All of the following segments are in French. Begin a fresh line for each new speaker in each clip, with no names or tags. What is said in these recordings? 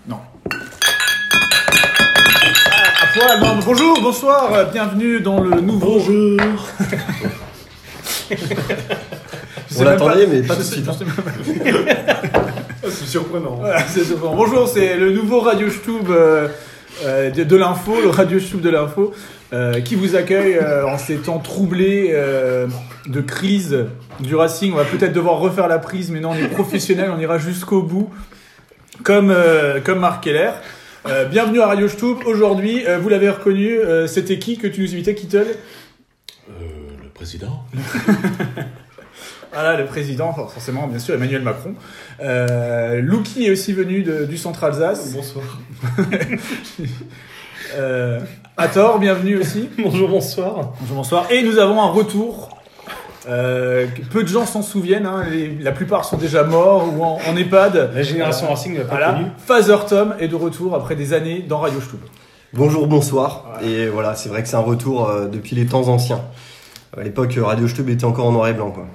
Non. À poil, non. Bonjour, bonsoir, bienvenue dans le nouveau...
Bonjour. On l'attendait, mais pas tout de suite.
C'est surprenant.
Voilà, c'est surprenant. Bonjour, c'est le nouveau Radio Stub de l'info, le Radio Stub de l'info, qui vous accueille en ces temps troublés de crise du Racing. On va peut-être devoir refaire la prise, mais non, on est professionnels, on ira jusqu'au bout, comme Marc Keller. Bienvenue à Radio Stub. Aujourd'hui, vous l'avez reconnu, c'était qui que tu nous invitais, Kittel ?
Le président.
Voilà, le président, forcément, bien sûr, Emmanuel Macron. Louki est aussi venu du centre Alsace.
Bonsoir.
Hathor, bienvenue aussi.
Bonjour, bonsoir.
Bonjour, bonsoir. Et nous avons un retour. Peu de gens s'en souviennent, hein. La plupart sont déjà morts ou en EHPAD.
La génération Racing ne l'a pas connu.
Father Tom est de retour après des années dans Radio Stub.
Bonjour, bonsoir. Voilà. Et voilà, c'est vrai que c'est un retour depuis les temps anciens. À l'époque, Radio Stub était encore en noir et blanc, quoi.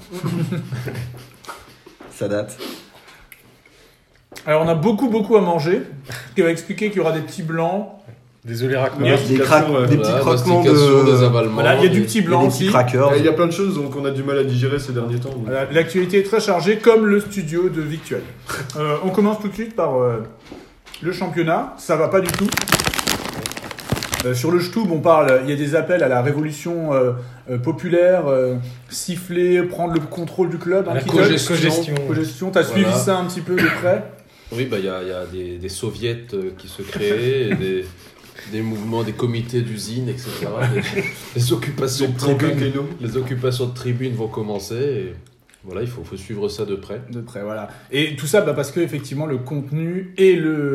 Ça date.
Alors, on a beaucoup à manger. Ce qui va expliquer qu'il y aura des petits blancs.
Désolé, Raccord.
Des
petits croquements
des avalements.
Voilà, il y a du petit blanc aussi.
Il y a plein de choses qu'on a du mal à digérer ces derniers temps.
Voilà, l'actualité est très chargée, comme le studio de Victuel. On commence tout de suite par le championnat. Ça va pas du tout. Sur le Stub, on parle, il y a des appels à la révolution populaire, siffler, prendre le contrôle du club.
La cogestion.
T'as suivi ça un petit peu de près ?
Oui, il y a des soviets qui se créent, des mouvements, des comités d'usines, etc. Les occupations de tribunes vont commencer. Et voilà, il faut suivre ça de près.
De près, voilà. Et tout ça, parce que effectivement, le contenu et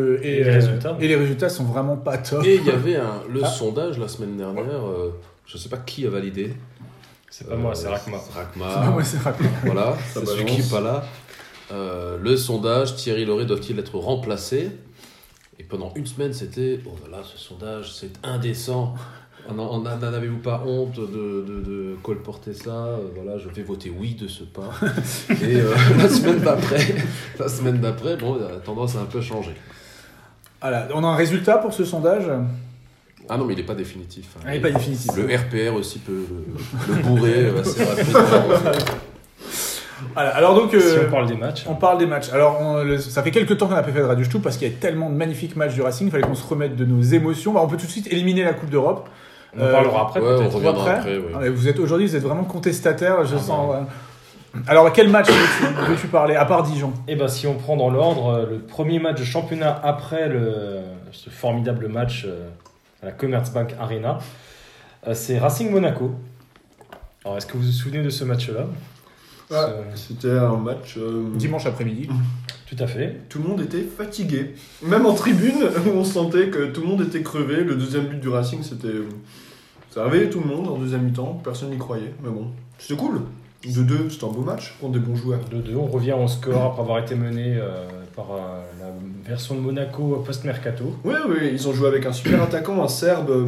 les résultats sont vraiment pas top.
Et il y avait le sondage la semaine dernière. Je sais pas qui a validé.
C'est pas moi, c'est Rakma.
C'est Rakma.
Voilà, c'est celui qui n'est pas là. Le sondage, Thierry Lauré doit-il être remplacé ? Et pendant une semaine, c'était « Oh voilà, ce sondage, c'est indécent. N'en avez-vous pas honte de colporter ça ? Voilà, je vais voter oui de ce pas. » Et la semaine d'après, bon, la tendance a un peu changé.
Voilà, on a un résultat pour ce sondage ?
Ah non, mais il n'est pas définitif.
Il n'est pas définitif.
Le RPR aussi peut le bourrer assez rapidement.
Voilà, alors donc,
si on parle des matchs.
On parle des matchs. Alors, ça fait quelques temps qu'on n'a pas fait de Radio Stub parce qu'il y a tellement de magnifiques matchs du Racing, il fallait qu'on se remette de nos émotions. On peut tout de suite éliminer la Coupe d'Europe.
On parlera après,
ouais,
peut-être.
On reviendra après. Ouais.
Aujourd'hui, vous êtes vraiment contestataire, je sens. Alors, quel match veux-tu parler, à part Dijon ?
Eh ben, si on prend dans l'ordre, le premier match de championnat après ce formidable match à la Commerzbank Arena, c'est Racing Monaco. Alors, est-ce que vous vous souvenez de ce match-là ?
C'était un match
dimanche après-midi.
Tout à fait.
Tout le monde était fatigué. Même en tribune, on sentait que tout le monde était crevé. Le deuxième but du Racing, ça a réveillé tout le monde en deuxième mi-temps. Personne n'y croyait, mais bon, c'était cool. 2-2, c'était un beau match contre des bons joueurs.
2-2, on revient au score après avoir été mené par la version de Monaco post-mercato.
Oui, ils ont joué avec un super attaquant, un Serbe,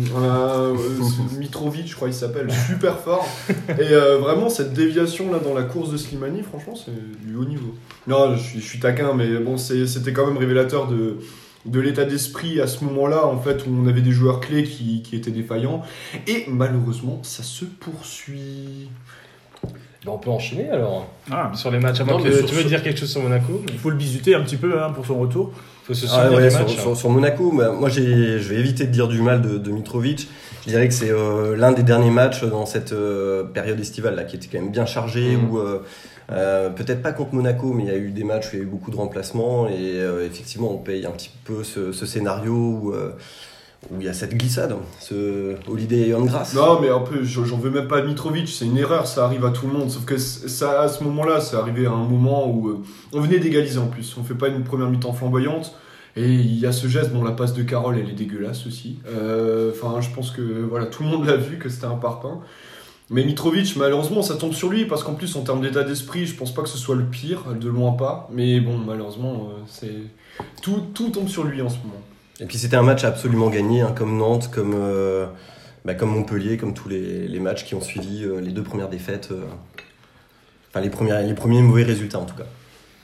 Mitrovic, je crois qu'il s'appelle, super fort. Et vraiment, cette déviation là dans la course de Slimani, franchement, c'est du haut niveau. Non, je suis taquin, mais bon, c'était quand même révélateur de l'état d'esprit à ce moment-là, en fait, où on avait des joueurs clés qui étaient défaillants. Et malheureusement, ça se poursuit.
On peut enchaîner alors sur les matchs. Tu veux dire quelque chose sur Monaco ?
Il faut le bisuter un petit peu pour son retour.
Il faut se souvenir des matchs.
Sur Monaco, moi je vais éviter de dire du mal de Mitrovic. Je dirais que c'est l'un des derniers matchs dans cette période estivale là, qui était quand même bien chargé, où peut-être pas contre Monaco, mais il y a eu des matchs où il y a eu beaucoup de remplacements et effectivement on paye un petit peu ce scénario où il y a cette glissade, ce Holiday on grass.
Non, mais un peu, j'en veux même pas à Mitrovic, c'est une erreur, ça arrive à tout le monde. Sauf que ça, à ce moment-là, c'est arrivé à un moment où on venait d'égaliser en plus. On fait pas une première mi-temps flamboyante. Et il y a ce geste, la passe de Carole, elle est dégueulasse aussi. Je pense que voilà, tout le monde l'a vu, que c'était un parpaing. Mais Mitrovic, malheureusement, ça tombe sur lui, parce qu'en plus, en termes d'état d'esprit, je pense pas que ce soit le pire, de loin pas. Mais bon, malheureusement, tout tombe sur lui en ce moment.
Et puis c'était un match absolument gagné, comme Nantes, comme Montpellier, comme tous les matchs qui ont suivi les deux premières défaites. Les premiers mauvais résultats en tout cas.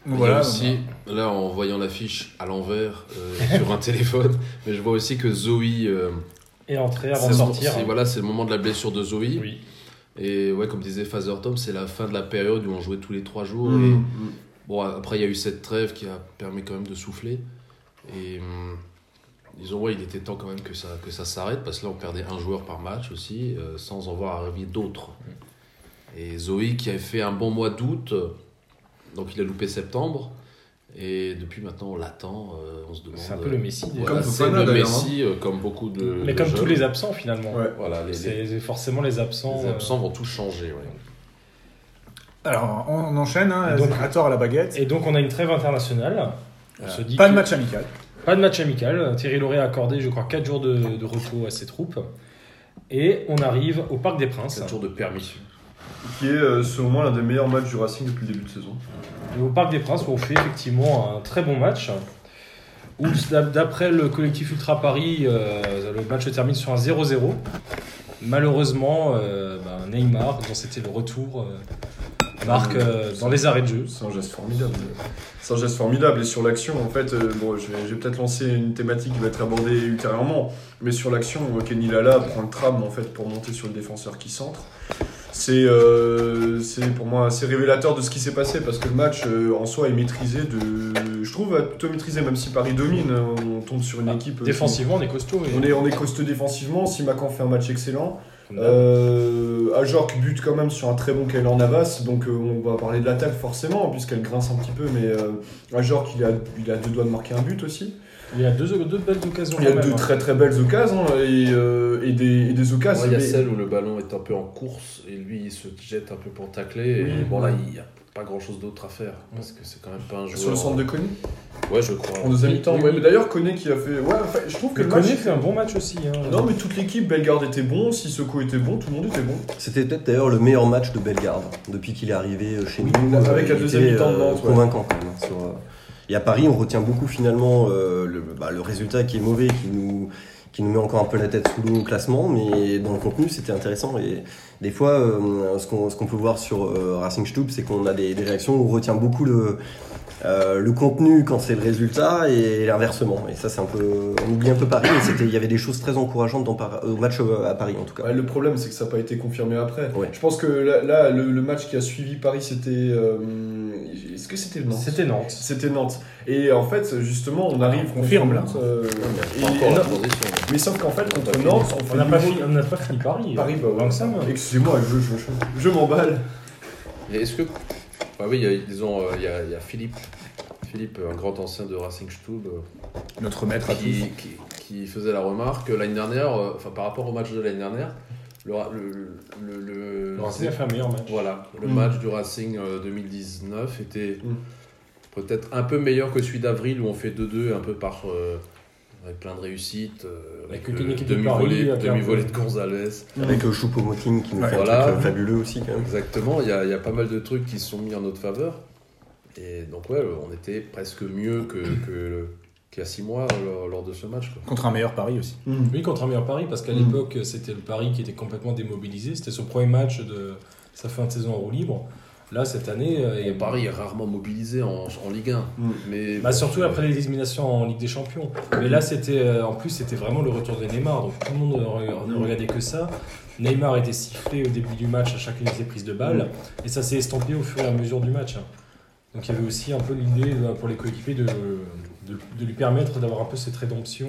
Il y a
Voilà.
aussi, là en voyant l'affiche à l'envers sur un téléphone, mais je vois aussi que Zoé,
Et entrer avant
c'est
de sortir.
c'est le moment de la blessure de Zoé.
Oui.
Et ouais, comme disait Father Tom, c'est la fin de la période où on jouait tous les 3 jours.
Mmh.
Et bon, après il y a eu cette trêve qui a permis quand même de souffler. Et disons, ouais, il était temps quand même que ça s'arrête, parce que là on perdait un joueur par match aussi, sans en voir arriver d'autres. Et Zoé qui avait fait un bon mois d'août, donc il a loupé septembre. Et depuis maintenant on l'attend, on se demande.
C'est un peu le Messi.
Voilà,
Comme
c'est
Fofana,
le
d'ailleurs,
Messi, comme beaucoup de.
Mais
de
comme
jeunes.
tous les absents finalement.
Ouais.
Voilà,
C'est forcément les absents.
les absents vont tout changer. Ouais.
Alors, on enchaîne, hein,
Donc-
à tort à la baguette.
Et donc on a une trêve internationale. On se dit
Pas de
que-
match amical.
Pas de match amical. Thierry Laurey a accordé, je crois, 4 jours de repos à ses troupes. Et on arrive au Parc des Princes.
4 jours de permis.
Qui est selon moi l'un des meilleurs matchs du Racing depuis le début de saison.
Et au Parc des Princes, où on fait effectivement un très bon match. Où, d'après le collectif Ultra Paris, le match se termine sur un 0-0. Malheureusement, Neymar, dont c'était le retour, marque dans les arrêts de jeu.
C'est un geste formidable. C'est un geste formidable. Et sur l'action, en fait, bon, je vais peut-être lancer une thématique qui va être abordée ultérieurement. Mais sur l'action, Kenny Lala prend le tram en fait, pour monter sur le défenseur qui centre. C'est pour moi assez révélateur de ce qui s'est passé, parce que le match en soi est maîtrisé. Je trouve plutôt maîtrisé, même si Paris domine. On tombe sur une équipe.
Défensivement, on est costaud.
On est costaud défensivement. Simakan fait un match excellent. Ajorc bute quand même sur un très bon Keylor Navas, donc on va parler de l'attaque forcément puisqu'elle grince un petit peu, mais Ajorc il a 2 doigts de marquer un but aussi.
Il y a deux belles occasions.
Il y a
quand même,
2 très très belles occasions et des occasions.
Il y a celle où le ballon est un peu en course et lui il se jette un peu pour tacler.
Oui.
Et bon, là il n'y a pas grand chose d'autre à faire parce que c'est quand même pas un joueur.
Sur le centre de Koné
Ouais, je crois.
en deuxième mi-temps.
oui,
Ouais,
oui.
mais d'ailleurs Koné qui a fait. Ouais, enfin, je trouve que
Le
le match.
Koné fait un bon match aussi. Hein.
Non, mais toute l'équipe, Bellegarde était bon, Sissoko était bon, tout le monde était bon.
C'était peut-être d'ailleurs le meilleur match de Bellegarde depuis qu'il est arrivé chez nous.
avec la
Il
deuxième
était,
mi-temps de Nantes, ouais.
convaincant quand même. Et à Paris, on retient beaucoup finalement le résultat qui est mauvais, qui nous met encore un peu la tête sous l'eau au classement, mais dans le contenu, c'était intéressant. Et des fois, ce qu'on peut voir sur Racing Stube, c'est qu'on a des réactions où on retient beaucoup le contenu quand c'est le résultat et l'inversement. Et ça, c'est un peu, on oublie un peu Paris. Et il y avait des choses très encourageantes au match à Paris en tout cas.
Ouais, le problème, c'est que ça n'a pas été confirmé après.
Ouais.
Je pense que là le match qui a suivi Paris, c'était. Est-ce que c'était le Nantes ?
C'était Nantes.
C'était Nantes. Et en fait, justement, on arrive.
On confirme, là.
Pas encore la transition.
Mais sauf qu'en fait, contre Nantes, on fait
On n'a pas,
niveau-
on n'a pas fini Paris.
Paris, bah ouais.
Donc ça,
Excusez-moi, je m'emballe.
Et est-ce que. Ah oui, il y a Philippe, un grand ancien de Racing Stube,
Notre maître à tous.
qui faisait la remarque l'année dernière, par rapport au match de l'année dernière, le
Racing a fait un meilleur match.
Voilà, le match du Racing 2019 était peut-être un peu meilleur que celui d'avril où on fait 2-2 un peu avec plein de réussites, avec
une équipe de Paris,
demi-volée de Gonzalez.
Avec Choupo-Moting qui nous fait
Voilà.
un truc fabuleux aussi quand même.
Exactement, il y a pas mal de trucs qui se sont mis en notre faveur. Et donc ouais, on était presque mieux qu'il y a 6 mois lors de ce match, quoi.
Contre un meilleur Paris aussi.
Oui, contre un meilleur Paris, parce qu'à l'époque, c'était le Paris qui était complètement démobilisé. C'était son premier match de sa fin de saison en roue libre. Là, cette année,
Et Paris est rarement mobilisé en Ligue 1. Mais
surtout après les éliminations en Ligue des Champions. Mais là, en plus, c'était vraiment le retour de Neymar. Donc tout le monde ne regardait que ça. Neymar était sifflé au début du match à chacune de ses prises de balles. Et ça s'est estampé au fur et à mesure du match. Donc il y avait aussi un peu l'idée pour les coéquipiers de lui permettre d'avoir un peu cette rédemption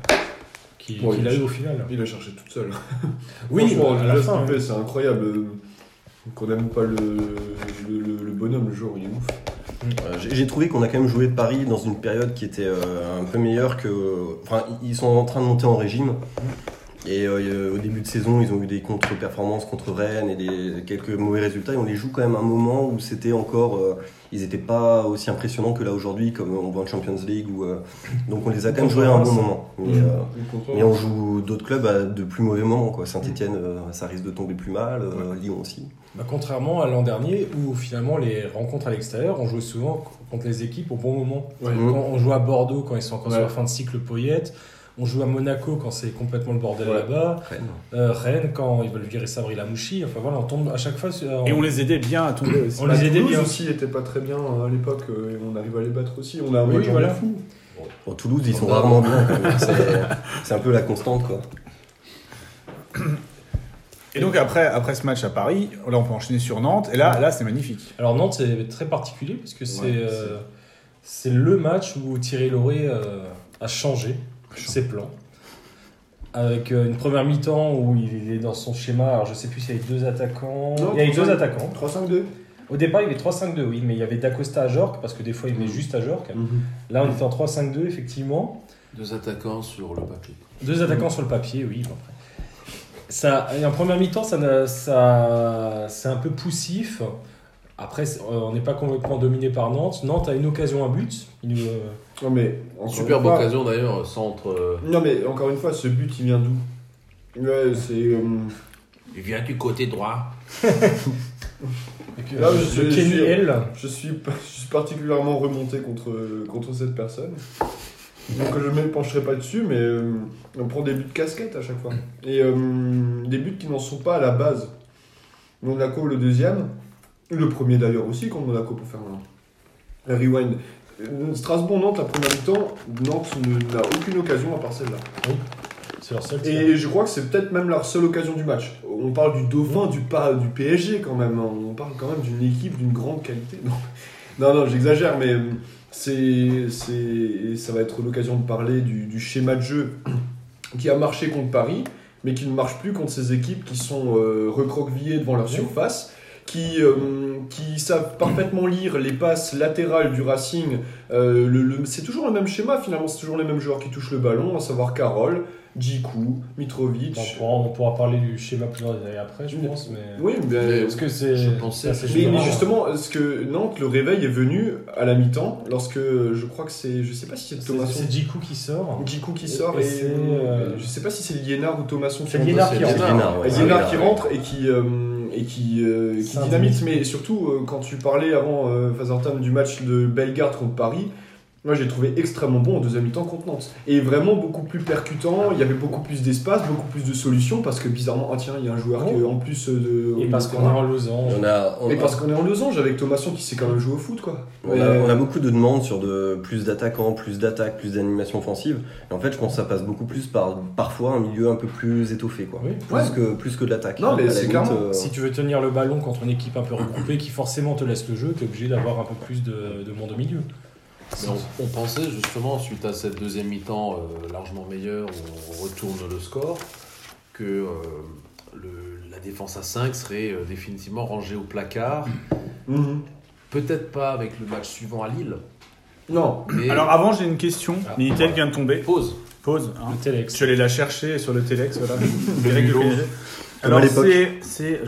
qu'il a eu au final.
Il a cherché toute seule.
Oui,
franchement,
à la
le
fin,
geste qu'il fait, c'est incroyable. Qu'on n'aime pas le bonhomme, le jour, il est ouf.
J'ai trouvé qu'on a quand même joué Paris dans une période qui était un peu meilleure que. Enfin, ils sont en train de monter en régime. Et au début de saison, ils ont eu des contre-performances contre Rennes et quelques mauvais résultats. Et on les joue quand même à un moment où c'était encore. Ils n'étaient pas aussi impressionnants que là aujourd'hui, comme on voit en Champions League. Donc on les a quand même joués à un bon moment. Mais on joue d'autres clubs à de plus mauvais moments, quoi. Saint-Etienne, ça risque de tomber plus mal. Lyon aussi.
Contrairement à l'an dernier, où finalement les rencontres à l'extérieur, on jouait souvent contre les équipes au bon moment.
Ouais.
Quand on joue à Bordeaux, quand ils sont encore sur
Ouais.
la fin de cycle Poyette, On joue à Monaco quand c'est complètement le bordel là-bas. Rennes quand ils veulent virer Sabri Lamouchi. Enfin voilà, on tombe à chaque fois.
Et on les aidait bien à tomber aussi.
On les aidait
Toulouse
bien
aussi n'était pas très bien à l'époque et on arrive à les battre aussi. On a un
Oui,
match
voilà.
fou.
Bon, Toulouse, ils sont rarement bien. Quand même. C'est un peu la constante, quoi.
Et donc après ce match à Paris, là on peut enchaîner sur Nantes. Et là c'est magnifique.
Alors Nantes c'est très particulier parce que c'est le match où Thierry Lauré a changé ses plans. Avec une première mi-temps où il est dans son schéma, alors je sais plus s'il y avait deux attaquants.
Non,
Il y avait deux attaquants.
3-5-2.
Au départ, il y avait 3-5-2, oui, mais il y avait Dacosta à Jorque, parce que des fois, il met juste à Jorque. Là, on était en 3-5-2, effectivement.
2 attaquants sur le papier.
2 attaquants sur le papier, oui. Bon, après. Ça, et en première mi-temps, c'est un peu poussif. Après, on n'est pas complètement dominé par Nantes. Nantes a une occasion à but.
Non, mais
Superbe occasion d'ailleurs, centre.
Non, mais encore une fois, ce but il vient d'où? Ouais, c'est.
Il vient du côté droit.
Là, je suis particulièrement remonté contre cette personne. Donc je ne me pencherai pas dessus, mais on prend des buts de casquette à chaque fois. Et des buts qui n'en sont pas à la base. Monaco le deuxième, le premier d'ailleurs aussi contre Monaco pour faire un rewind. Strasbourg-Nantes, la première mi-temps, Nantes n'a aucune occasion à part celle-là.
Oui, c'est leur seul tir.
Et je crois que c'est peut-être même leur seule occasion du match. On parle du dauphin, du PSG quand même. On parle quand même d'une équipe d'une grande qualité. Non, j'exagère, mais ça va être l'occasion de parler du schéma de jeu qui a marché contre Paris, mais qui ne marche plus contre ces équipes qui sont recroquevillées devant leur surface, qui savent parfaitement lire les passes latérales du Racing. C'est toujours le même schéma finalement, c'est toujours les mêmes joueurs qui touchent le ballon, à savoir Karol, Djikou, Mitrovic.
On pourra parler du schéma plus en détail après, je pense. Mais...
Oui, mais
parce que c'est.
Je pensais.
Mais justement, est-ce que Nantes, le réveil est venu à la mi-temps, lorsque je crois que c'est. Je sais pas si c'est Thomasson.
C'est Djikou qui sort.
Djikou qui sort et je sais pas si c'est Liénard ou Thomasson qui
rentre. C'est Liénard
qui rentre et qui dynamite. Mais surtout, quand tu parlais avant, Fazertan, du match de Bellegarde contre Paris, moi j'ai trouvé extrêmement bon en deuxième mi-temps contre Nantes. Et vraiment beaucoup plus percutant, il y avait beaucoup plus d'espace, beaucoup plus de solutions, parce que bizarrement, il y a un joueur qui en plus de...
Et parce qu'on est en losange.
Et parce qu'on est en losange avec Thomasson qui sait quand même jouer au foot, quoi.
On a beaucoup de demandes sur plus d'attaquants, plus d'attaques, plus d'animation offensive. Et en fait, je pense que ça passe beaucoup plus par parfois un milieu un peu plus étoffé, quoi.
Oui.
Plus que de l'attaque.
Non, mais c'est clairement...
Si tu veux tenir le ballon contre une équipe un peu regroupée qui forcément te laisse le jeu, tu es obligé d'avoir un peu plus de monde au milieu.
Mais on pensait justement, suite à cette deuxième mi-temps largement meilleure, où on retourne le score, que la défense à 5 serait définitivement rangée au placard. Peut-être pas avec le match suivant à Lille.
Non.
Mais... Alors avant, j'ai une question. Minitel vient de tomber.
Pause.
Hein.
Le Telex.
Je suis allé la chercher sur le Telex. Voilà.
Alors
c'est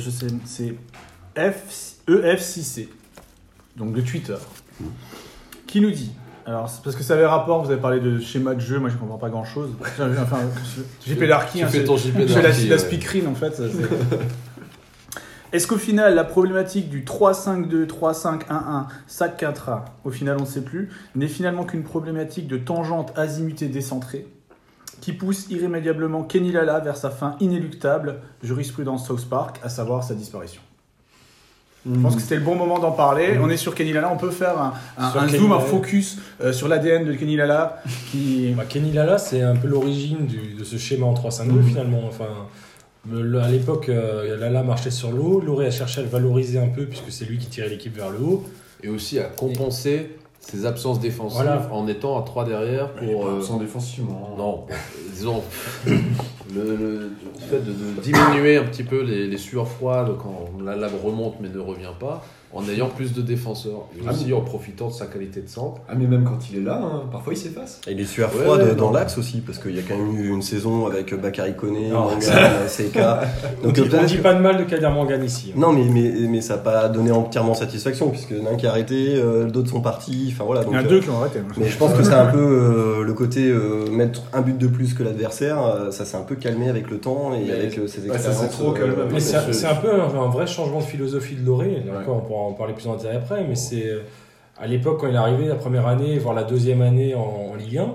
EF6C. Donc de Twitter. Qui nous dit, alors c'est parce que ça avait rapport, vous avez parlé de schéma de jeu, moi je comprends pas grand chose. Enfin, JP Darky, c'est la speakerine en fait. Est-ce qu'au final, la problématique du 3-5-2, 3-5-1-1, sac 4A, au final on ne sait plus, n'est finalement qu'une problématique de tangente azimutée décentrée qui pousse irrémédiablement Kenny Lala vers sa fin inéluctable, jurisprudence South Park, à savoir sa disparition? Je pense que c'était le bon moment d'en parler. On est sur Kenny Lala, on peut faire un zoom, un focus sur l'ADN de Kenny Lala.
Kenny Lala, c'est un peu l'origine de ce schéma en 3-5-2 finalement. Enfin, à l'époque, Lala marchait sur le haut. Lauré a cherché à le valoriser un peu puisque c'est lui qui tirait l'équipe vers le haut.
Et aussi à compenser ses absences défensives en étant à 3 derrière pour...
Absent défensivement.
Non, disons... Le fait de diminuer un petit peu les sueurs froides quand la lame remonte mais ne revient pas, en ayant plus de défenseurs et aussi en profitant de sa qualité de centre.
Ah mais même quand il est là, parfois il s'efface.
Et les sueurs froides dans l'axe aussi, parce qu'il y a quand même eu une saison avec Bakary Koné, Mangane, Seka.
Donc on dit pas de mal de Kader Mangane ici.
Non mais ça n'a pas donné entièrement satisfaction, puisque l'un qui a arrêté, d'autres sont partis, enfin voilà. Donc,
il y en a deux qui ont arrêté.
Mais je pense que c'est un peu le côté mettre un but de plus que l'adversaire, ça s'est un peu calmé avec le temps et avec ses expériences.
Ça s'est trop calmé.
Mais c'est un peu un vrai changement de philosophie de Lauré. D'accord, on pourra en parler plus en détail après, mais c'est à l'époque quand il est arrivé la première année, voire la deuxième année en Ligue 1,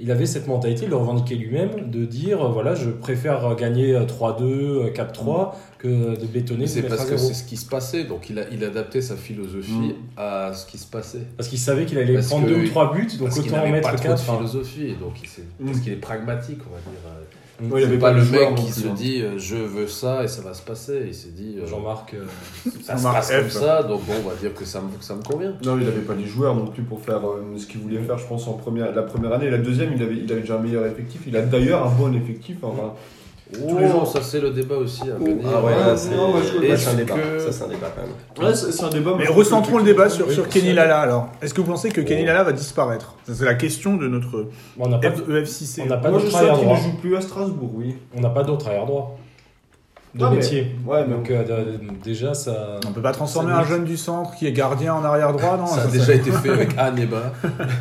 il avait cette mentalité, il le revendiquait lui-même, de dire voilà, je préfère gagner 3-2, 4-3 que de bétonner.
C'est
de mettre
parce
à
que
0.
c'est ce qui se passait, donc il adaptait sa philosophie à ce qui se passait.
Parce qu'il savait qu'il allait
Parce
prendre
que
2 ou 3 buts, donc
Parce qu'il
autant en
n'avait
mettre
pas trop
4.
de philosophie, donc parce qu'il est pragmatique, on va dire.
Ouais, il avait
C'est pas
pas
le
de joueur
mec
non
qui
plus,
se
hein.
dit je veux ça et ça va se passer. Il s'est dit
Jean-Marc,
ça se
Jean-Marc
passe
F.
comme ça, donc bon, on va dire que ça me convient.
Non, il n'avait pas les joueurs non plus pour faire ce qu'il voulait faire, je pense, la première année. La deuxième, il avait déjà un meilleur effectif. Il a d'ailleurs un bon effectif. Enfin,
Tous les jours, ça c'est le débat aussi à venir.
Ah ouais, là, c'est
non, moi, je-
là,
est-ce
c'est un débat.
que-
Ça, c'est un débat quand même.
ouais, c'est un débat.
Mais
moi, je
recentrons
trouve
le
que-
débat sur
oui,
Kenny
c'est-
Lala alors. Est-ce que vous pensez que Kenny Lala va disparaître? Ça, c'est la question de notre
on n'a pas,
EF6C.
on n'a pas
Moi, je
d'autre
sais
arrière
qu'il
droit.
ne joue plus à Strasbourg, oui.
On n'a pas d'autre arrière droit de
Ah, mais-
métier.
Ouais, mais
Donc déjà, ça.
On peut pas transformer
Ça
un
nous-
jeune du centre qui est gardien en arrière droit, non?
Ça a déjà été fait avec Aneba.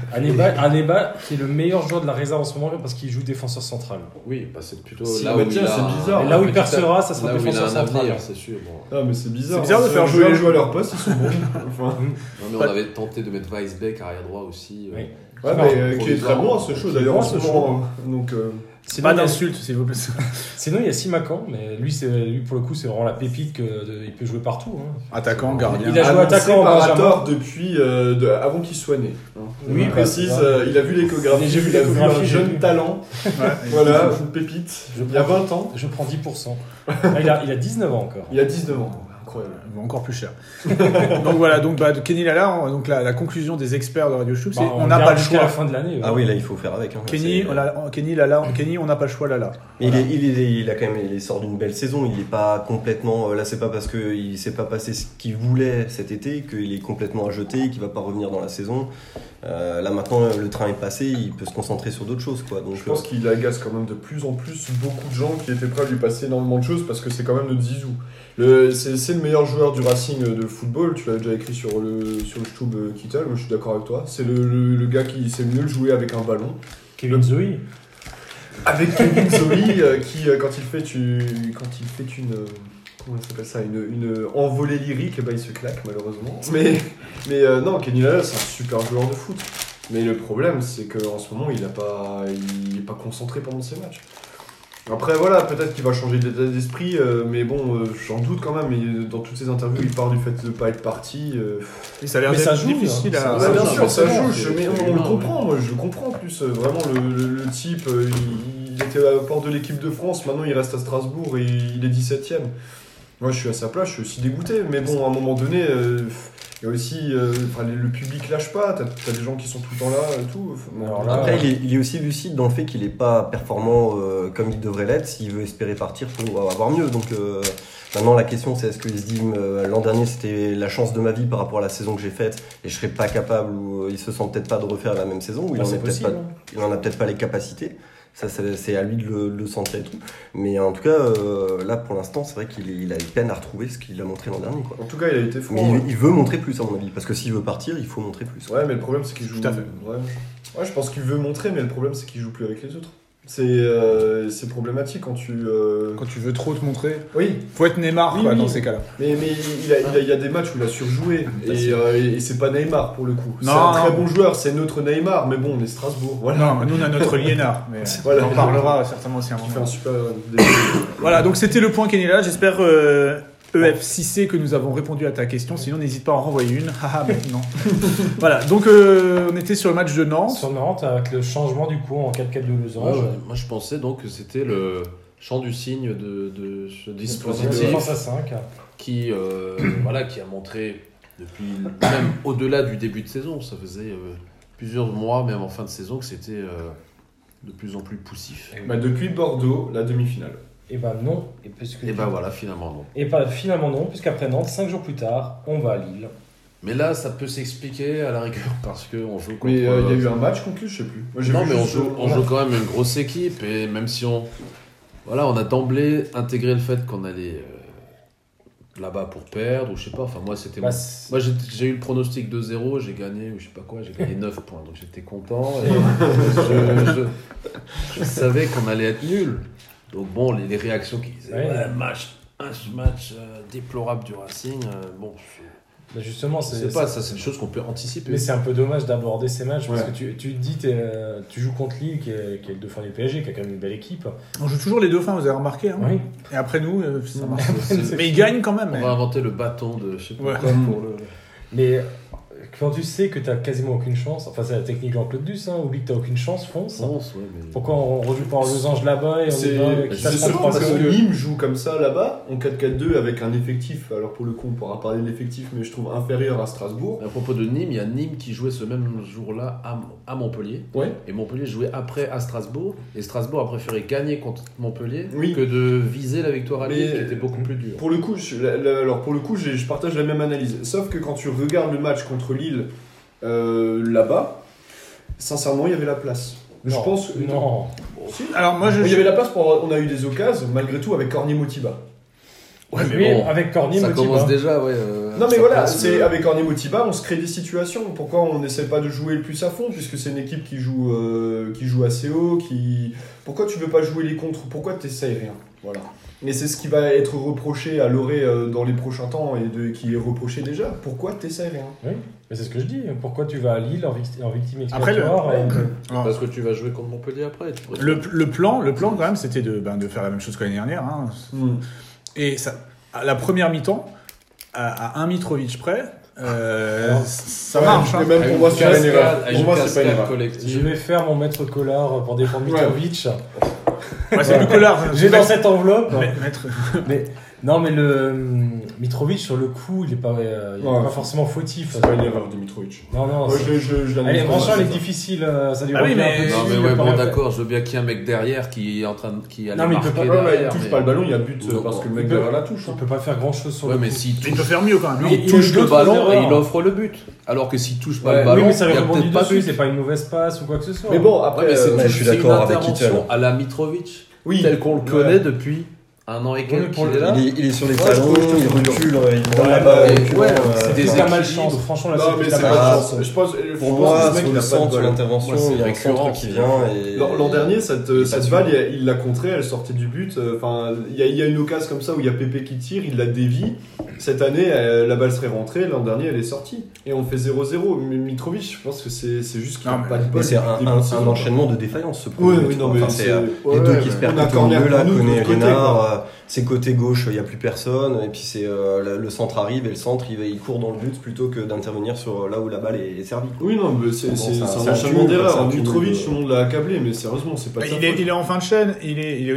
Aneba, qui est le meilleur joueur de la réserve en ce moment parce qu'il joue défenseur central.
Oui, bah c'est plutôt
Si,
là
mais
où
tiens,
il a
c'est bizarre.
Et là où il
petit-
percera, ça sera
là où il a
défenseur
un
central.
avenir, c'est sûr. Bon.
Ah, mais c'est bizarre.
C'est bizarre de
Si
faire
un
jouer
joueur
les
joue à leur poste, ils sont bons. Enfin,
Non, mais
Pas-
on avait tenté de mettre Weisbeck arrière droit aussi.
Oui.
ouais, mais qui est très bon à ce show d'ailleurs en ce moment. Donc,
Sinon,
Pas
il y a-
d'insulte, s'il vous plaît.
Sinon, il y a Simakan, mais lui, pour le coup, c'est vraiment la pépite il peut jouer partout. Hein.
Attaquant, gardien.
Il a joué
annoncé
attaquant en
par
Benjamin.
Hathor depuis avant qu'il soit né. Hein.
Oui,
Je précise,
c'est ça.
il a vu l'échographie,
J'ai vu
il a vu
l'échographie,
un
j'ai
jeune
vu.
talent.
Ouais.
Voilà, une pépite. Il y a 20 ans.
Je prends 10%. Il a 19 ans encore.
Il a 19 ans. Incroyable.
Il va encore plus cher. donc voilà, donc de Kenny Lala, donc la conclusion des experts de Radio Show, c'est
Bah,
on n'a pas le
jusqu'à la
choix.
fin de l'année.
Ah oui, là, il faut faire avec. Hein.
Kenny,
C'est-
Kenny Lala, Kenny, on n'a pas le choix Lala.
Mais il a quand même, il sort d'une belle saison. Il n'est pas complètement. Là, c'est pas parce qu'il s'est pas passé ce qu'il voulait cet été qu'il est complètement à jeter, qu'il va pas revenir dans la saison. Là maintenant, le train est passé. Il peut se concentrer sur d'autres choses, quoi. Donc,
Je pense qu'il agace quand même de plus en plus beaucoup de gens qui étaient prêts à lui passer énormément de choses parce que c'est quand même notre Zizou. C'est le meilleur joueur du Racing de football. Tu l'as déjà écrit sur le Stub Kittel. Moi, je suis d'accord avec toi. C'est le gars qui sait mieux le jouer avec un ballon.
Kevin Zoe.
Avec Kevin Zoe qui quand il fait une comment ça s'appelle ça, une envolée lyrique, et ben il se claque malheureusement. Mais non, Kenny Lala c'est un super joueur de foot. Mais le problème c'est qu'en ce moment il est pas concentré pendant ses matchs. Après voilà, peut-être qu'il va changer d'état d'esprit, mais bon, j'en doute quand même. Et dans toutes ses interviews, il parle du fait de ne pas être parti.
Et ça a l'air
Mais ça
d'être
joue,
difficile
hein.
à.
Ouais, bien
ça,
sûr, ça
c'est bon,
joue,
c'est-
mais
c'est
on le
énorme,
comprend, moi je le comprends en plus. Vraiment, le type, il était à la porte de l'équipe de France, maintenant il reste à Strasbourg et il est 17ème. Moi je suis à sa place, je suis aussi dégoûté, mais bon, à un moment donné, il y a aussi. Le public lâche pas, t'as des gens qui sont tout le temps là et tout.
Alors là,
Après, il est aussi lucide dans le fait qu'il n'est pas performant comme il devrait l'être s'il veut espérer partir pour avoir mieux. Donc maintenant, la question, c'est est-ce qu'il se dit l'an dernier, c'était la chance de ma vie par rapport à la saison que j'ai faite et je serais pas capable ou il se sent peut-être pas de refaire la même saison ou il en
c'est
a peut-être
possible,
pas,
hein.
il en a peut-être pas les capacités. Ça, c'est à lui de le sentir et tout. Mais en tout cas, là, pour l'instant, c'est vrai qu'il a eu peine à retrouver ce qu'il a montré l'an dernier, quoi.
En tout cas, il a été franc.
Mais il veut montrer plus, à mon avis. Parce que s'il veut partir, il faut montrer plus.
Ouais, mais le problème c'est qu'il joue.
Tout à fait.
Ouais, je pense qu'il veut montrer, mais le problème c'est qu'il joue plus avec les autres. C'est problématique quand tu.
Quand tu veux trop te montrer,
Oui,
faut être Neymar
Oui,
quoi,
oui.
dans ces cas-là.
mais il y a des matchs où il a surjoué et c'est pas Neymar pour le coup. C'est
Non,
un très
non.
bon joueur, c'est notre Neymar, mais bon, on est Strasbourg. Voilà.
Non, nous on a notre Liénard, mais
Voilà.
on en parlera certainement aussi un
Qui fait
moment.
un super.
Voilà, donc c'était le point Kenny Lala. J'espère EF6C que nous avons répondu à ta question. Sinon, n'hésite pas à en renvoyer une. Haha, mais non. Voilà, donc on était sur le match de Nantes.
Sur Nantes, avec le changement du coup en 4-4 de losange.
Moi je pensais donc que c'était le chant du cygne de ce dispositif
Défense à 5.
qui a montré depuis même au-delà du début de saison, ça faisait plusieurs mois, même en fin de saison, que c'était de plus en plus poussif.
Bah, depuis Bordeaux, la demi-finale.
Et ben non.
Et ben voilà, finalement non.
Et pas finalement non, puisqu'après Nantes, 5 jours plus tard, on va à Lille.
Mais là, ça peut s'expliquer à la rigueur parce qu'on joue contre.
Mais il y a eu un match conclu, je sais plus. Moi, j'ai
Non,
vu
mais on
juste-
joue quand même une grosse équipe et même si on a d'emblée intégré le fait qu'on allait là-bas pour perdre ou je sais pas. Enfin moi c'était
Bah,
moi j'ai eu le pronostic de 0, j'ai gagné ou je sais pas quoi, j'ai gagné 9 points donc j'étais content. Et je savais qu'on allait être nul. Donc bon les réactions qui disaient
Ouais.
ouais, match déplorable du Racing, bon
Bah, justement,
C'est pas ça, c'est des choses qu'on peut anticiper.
Mais c'est un peu dommage d'aborder ces matchs parce
Ouais.
que tu te dis, tu joues contre Lille qui est le dauphin du PSG, qui a quand même une belle équipe.
On joue toujours les dauphins, vous avez remarqué. Hein.
Oui.
Et après nous, ça marche.
C'est
Mais ils gagnent quand même.
On
mais-
va inventer le bâton de je sais pas
Ouais.
quoi pour le.
Mais quand tu sais que t'as quasiment aucune chance, enfin c'est la technique Jean-Claude Duss, hein, oublie que t'as aucune chance, fonce.
Sens, ouais, mais...
Pourquoi on rejoue pas en losange là-bas et on
C'est
est dans qui
c'est
passe
surtout
3
parce
secondes.
que Nîmes joue comme ça là-bas, en 4-4-2 avec un effectif, alors pour le coup on pourra parler de l'effectif, mais je trouve inférieur à Strasbourg.
À propos de Nîmes, il y a Nîmes qui jouait ce même jour-là à Montpellier.
Ouais.
Et Montpellier jouait après à Strasbourg. Et Strasbourg a préféré gagner contre Montpellier
Oui.
que de viser la victoire à Lille,
Mais-
qui était beaucoup plus dure.
Pour le coup, je partage la même analyse. Sauf que quand tu regardes le match contre Lille là-bas, sincèrement, il y avait la place. Je
Non,
pense.
Non.
Alors moi,
Il y avait la place on a eu des occasions, malgré tout, avec Cornier Motiba.
Ouais,
Oui,
mais bon,
avec Cornier,
ça
Motiba.
commence déjà, ouais.
Non mais
ça
voilà,
passe,
c'est avec Cornier Motiba, on se crée des situations. Pourquoi on n'essaie pas de jouer le plus à fond, puisque c'est une équipe qui joue assez haut, Pourquoi tu veux pas jouer les contres? Pourquoi t'essayes rien? Voilà. Et c'est ce qui va être reproché à Loré dans les prochains temps et qui est reproché déjà. Pourquoi t'essayes rien?
Oui, mais c'est ce que je dis. Pourquoi tu vas à Lille en victime
Après,
expiatoire
Alors,
Parce que tu vas jouer contre Montpellier après. Tu pourrais-
le plan quand même, c'était de faire la même chose que l'année dernière. Hein. Et ça, à la première mi-temps, à un Mitrovic près, ça
Ouais,
marche. Hein.
et même pour moi, c'est pas une erreur.
Avec
Pour
une
moi, c'est pas une
cascade
erreur.
Je
collective.
vais faire mon maître Collard pour défendre
Ouais.
Mitrovic.
Ouais, c'est plus Collard.
J'ai dans cette enveloppe.
Maître.
Non, mais le Mitrovic, sur le coup, il est pas forcément fautif.
C'est pas une erreur de Mitrovic.
Non, non.
Moi,
c'est-
je l'analyse
Allez,
comme
franchement,
ça.
elle est difficile. Ça lui
Ah oui,
revient
mais-
un peu
Non,
dessus,
mais ouais,
il peut
bon,
rien faire.
d'accord, je veux bien qu'il y ait un mec derrière qui allait
Non, mais il peut
marquer
pas-
Ouais,
derrière.
il touche
mais-
pas le ballon, il y a but
Non,
parce que le mec
il peut-
derrière la touche.
Il peut pas faire grand chose sur
Ouais,
le
mais
coup.
s'il
Il peut faire mieux quand même.
Oui,
il touche
il
le
touche
ballon
d'autres
et il
erreurs.
offre le but. Alors que s'il touche pas
Ouais.
le ballon,
Oui, mais ça lui
il y a
rebondit
peut-être pas
dessus,
but.
c'est pas une mauvaise passe ou quoi que ce soit.
Mais bon,
Ouais,
après,
mais c'est
je suis
c'est
d'accord
une
avec
intervention
Kittel.
à la Mitrovic,
oui,
tel qu'on le connaît depuis un an et quelques
pour
qu'il
le-
est là.
Il est sur les
Ouais,
talons,
je trouve
il
que-
recule, il donne
Ouais,
la balle.
et-
en reculant,
ouais,
C'est
des
de la
équilibres.
malchance. Franchement, là,
Non, mais
c'est
c'est
de la
pas de
malchance.
chance. Je pense
Pour
que
moi,
ce mec,
sur
il
le
a pas de
centre, sur
balle.
l'intervention,
Moi, c'est
il y a un
récurrent,
centre qui
c'est-
vient. Et...
L'an dernier, cette
pas sûr.
balle, il l'a contrée, elle sortait du but. Enfin, il y a une occasion comme ça où il y a Pépé qui tire, il la dévie. Cette année, la balle serait rentrée. L'an dernier, elle est sortie. Et on fait 0-0. Mais Mitrovic, je pense que c'est juste qu'il
Non,
n'a
mais-
pas de
Mais
ball.
c'est un
début de saison, quoi.
enchaînement de défaillance, ce
Oui,
premier.
oui,
tu
non,
vois.
mais
Enfin,
c'est.
les
ouais,
deux
ouais,
qui se perdent
on a
tout au
corner
milieu, là,
pour nous, de
Koné et
l'autre côté,
Liénard.
quoi.
C'est côté gauche, il n'y a plus personne. Et puis c'est le centre arrive et le centre, il court dans le but plutôt que d'intervenir sur là où la balle est servie.
Oui, non, mais c'est
Bon,
un
ça
enchaînement
cumule,
d'erreurs.
ça cumule
Mitrovic,
de-
tout le monde l'a accablé, mais sérieusement, c'est pas de sa faute.
Il est en fin de chaîne, il est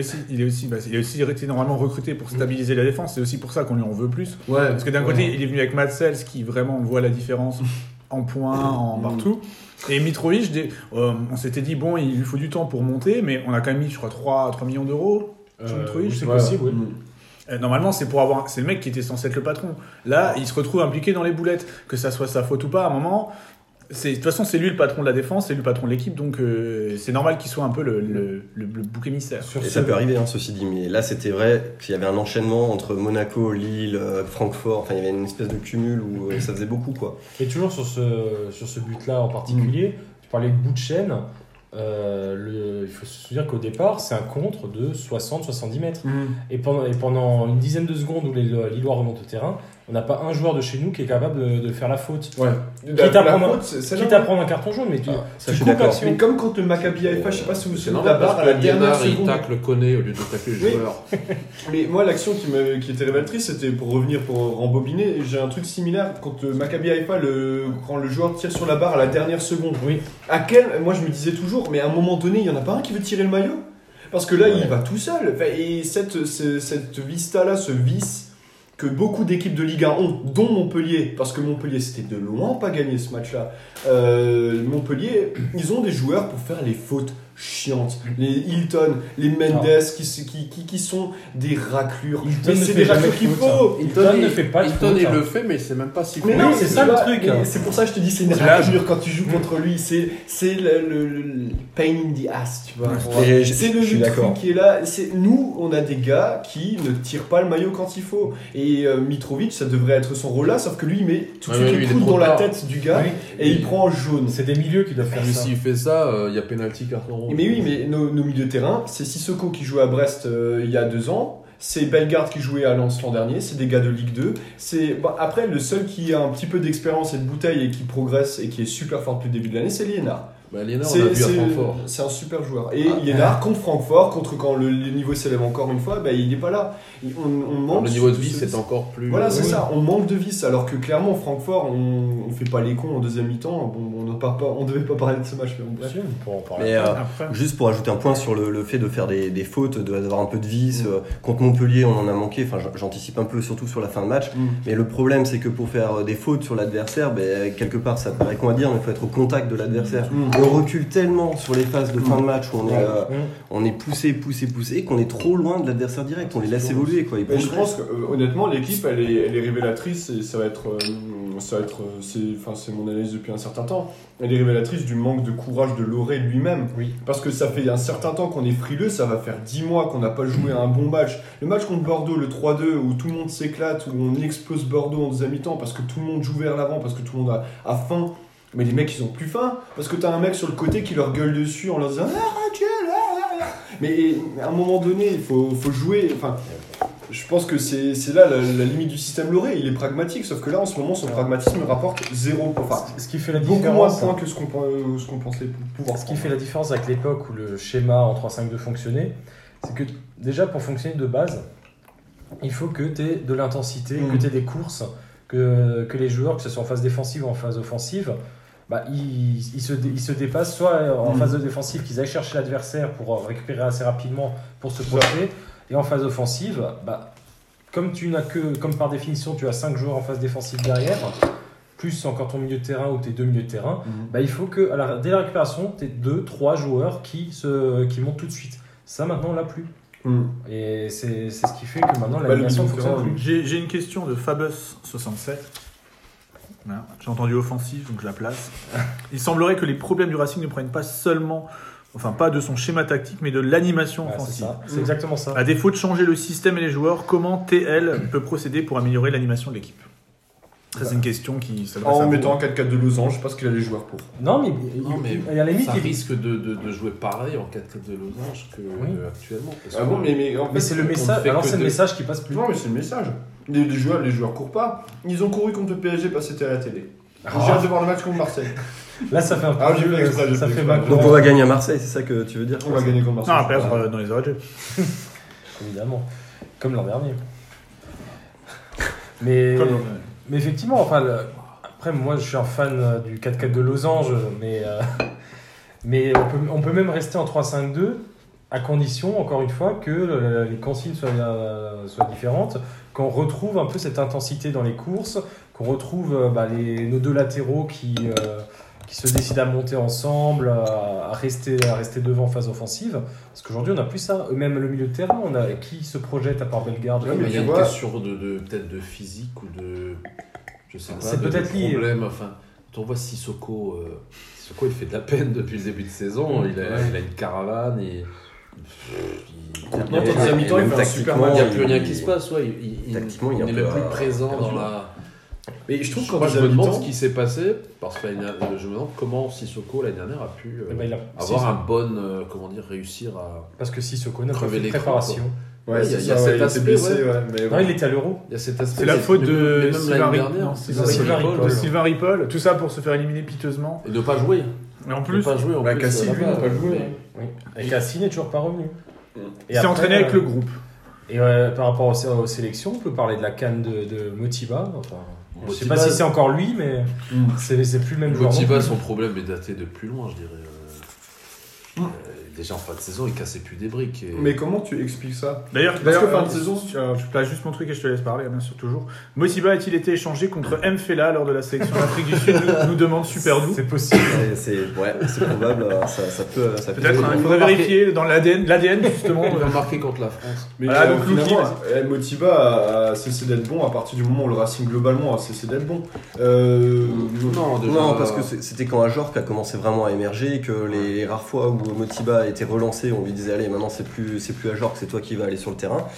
aussi été normalement recruté pour stabiliser la défense, c'est aussi pour ça qu'on lui en veut plus.
Ouais,
Parce que d'un côté, il est venu avec Matsels qui vraiment voit la différence en points, en partout. Et Mitrovic, on s'était dit, bon, il lui faut du temps pour monter, mais on a quand même mis, je crois, 3 millions d'euros sur Mitrovic.
oui, c'est
Ouais.
possible, oui.
Normalement, c'est le mec qui était censé être le patron. Là, il se retrouve impliqué dans les boulettes. Que ça soit sa faute ou pas, à un moment, de toute façon, c'est lui le patron de la défense, c'est lui le patron de l'équipe, donc c'est normal qu'il soit un peu le bouc émissaire.
Sur
Et
ce-
ça peut arriver, hein, ceci dit. Mais là, c'était vrai qu'il y avait un enchaînement entre Monaco, Lille, Francfort. Enfin, il y avait une espèce de cumul où ça faisait beaucoup, quoi.
Et toujours sur ce but-là en particulier, tu parlais de bout de chaîne. Il faut se souvenir qu'au départ, c'est un contre de 60-70 mètres. Et pendant une dizaine de secondes où les Lillois remontent au terrain, on n'a pas un joueur de chez nous qui est capable de faire la faute.
Ouais.
Quitte à
La
prendre-
faute, c'est
Quitte à prendre un carton jaune, mais tu,
ça,
tu
je suis
coupes
d'accord.
l'action.
Mais comme contre le Maccabi Haïfa, je sais pas si vous vous
C'est
souvenez de la
normal
barre
parce
à la
que
dernière
Liénard, il
seconde.
tacle le Koné au lieu de tacler le
Oui.
joueur.
Mais moi, l'action qui était révélatrice, c'était pour rembobiner. J'ai un truc similaire quand Maccabi Haïfa, quand le joueur tire sur la barre à la dernière seconde.
Oui.
Moi, je me disais toujours, mais à un moment donné, il y en a pas un qui veut tirer le maillot. Parce que là, il va tout seul. Enfin, et cette vista-là, ce vice que beaucoup d'équipes de Ligue 1 ont, dont Montpellier, parce que Montpellier, c'était de loin pas gagné ce match-là. Montpellier, ils ont des joueurs pour faire les fautes chiantes. Les Hilton, les Mendes, qui sont des raclures.
Hilton
Mais
ne
c'est
fait
des
jamais
raclures
de
qu'il
faute,
faut.
Hilton ne fait pas de
Hilton,
faute,
il
hein.
le fait, mais c'est même pas si
Mais
fou.
non,
c'est ça
tu
le
vois,
truc.
mais c'est pour ça que je te dis, c'est une
C'est l'âge.
raclure quand tu joues contre lui. C'est le pain in the ass, tu vois.
Et
C'est le
je suis d'accord.
truc qui est là. Nous, on a des gars qui ne tirent pas le maillot quand il faut. Et Mitrovic, ça devrait être son rôle là, sauf que lui, il met tout de
Ouais,
suite
lui,
les
il est
coudes
trop
dans la
tard.
tête du gars
Oui.
et il prend en jaune.
C'est des milieux qui doivent faire
Mais
ça.
s'il fait ça, il y a pénalty carton rouge.
Mais oui, mais nos milieux de terrain, c'est Sissoko qui jouait à Brest il y a 2 ans. C'est Bellegarde qui jouait à Lens l'an dernier, c'est des gars de Ligue 2. Après, le seul qui a un petit peu d'expérience et de bouteille et qui progresse et qui est super fort depuis le début de l'année, c'est Liénard.
Liénard, on l'a vu à Francfort.
C'est un super joueur. Et Liénard contre Francfort, contre quand le niveau s'élève encore une fois, il n'est pas là. On manque
le niveau de vis est encore plus...
Voilà, c'est ça. On manque de vis. Alors que clairement, Francfort, on fait pas les cons en deuxième mi-temps. Bon, on devait pas parler de ce match, mais bon, bref.
Pour en parler.
Mais juste pour ajouter un point sur le fait de faire des fautes, d'avoir un peu de vis. Contre Montpellier, on en a manqué. Enfin, j'anticipe un peu, surtout sur la fin de match. Mais le problème, c'est que pour faire des fautes sur l'adversaire, quelque part, ça paraît con à dire, mais il faut être au contact de l'adversaire. Et on recule tellement sur les phases de fin de match où on est poussé, qu'on est trop loin de l'adversaire direct. On les laisse évoluer, quoi.
Je pense que honnêtement, l'équipe, elle est révélatrice et ça va être, c'est mon analyse depuis un certain temps. Elle est révélatrice du manque de courage de Loré lui-même.
Oui.
Parce que ça fait un certain temps qu'on est frileux, ça va faire 10 mois qu'on n'a pas joué un bon match. Le match contre Bordeaux, le 3-2, où tout le monde s'éclate, où on explose Bordeaux en deuxième mi-temps parce que tout le monde joue vers l'avant, parce que tout le monde a faim. Mais les mecs, ils ont plus faim. Parce que t'as un mec sur le côté qui leur gueule dessus en leur disant mais à un moment donné, il faut jouer. Enfin, je pense que c'est là la limite du système Loré. Il est pragmatique, sauf que là, en ce moment, son pragmatisme rapporte 0. Enfin,
ce qui fait la
beaucoup
différence,
moins de points que ce qu'on pensait pouvoir.
Ce qui fait la différence avec l'époque où le schéma en 3-5-2 fonctionnait, c'est que déjà, pour fonctionner de base, il faut que tu aies de l'intensité, que tu aies des courses, que les joueurs, que ce soit en phase défensive ou en phase offensive, ils se dépassent soit en phase défensive, qu'ils aillent chercher l'adversaire pour récupérer assez rapidement pour se projeter, et en phase offensive, comme par définition tu as 5 joueurs en phase défensive derrière, plus encore ton milieu de terrain ou tes 2 milieux de terrain, il faut que dès la récupération tu aies 2-3 joueurs qui montent tout de suite. Ça maintenant on l'a plus. Et c'est ce qui fait que maintenant l'animation fonctionne plus.
J'ai une question de Fabus67. Voilà. J'ai entendu offensive, donc je la place. Il semblerait que les problèmes du Racing ne prennent pas seulement, pas de son schéma tactique, mais de l'animation offensive.
C'est exactement ça.
À défaut de changer le système et les joueurs, comment TL peut procéder pour améliorer l'animation de l'équipe ? Ça, c'est une question qui s'adresse
en mettant un 4-4 de losange, parce qu'il a les joueurs pour.
Non, mais à la limite,
ça risque de jouer pareil en 4-4 de losange qu'actuellement.
Mais c'est le message. Alors c'est le message qui passe plus.
Non, mais c'est le message. Les joueurs courent pas. Ils ont couru contre le PSG parce que c'était à la télé. J'ai hâte de voir le match contre Marseille.
Là, ça fait un peu. Ça fait mal.
Donc on va gagner à Marseille, c'est ça que tu veux dire ?
On va gagner contre Marseille.
Non, à perdre dans les arrêts de jeu.
Évidemment. Comme l'an dernier. Mais effectivement, après, moi, je suis un fan du 4-4 de losange, mais on peut même rester en 3-5-2 à condition, encore une fois, que les consignes soient différentes, qu'on retrouve un peu cette intensité dans les courses, qu'on retrouve nos 2 latéraux qui se décident à monter ensemble, à rester devant en phase offensive. Parce qu'aujourd'hui, on n'a plus ça. Même le milieu de terrain, on a qui se projette à part Bellegarde.
Il y a une question peut-être de physique ou de... Je sais pas,
c'est peut-être lié.
Problème. Quand on voit Sissoko, il fait de la peine depuis le début de saison. Il a une caravane et...
Il n'y a
plus rien qui se passe. Il n'est même plus présent dans la...
Mais je trouve
je me demande ce qui s'est passé, parce que je me demande comment Sissoko l'année dernière a pu avoir un bon, réussir à...
Parce que Sissoko n'a pas fait de
préparation.
Ouais, il y a cet aspect.
Non, il était à l'Euro.
Il y a cet aspect.
C'est la faute de
Sylvain
Ripoll. Tout ça pour se faire éliminer piteusement.
Et ne pas jouer.
Et en plus,
Cassie, lui, n'a pas joué.
Et Cassie n'est toujours pas revenu.
Il s'est entraîné avec le groupe.
Et par rapport aux sélections, on peut parler de la canne de Motiba. Je ne sais pas si c'est encore lui, mais c'est plus le même joueur.
Motiba, son problème est daté de plus loin, je dirais. Déjà en fin de saison, il cassait plus des briques.
Mais comment tu expliques ça ?
D'ailleurs, fin de saison, je place juste mon truc et je te laisse parler, bien sûr, toujours. Motiba a-t-il été échangé contre Mfela lors de la sélection d'Afrique du Sud ? nous demande Superdou.
C'est possible.
C'est probable. Ça peut.
Peut-être. Il faudrait vérifier dans l'ADN justement.
Il va marquer contre la France.
Mais donc finalement, Motiba a cessé d'être bon à partir du moment où le Racing globalement a cessé d'être bon.
Non, parce que c'était quand Ajorc a commencé vraiment à émerger, que les rares fois où Motiba a été relancé, on lui disait allez, maintenant c'est plus Ajorc, c'est toi qui vas aller sur le terrain.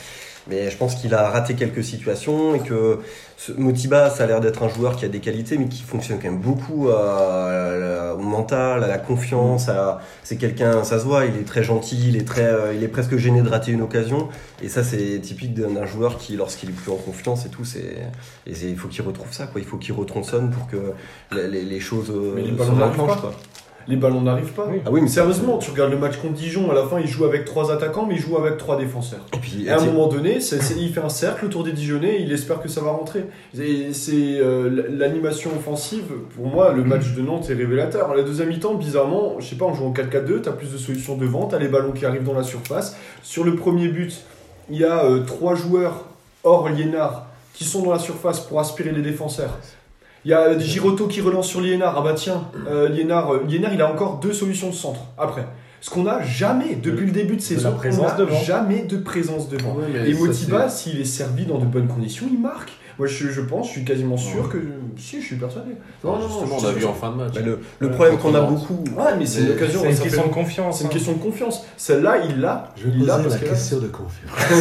Mais je pense qu'il a raté quelques situations et que Motiba, ça a l'air d'être un joueur qui a des qualités, mais qui fonctionne quand même beaucoup au mental, à la confiance. C'est quelqu'un, ça se voit, il est très gentil, il est presque gêné de rater une occasion. Et ça, c'est typique d'un joueur qui, lorsqu'il est plus en confiance et tout, il faut qu'il retrouve ça, quoi. Il faut qu'il retronçonne pour que les choses se réenclenchent, quoi.
Les ballons n'arrivent pas.
Ah oui, mais
sérieusement, tu regardes le match contre Dijon, à la fin, il joue avec 3 attaquants, mais il joue avec 3 défenseurs.
Et puis,
à un moment donné, il fait un cercle autour des Dijonais, il espère que ça va rentrer. C'est l'animation offensive. Pour moi, le match de Nantes est révélateur. À la deuxième mi-temps, bizarrement, je sais pas, en jouant 4-4-2, t'as plus de solutions devant, t'as les ballons qui arrivent dans la surface. Sur le premier but, il y a 3 joueurs hors Liénard qui sont dans la surface pour aspirer les défenseurs. Il y a Giroto qui relance sur Liénard. Ah bah tiens, Liénard, il a encore 2 solutions de centre après. Ce qu'on n'a jamais, depuis le début de saison, on n'a jamais de présence devant. Ouais, et Motiba, s'il est servi dans de bonnes conditions, il marque. Moi, je pense, je suis quasiment sûr que... Si, je suis persuadé.
Non, justement, on a vu en fin de match.
Le problème qu'on a beaucoup...
Ouais, mais c'est une occasion.
C'est une question de confiance.
C'est une question de confiance. Celle-là, il l'a.
Il a la question de confiance.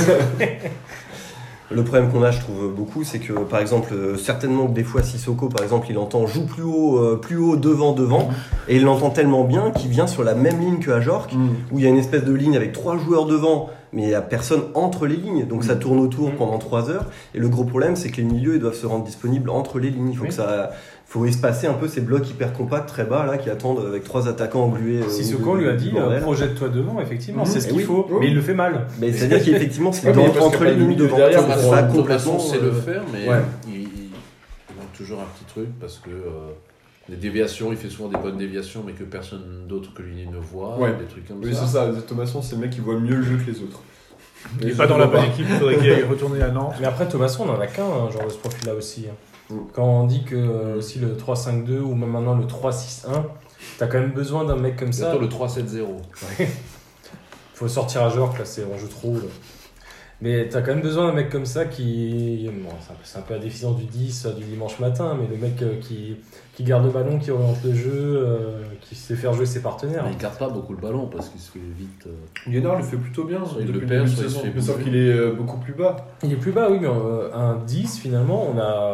Le problème qu'on a, je trouve beaucoup, c'est que par exemple, certainement que des fois Sissoko, par exemple, il entend joue plus haut devant, et il l'entend tellement bien qu'il vient sur la même ligne que Ajorc, où il y a une espèce de ligne avec 3 joueurs devant, mais il n'y a personne entre les lignes, donc ça tourne autour pendant 3 heures. Et le gros problème, c'est que les milieux ils doivent se rendre disponibles entre les lignes. Il faut espacer un peu ces blocs hyper compacts très bas là qui attendent avec 3 attaquants englués.
Sissoko lui a dit projette-toi devant, effectivement, c'est ce qu'il faut, mais il le fait mal.
Mais c'est-à-dire qu'effectivement, c'est entre les lignes devant.
Complètement sait le faire, mais il manque toujours un petit truc parce que les déviations, il fait souvent des bonnes déviations, mais que personne d'autre que lui ne voit, des trucs comme ça.
Oui, c'est ça. Thomasson, c'est le mec qui voit mieux le jeu que les autres.
Il n'est pas dans la bonne équipe, il faudrait qu'il aille retourner à Nantes.
Mais après, Thomasson, on n'en a qu'un, genre de ce profil-là aussi. Quand on dit que aussi le 3-5-2 ou même maintenant le 3-6-1, t'as quand même besoin d'un mec comme ça.
Bientôt le 3-7-0.
Ouais. Faut sortir à Jork, là, on joue trop. Là. Mais t'as quand même besoin d'un mec comme ça qui... Bon, c'est un peu la déficience du 10 du dimanche matin, mais le mec qui garde le ballon, qui oriente le jeu, qui sait faire jouer ses partenaires.
Mais il garde pas beaucoup le ballon parce qu'il se fait vite...
Liénard le fait plutôt bien.
Il le perd,
sauf qu'il est beaucoup plus bas.
Il est plus bas, oui, mais un 10, finalement,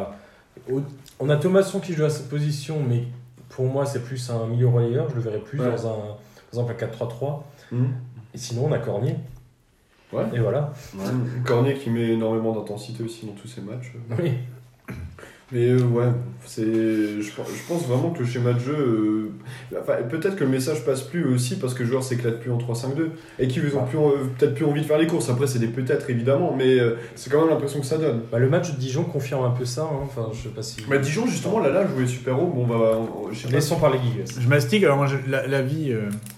on a Thomasson qui joue à cette position, mais pour moi, c'est plus un milieu relayeur. Je le verrais plus dans par exemple un 4-3-3. Et sinon, on a Cornier.
Ouais.
Et voilà.
Ouais. Cornier qui met énormément d'intensité aussi dans tous ses matchs.
Oui.
Mais je pense vraiment que le schéma de jeu... peut-être que le message passe plus aussi parce que le joueur s'éclate plus en 3-5-2 et qu'ils ont peut-être plus envie de faire les courses. Après, c'est des peut-être évidemment, mais c'est quand même l'impression que ça donne.
Le match de Dijon confirme un peu ça. Enfin, je sais pas si...
Dijon, justement, là, jouait super haut.
Laissons parler Guigues.
Je mastique. Alors moi, la vie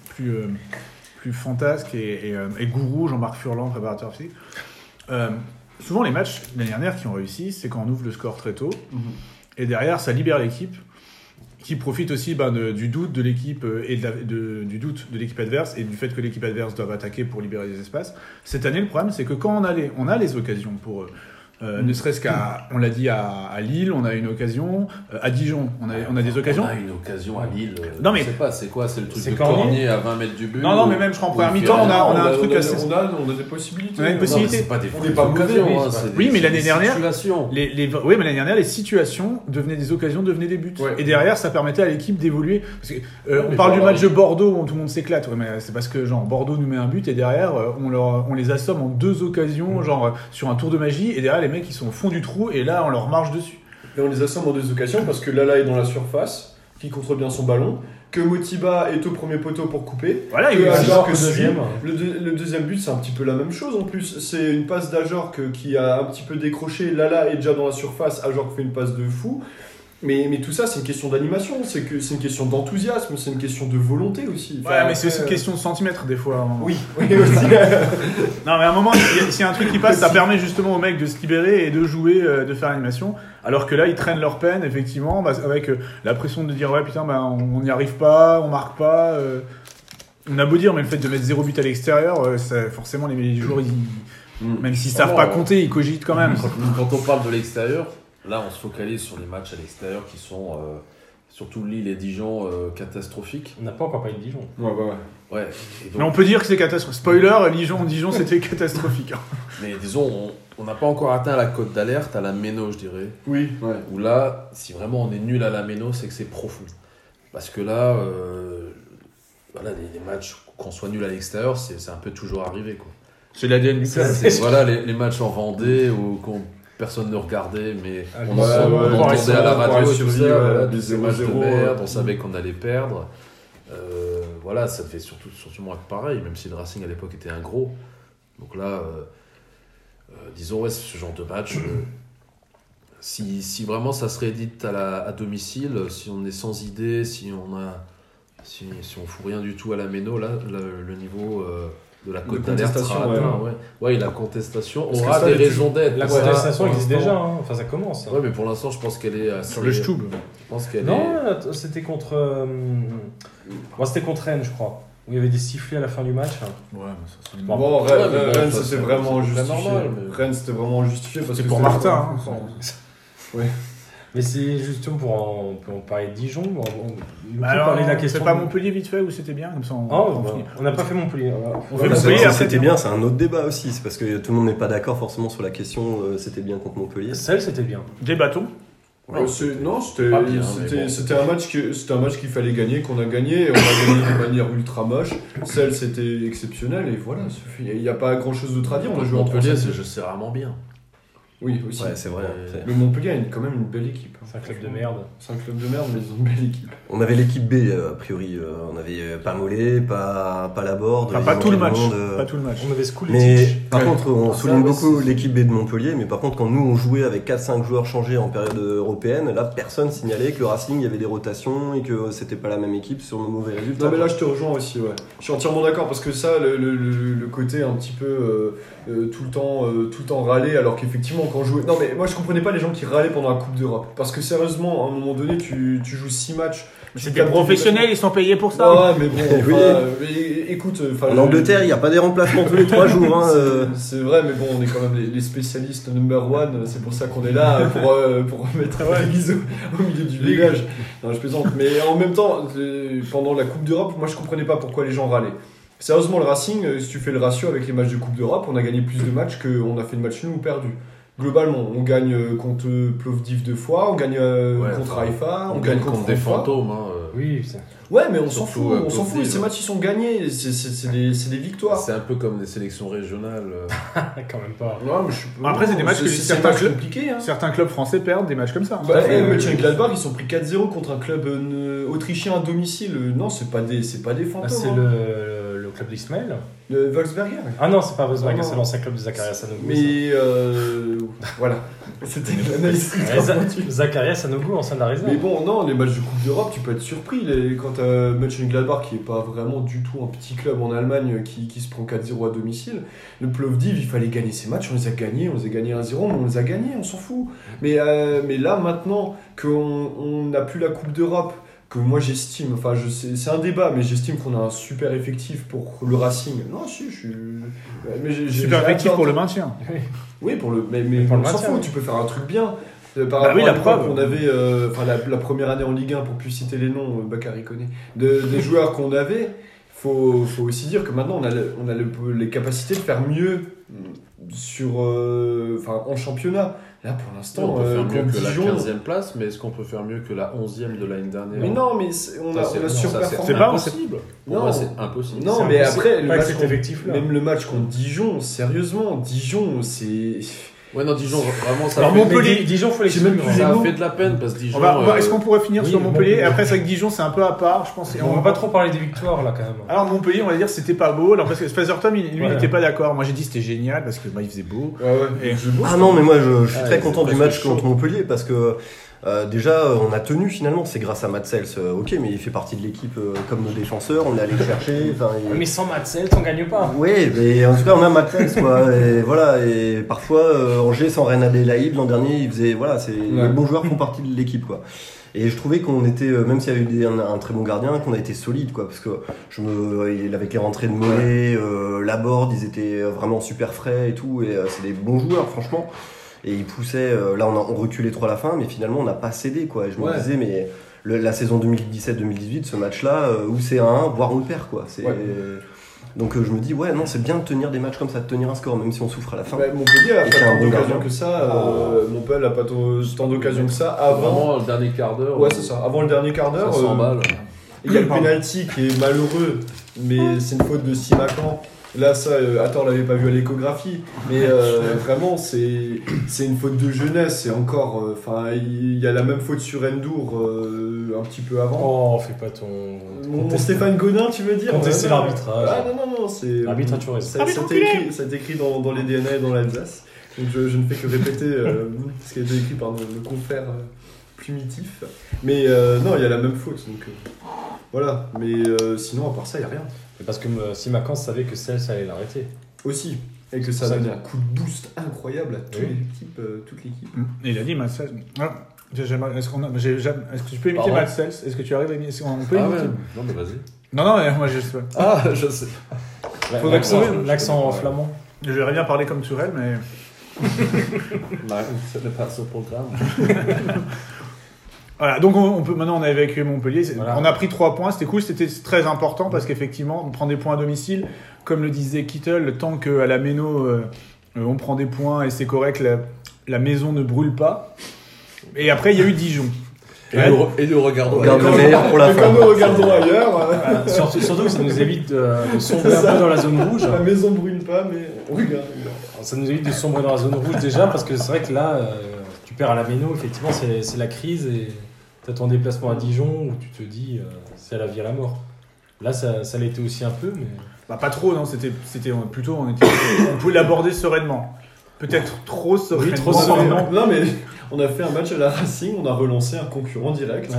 plus fantasque et gourou, Jean-Marc Furlan, préparateur physique. Souvent, les matchs l'année dernière qui ont réussi, c'est quand on ouvre le score très tôt. Et derrière, ça libère l'équipe, qui profite aussi du doute de l'équipe et du doute de l'équipe adverse et du fait que l'équipe adverse doit attaquer pour libérer des espaces. Cette année, le problème, c'est que quand on a les occasions pour... ne serait-ce on l'a dit à Lille, on a une occasion. À Dijon, on a des occasions.
On a une occasion à Lille.
Non, mais
je sais pas, c'est quoi? C'est le truc de Cornier à 20 mètres du but?
Non, mais même je crois en première mi-temps, on a un truc assez.
On a des possibilités.
On a une possibilité.
C'est pas des
occasions.
Oui, mais l'année dernière,
mais
l'année dernière, les situations devenaient des occasions, devenaient des buts.
Ouais.
Et derrière, ça permettait à l'équipe d'évoluer. Parce que on parle du match de Bordeaux où tout le monde s'éclate. Ouais, mais c'est parce que Bordeaux nous met un but et derrière, on les assomme en 2 occasions, sur un tour de magie. Et derrière, les mecs ils sont au fond du trou et là on leur marche dessus.
Et on les assomme en 2 occasions parce que Lala est dans la surface, qui contrôle bien son ballon, que Motiba est au premier poteau pour couper.
Voilà,
que Ajorc
deuxième.
Le deuxième but, c'est un petit peu la même chose en plus. C'est une passe d'Ajorc qui a un petit peu décroché. Lala est déjà dans la surface, Ajorc fait une passe de fou. Mais tout ça, c'est une question d'animation, c'est une question d'enthousiasme, c'est une question de volonté aussi.
Enfin, mais c'est aussi une question de centimètres des fois.
Oui, aussi.
Non, mais à un moment, s'il y a un truc qui passe, ça permet justement aux mecs de se libérer et de jouer, de faire l'animation. Alors que là, ils traînent leur peine, effectivement, avec la pression de dire ouais, putain, on n'y arrive pas, on marque pas. On a beau dire, mais le fait de mettre 0 but à l'extérieur, forcément, les joueurs, même s'ils savent pas compter, ils cogitent quand même.
Quand on parle de l'extérieur, là, on se focalise sur les matchs à l'extérieur qui sont, surtout Lille et Dijon, catastrophiques.
On n'a pas encore parlé de Dijon.
Ouais.
Ouais. Et donc,
Mais on peut dire que c'est catastrophique. Spoiler, Dijon c'était catastrophique.
mais disons, on n'a pas encore atteint la cote d'alerte à la Méno, je dirais.
Oui, ouais.
Où là, si vraiment on est nul à la Méno, c'est que c'est profond. Parce que là, voilà, les matchs, qu'on soit nul à l'extérieur, c'est un peu toujours arrivé, quoi.
C'est l'ADN du club.
Voilà, les matchs en Vendée où personne ne regardait, mais on
ouais,
entendait à la radio et tout ça, voilà,
des
des matchs de
0-0,
merde, on savait qu'on allait perdre. Voilà, ça devait surtout moi pareil, même si le Racing à l'époque était un gros. Donc là, disons, ouais, ce genre de match, si vraiment ça se réédite à domicile, si on est sans idée, si on fout rien du tout à la Méno, là, le niveau de la cote d'alerte sera atteint. Ouais, la contestation aura des raisons d'être.
La contestation existe déjà, hein. Enfin ça commence.
Ouais, mais pour l'instant, je pense qu'elle est assez...
Sur le Stub.
Je pense qu'elle
Non, c'était contre... Moi, c'était contre Rennes, je crois. Où il y avait des sifflets à la fin du match.
Ouais, mais ça c'est
Bon, Rennes, c'était vraiment
c'est
justifié.
normal, mais-
Rennes, c'était vraiment justifié parce
C'est
que
pour
c'était-
Martin. Hein.
Mais c'est justement pour en parler de Dijon. On
Alors,
parler de la
c'est
question.
pas Montpellier vite fait ou c'était bien comme ça
On n'a pas fait Montpellier.
On
Ouais,
fait
c'est
Montpellier,
vrai que
après,
c'était bien, c'est un autre débat aussi. C'est parce que tout le monde n'est pas d'accord forcément sur la question c'était bien contre Montpellier.
Celle, c'était bien.
Des bâtons.
Non, c'était
Pas bien,
c'était-
mais bon.
c'était un match qu'il fallait gagner, qu'on a gagné, et on a gagné de manière ultra moche. Celle, c'était exceptionnel, et voilà, il n'y a pas grand chose d'autre à dire. On a joué en
Montpellier,
3-7.
je sais rarement bien.
Oui, aussi.
Ouais, c'est vrai.
Le Montpellier a quand même une belle équipe.
C'est un club de merde.
C'est un club de merde, mais ils ont une belle équipe.
On avait l'équipe B a priori. On avait pas Mollet, pas Laborde.
Enfin, pas tout le match.
Monde,
Pas tout le match.
On avait School et
Mais
Teach.
par contre, on
Ça,
souligne
ouais,
beaucoup
c'est-
l'équipe B de Montpellier, mais par contre, quand nous on jouait avec 4-5 joueurs changés en période européenne, là personne signalait que le Racing il y avait des rotations et que c'était pas la même équipe sur nos mauvais résultats.
Non, mais là, je te rejoins aussi, ouais. Je suis entièrement d'accord parce que ça, le côté un petit peu tout le temps râler, alors qu'effectivement, quand on jouait. Non, mais moi, je comprenais pas les gens qui râlaient pendant la Coupe d'Europe. Parce que sérieusement, à un moment donné, tu joues 6 matchs.
C'est des professionnels, ils sont payés pour ça.
Ouais, mais bon,
Oui.
écoute.
En Angleterre, il n'y a pas des remplacements tous les 3 jours. Hein,
C'est vrai, mais bon, on est quand même les spécialistes number one, c'est pour ça qu'on est là, pour mettre l'église au milieu du village. Non, je plaisante, mais en même temps, pendant la Coupe d'Europe, moi je comprenais pas pourquoi les gens râlaient. Sérieusement, le Racing, si tu fais le ratio avec les matchs de Coupe d'Europe, on a gagné plus de matchs qu'on a fait de matchs nuls ou perdus. Globalement, on gagne contre Plovdiv 2 fois, on gagne contre Haïfa,
On gagne contre des
Francfort.
fantômes. Hein,
Oui, c'est...
Ouais, mais on s'en
Surtout,
fout, on s'en fout,
Plovdiv.
ces matchs ils sont gagnés, c'est des victoires.
C'est un peu comme des sélections régionales.
quand même pas.
Ouais, mais je suis pas-
Après, c'est des matchs que
c'est
certains
des matchs
clubs-
compliqués, hein.
Certains clubs français perdent des matchs comme ça.
Bah, Mönchengladbach, ils sont pris 4-0 contre un club autrichien à domicile. Non, c'est pas des fantômes.
Ah, c'est
hein.
le club d'Ismaël.
Le Wolfsberger.
Ah non, c'est pas Wolfsburg,
Non,
c'est
non.
l'ancien club de Zacharias Sanogo.
Mais voilà, c'était l'analyse.
Zacharias Sanogo, ancien de la réserve.
Mais bon, non, les matchs de Coupe d'Europe, tu peux être surpris. Quand t'as Mönchengladbach, qui est pas vraiment du tout un petit club en Allemagne, qui se prend 4-0 à domicile, le Plovdiv, il fallait gagner ses matchs, on les a gagnés 1-0, mais on les a gagnés, on s'en fout. Mais là, maintenant qu'on n'a plus la Coupe d'Europe, que moi j'estime, enfin c'est un débat, mais j'estime qu'on a un super effectif pour le Racing. Non, si, je suis. Mais
Super
j'ai
effectif
hâte
pour le maintien.
Oui, mais
Pour le
on s'en
maintien,
fout,
oui.
tu peux faire un truc bien. Par
Bah
rapport
oui,
à
la
l'époque,
preuve.
on avait, enfin la première année en Ligue 1, pour plus citer les noms, Bakary connaît, des joueurs qu'on avait, faut aussi dire que maintenant on a les capacités de faire mieux en championnat. Là, pour l'instant,
On peut faire mieux
contre
que la
Dijon.
15e place, mais est-ce qu'on peut faire mieux que la 11e de l'année dernière?
Mais non, mais on a surperformé.
C'est pas
impossible. Pour
Non.
moi, c'est impossible.
Non,
C'est
mais
impossible.
après,
Pas avec cet effectif-là.
même le match contre Dijon, sérieusement, Dijon, c'est.
Ouais, non, Dijon, vraiment, ça
Alors,
fait...
Montpellier-
Mais Dijon, faut les
J'ai même plus
Ça
les
a
mots.
fait de la peine parce que Dijon...
Est-ce qu'on pourrait finir
oui,
sur Montpellier
Montpellier.
Après, c'est vrai que Dijon, c'est un peu à part, je pense. Et
On va pas trop parler des victoires là quand même.
Alors, Montpellier, on va dire que c'était pas beau. Alors, parce que Fraser Tom, lui, il
Voilà.
n'était pas d'accord. Moi, j'ai dit c'était génial parce que il faisait beau.
Ouais,
Et-
Ah non, mais moi je suis
Ah,
très
c'est
content du
presque
match
chaud.
contre Montpellier parce que déjà on a tenu finalement, c'est grâce à Matsels, ok, mais il fait partie de l'équipe comme nos défenseurs, on est allé le chercher.
Mais sans Matsel, t'en gagnes pas.
Oui, mais en tout cas on a Matsels quoi. Et voilà, et parfois Angers sans Reine Adélaïde l'an dernier, il faisait voilà, c'est les bons joueurs font partie de l'équipe quoi. Et je trouvais qu'on était, même s'il y avait eu un très bon gardien, qu'on a été solide quoi, parce que avec les rentrées de Mollet, Laborde, ils étaient vraiment super frais et tout, et c'est des bons joueurs franchement. Et ils poussaient, là on reculait trop à la fin, mais finalement on n'a pas cédé quoi. Et je me disais, mais la saison 2017-2018, ce match-là, où c'est 1-1, voire on le perd, quoi. Donc je me dis, ouais, non, c'est bien de tenir des matchs comme ça, de tenir un score, même si on souffre à la fin.
Montpellier a
Et
pas
qu'il y a un
tant
bon
d'occasions
gardien.
que ça. Montpellier n'a pas tant d'occasions que ça avant.
Vraiment, le dernier quart d'heure.
Ouais, c'est ça. Avant le dernier quart d'heure.
500 balles.
Il y a le penalty qui est malheureux, mais c'est une faute de Simakan. Là, ça, attends, on l'avait pas vu à l'échographie, mais vraiment, c'est une faute de jeunesse. Et encore, il y a la même faute sur Endour un petit peu avant.
Oh, fais pas ton.
Mon Stéphane Godin, tu veux dire?
Contester
Ouais,
l'arbitrage.
Ah non, c'est.
L'arbitre a toujours raison.
Ça a été écrit dans les DNA et dans l'Alsace. Donc je ne fais que répéter ce qui a été écrit par nos confrères primitifs. Mais non, il y a la même faute. Donc voilà. Mais sinon, à part ça, il n'y a rien.
C'est parce que Simakan savait que ça allait l'arrêter.
Aussi. Et que ça
Ça
donne
que-
un coup de boost incroyable à toute
Oui.
l'équipe.
Et il a dit Matsels. Est-ce que tu peux imiter
Pardon
Matsels? Est-ce que tu arrives à imiter? On peut
Ah
imiter?
ouais, non mais vas-y.
Non, mais moi je sais pas.
Ah, je sais.
Faudrait
L'accent flamand.
J'aimerais bien parler comme Tourelle, mais.
Ce n'est pas ce programme.
Voilà, donc maintenant on a évacué Montpellier.
Voilà.
On a pris 3 points, c'était cool, c'était très important parce qu'effectivement, on prend des points à domicile. Comme le disait Kittel, tant qu'à la Méno, on prend des points et c'est correct, la maison ne brûle pas. Et après, il y a eu Dijon.
Et nous regardons.
On garde le meilleur pour la
Mais
fin.
quand nous regardons ailleurs,
Voilà, surtout que ça nous évite de sombrer un peu dans la zone rouge.
la maison brûle pas, mais on regarde.
Ça nous évite de sombrer dans la zone rouge déjà parce que c'est vrai que là, tu perds à la Méno, effectivement, c'est la crise et t'as ton déplacement à Dijon où tu te dis c'est à la vie à la mort. Là, ça l'était aussi un peu, mais.
Bah, pas trop, non, c'était plutôt, on pouvait l'aborder sereinement. Peut-être trop sereinement.
Oui, trop sereinement.
Non, mais on a fait un match à la Racing, on a relancé un concurrent direct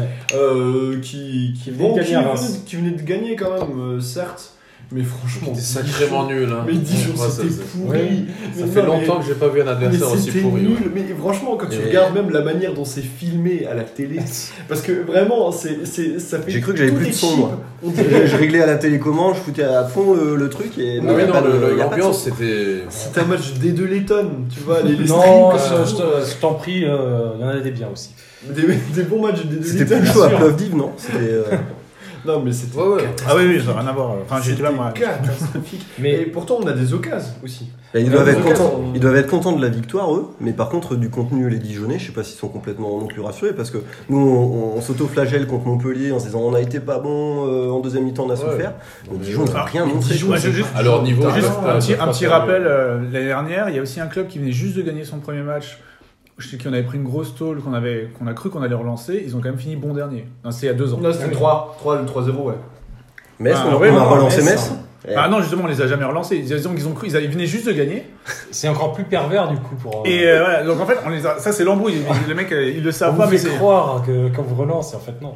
qui venait de gagner quand même, certes. Mais franchement,
C'était sacrément nul. Hein.
Mais Dijon,
Ouais,
c'était
ça
pourri.
Oui,
Ça fait longtemps que j'ai pas vu un adversaire
Mais
aussi
c'était
pourri.
nul.
Ouais.
Mais franchement, quand tu
Et-
regardes même la manière dont c'est filmé à la télé, parce que vraiment, ça fait.
J'ai cru que j'avais
toute
plus de son,
l'équipe.
moi.
On dirait.
Je réglais à la télécommande, je foutais à fond le truc et
Ah oui,
y a
non,
pas de- y a pas de
l'ambiance
son.
c'était.
C'était un match des 2 Letton, tu vois, les
Non,
streams,
je t'en prie, il y en a des biens aussi.
des bons matchs des 2
C'était
Letton.
plus chaud à
sûr.
Plovdiv, non? C'était.
Non, mais c'était.
Ouais, ouais.
Ah oui, ça n'a rien à voir. Enfin, j'étais
C'était
là, moi.
catastrophique. Et
Mais
pourtant, on a des occasions aussi.
Ils doivent être
Ouais,
contents.
on-
Ils doivent être contents de la victoire, eux. Mais par contre, du contenu, les Dijonnais, je sais pas s'ils sont complètement non plus rassurés parce que nous, on s'auto-flagelle contre Montpellier en se disant on a été pas bon en deuxième mi-temps, on a souffert.
Non,
Donc
mais
Dijon, ils ont
Ah,
rien
mais
montré.
Dijon,
quoi.
juste
À leur niveau,
juste
ils peuvent
un
pas
petit
faire
rappel,
mieux.
l'année dernière, il y a aussi un club qui venait juste de gagner son premier match. Je sais qu'on avait pris une grosse tôle, qu'on a cru qu'on allait relancer. Ils ont quand même fini bon dernier. Non, c'est il y a 2 ans.
Non, c'était 3-0, ouais.
Metz,
Ah,
on
ouais,
a
non,
relancé
Metz,
Metz.
Ah non, justement, on les a jamais relancés. Ils ont cru, ils venaient juste de gagner.
c'est encore plus pervers du coup pour.
Et voilà, donc en fait, ça c'est l'embrouille. Les mecs, ils le
on
savent
vous
pas, mais
fait
c'est.
croire que quand vous relancez, en fait non.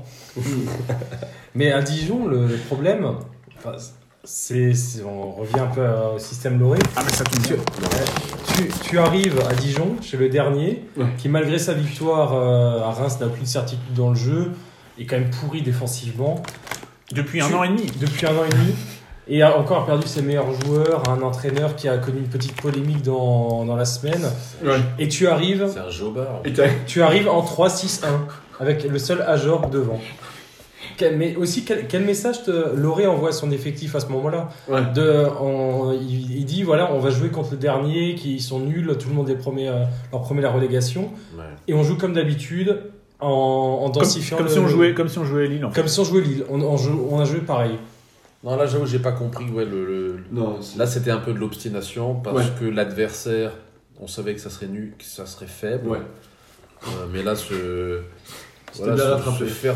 Mais à Dijon, le problème, enfin, on revient un peu au système Loré.
Ah, mais ça tombe bien.
Tu arrives à Dijon, chez le dernier, qui malgré sa victoire à Reims n'a plus de certitude dans le jeu, est quand même pourri défensivement.
Depuis un an et demi.
Depuis 1 an et demi. Et a encore perdu ses meilleurs joueurs, un entraîneur qui a connu une petite polémique dans la semaine.
Ouais.
Et tu arrives
C'est un jobard.
Et
en 3-6-1, avec le seul Ajorg devant. Mais aussi, quel message Loré envoie à son effectif à ce moment-là?
Ouais.
Il dit, voilà, on va jouer contre le dernier, qui sont nuls, tout le monde leur promet la relégation.
Ouais.
Et on joue comme d'habitude, en densifiant
Comme si on jouait Lille. En fait.
Comme si on jouait Lille. On a joué pareil.
Non, là j'avoue, j'ai pas compris. Ouais,
Non,
là c'était un peu de l'obstination parce que l'adversaire, on savait que ça serait nul, que ça serait faible.
Ouais.
Mais là,
C'était bien rattrapé.
se faire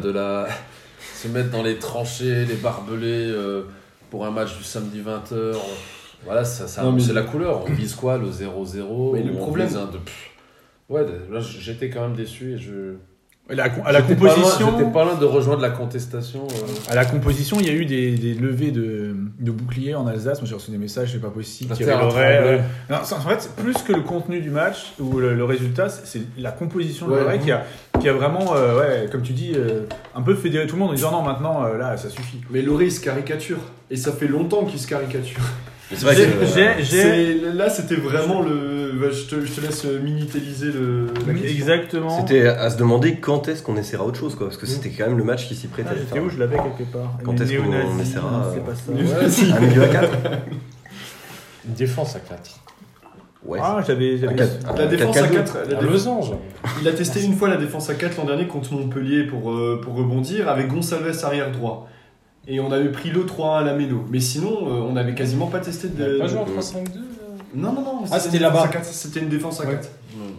se mettre dans les tranchées, les barbelés pour un match du samedi 20h. Voilà, ça
Non, mais-
c'est la couleur. On vise quoi, le 0-0
Mais le
ou on
problème-
vise Ouais, là j'étais quand même déçu et
À la
J'étais
composition.
pas loin de rejoindre la contestation.
À la composition, il y a eu des levées de boucliers en Alsace. Moi, j'ai reçu des messages, c'est pas possible.
La
Thierry
terre a
Loret,
tremblé.
Non, en fait, c'est plus que le contenu du match ou le résultat, c'est la composition de
Ouais.
Loret qui a vraiment, comme tu dis, un peu fédéré tout le monde en disant non, maintenant, là, ça suffit.
Mais Loré, il se caricature. Et ça fait longtemps qu'il se caricature.
C'est vrai que
Là, c'était vraiment le. Je te laisse minitéliser la question.
Exactement.
c'était à se demander quand est-ce qu'on essaiera autre chose, quoi, parce que c'était quand même le match qui s'y prêtait.
Ah, j'étais où, je l'avais quelque part.
Quand
Les
est-ce qu'on
néo-nazis,
essaiera,
c'est pas ça.
Un milieu à 4.
Une défense à 4.
Ouais.
Ah, j'avais.
La défense à 4.
Un losange.
Il a testé une fois la défense à 4 l'an dernier contre Montpellier pour rebondir avec Gonçalves arrière droit. Et on avait pris le 3-1 à la Méno. Mais sinon, on n'avait quasiment pas testé
Il avait pas joué en 3-5-2
Non.
Ah, c'était là-bas.
C'était une défense à 4.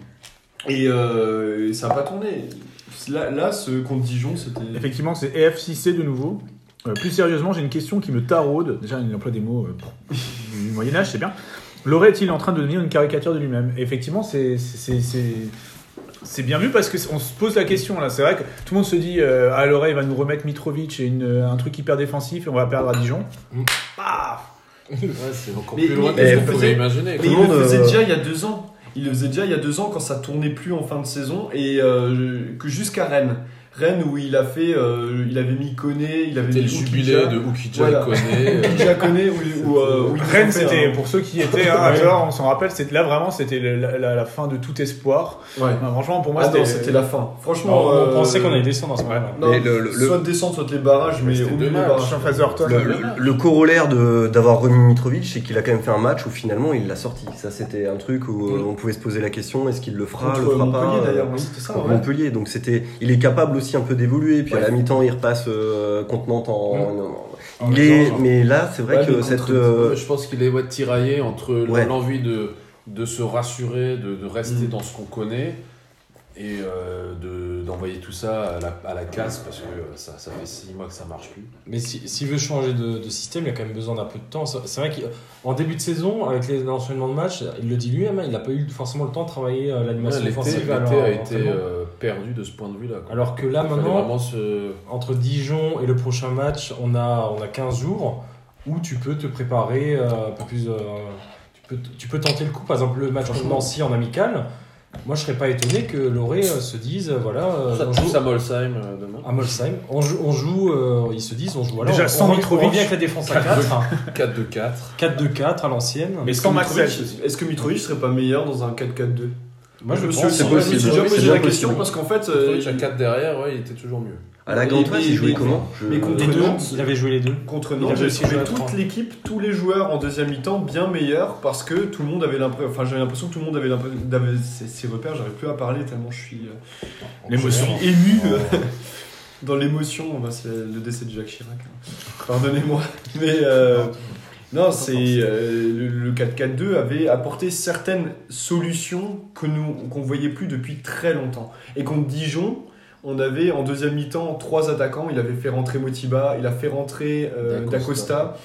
Et ça n'a pas tourné. Là, ce contre Dijon, c'était.
Effectivement, c'est EF6C de nouveau. Plus sérieusement, j'ai une question qui me taraude. Déjà, il emploie des mots du Moyen-Âge, c'est bien. Lauret est-il en train de devenir une caricature de lui-même ? Et effectivement, c'est bien vu parce qu'on se pose la question là. C'est vrai que tout le monde se dit ah, Lauret va nous remettre Mitrovic et un truc hyper défensif et on va perdre à Dijon. Paf !
Ouais, c'est encore
Mais-
plus loin que
mais-
ce qu'on pouvait imaginer.
Mais
Tout
il
le monde,
le faisait déjà il y a 2 ans. Il le faisait déjà il y a 2 ans quand ça tournait plus en fin de saison et que jusqu'à Rennes. Rennes où il a fait, il avait mis Koné, il avait
C'était
mis
le jubilé de Oukidja
Voilà.
et Koné.
Oukidja Koné où il
Rennes,
fait
c'était,
un-
pour ceux qui étaient à Genre, on s'en rappelle, c'était là vraiment, c'était la fin de tout espoir.
Ouais.
Non, franchement, pour moi,
Ah non, c'était la fin. Franchement,
On pensait qu'on allait descendre à ce moment-là.
non,
Et le-
soit descendre, soit les barrages, mais
C'était
au milieu des
dommage.
barrages.
Je suis en phase de retour.
Le corollaire d'avoir remis Mitrovic, c'est qu'il a quand même fait un match où finalement il l'a sorti. Ça, c'était un truc où on pouvait se poser la question, est-ce qu'il le fera, le
Contre
fera
Montpellier
pas
d'ailleurs, oui, c'était ça.
Contre
Ouais.
Montpellier, donc il est capable aussi un peu d'évoluer. Puis à la mi-temps, il repasse contre Nantes mais là, c'est vrai
Ouais,
que
mais
cette.
Je pense qu'il est tiraillé entre
Ouais.
l'envie de se rassurer, de rester dans ce qu'on connaît et d'envoyer tout ça à la casse parce que ça fait 6 mois que ça marche plus.
Mais s'il veut changer de système, il a quand même besoin d'un peu de temps. C'est vrai qu'en début de saison, avec l'enchaînement de matchs, il le dit lui-même, il n'a pas eu forcément le temps de travailler l'animation
L'été
offensive.
a été
l'entraînement.
perdu de ce point de vue-là. quoi.
Alors que là,
Il fallait
maintenant,
vraiment se...
entre Dijon et le prochain match, on a 15 jours où tu peux te préparer un peu plus. Tu peux tenter le coup. Par exemple, le match contre Nancy en amical. Moi, je serais pas étonné que Lauret se dise voilà,
Ça
on joue
pousse à Molsheim demain.
à Molsheim. On joue ils se disent on joue voilà,
Déjà, sans
on
Mitrovic.
revient avec la défense à 4.
4-2-4.
4-2-4 à l'ancienne.
Mais sans Maxel.
Est-ce que Mitrovic serait pas meilleur dans un 4-4-2
Moi, je
me suis
pense.
aussi-
c'est
je me
possible.
suis déjà
C'est
posé
bien
la question
possible.
parce qu'en fait,
Mitrovic à 4 derrière, ouais, il était toujours mieux.
À la Gantoise, il jouait comment
mais contre
Les deux,
Nantes,
il avait joué les deux.
contre
Il
Nantes,
avait
j'ai
aussi
trouvé
joué à
toute
3.
l'équipe, tous les joueurs en deuxième mi-temps bien meilleurs parce que tout le monde avait l'impression, enfin j'avais l'impression que tout le monde avait ses repères, j'arrive plus à parler tellement je suis
L'émotion.
ému dans l'émotion, bah, c'est le décès de Jacques Chirac. Pardonnez-moi, mais non, c'est le 4-4-2 avait apporté certaines solutions qu'on voyait plus depuis très longtemps. Et contre Dijon, on avait en deuxième mi-temps 3 attaquants. Il avait fait rentrer Motiba, il a fait rentrer D'Acosta.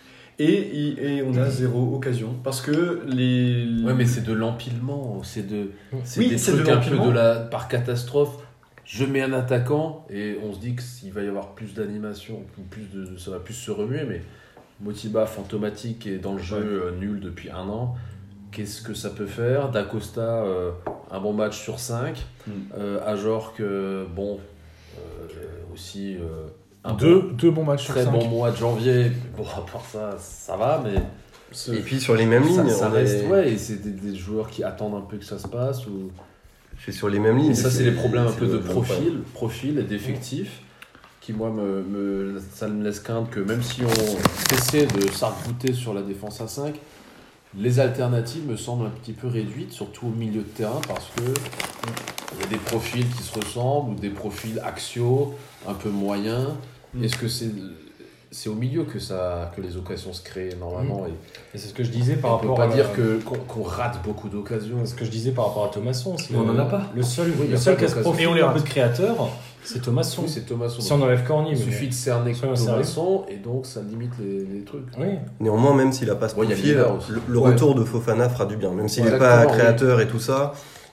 Et on a 0 occasion. Parce que les.
Ouais, mais c'est de l'empilement. C'est
Oui,
des
c'est
trucs
de
un peu
l'empilement.
par catastrophe. Je mets un attaquant et on se dit qu'il va y avoir plus d'animation, ça va plus se remuer. Mais Motiba fantomatique et dans le jeu nul depuis 1 an. Qu'est-ce que ça peut faire? D'Acosta, un bon match sur 5. Ajorc, bon, aussi
Deux bons matchs sur
très
5.
bon mois de janvier. Bon, à part ça, ça va, mais
Et puis sur les mêmes lignes,
ça
on
reste,
est-
ouais, et c'est des joueurs qui attendent un peu que ça se passe.
c'est sur les mêmes lignes.
Et ça, c'est les problèmes un
c'est
peu de
le
profil et d'effectifs, qui moi, ça me laisse craindre que même si on essaie de s'arc-bouter sur la défense à 5, les alternatives me semblent un petit peu réduites, surtout au milieu de terrain, parce que il y a des profils qui se ressemblent, ou des profils axiaux, un peu moyens. Est-ce que c'est au milieu que les occasions se créent normalement
Et c'est ce que je disais par
on peut
rapport
pas
à
dire qu'on rate beaucoup d'occasions.
ce que je disais par rapport à Thomasson.
Mais on en a pas.
Le seul,
Oui, il y
le
a
seul
pas
qui a ce
d'occasion.
profil
Et on les
un peu
rate.
de créateur, c'est Thomasson.
Oui, c'est Thomasson.
Si on enlève Corny,
Il
mais
suffit de cerner
soyons sérieux.
Thomasson et donc ça limite les trucs.
Oui.
Néanmoins, même s'il a pas ce
Ouais, il y a
profil,
Miller aussi.
le
Ouais.
retour de Fofana fera du bien. Même s'il
Ouais,
n'est pas
exactement,
créateur et tout ça,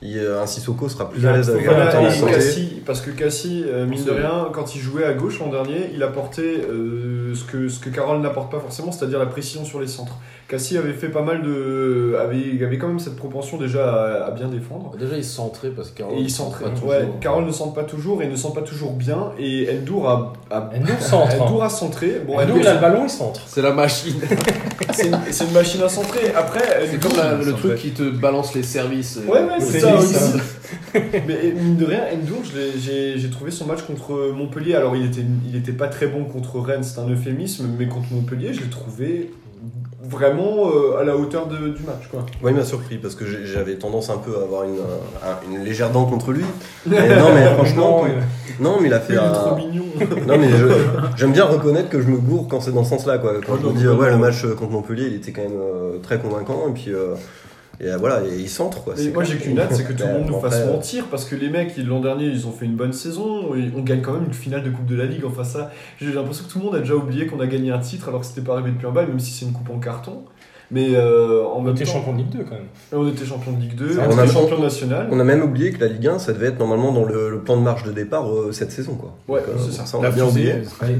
un Sissoko sera plus à l'aise avec
Voilà,
un temps
et
santé.
Parce que Cassie, mine de rien, quand il jouait à gauche l'an dernier, il apportait ce que Carroll n'apporte pas forcément, c'est-à-dire la précision sur les centres. Cassie avait fait pas mal de. avait quand même cette propension déjà à bien défendre.
Déjà, il se centrait parce que Carroll
Et il
ne centre
centrait.
pas toujours.
Ouais, Carroll ne centre pas toujours et ne centre pas toujours bien. Et Endur a
centre.
Endur a centré. Bon,
Endur, il a le ballon, il centre.
C'est la machine.
c'est une machine à centrer. Après,
C'est
Endur-
comme le truc qui te balance les services.
Ouais, c'est ça
limite,
aussi. Mais mine de rien, Endur, j'ai trouvé son match contre Montpellier. Alors, il était pas très bon contre Rennes, c'est un euphémisme, mais contre Montpellier, je l'ai trouvé vraiment à la hauteur du match, quoi.
Ouais, il m'a surpris parce que j'avais tendance un peu à avoir une légère dent contre lui. Mais non, mais franchement, non, mais il a fait
Il est trop mignon.
Non, mais j'aime bien reconnaître que je me gourre quand c'est dans ce sens-là, quoi. Quand je me dis, ouais, le match contre Montpellier, il était quand même très convaincant, et puis voilà, et il centre, quoi.
Mais moi, j'ai qu'une hâte, c'est que tout le monde nous fasse
après,
mentir, parce que les mecs, l'an dernier, ils ont fait une bonne saison, et on gagne quand même une finale de Coupe de la Ligue. Enfin, ça, j'ai l'impression que tout le monde a déjà oublié qu'on a gagné un titre, alors que c'était pas arrivé depuis un bail, même si c'est une coupe en carton. Mais en
On
même
était
temps,
champion de Ligue 2 quand même.
on était champion de Ligue 2,
Ça,
on
on a-
était champion national.
On a même oublié que la Ligue 1, ça devait être normalement dans le plan de marche de départ cette saison, quoi.
Ouais,
Donc,
c'est ça.
on a bien oublié.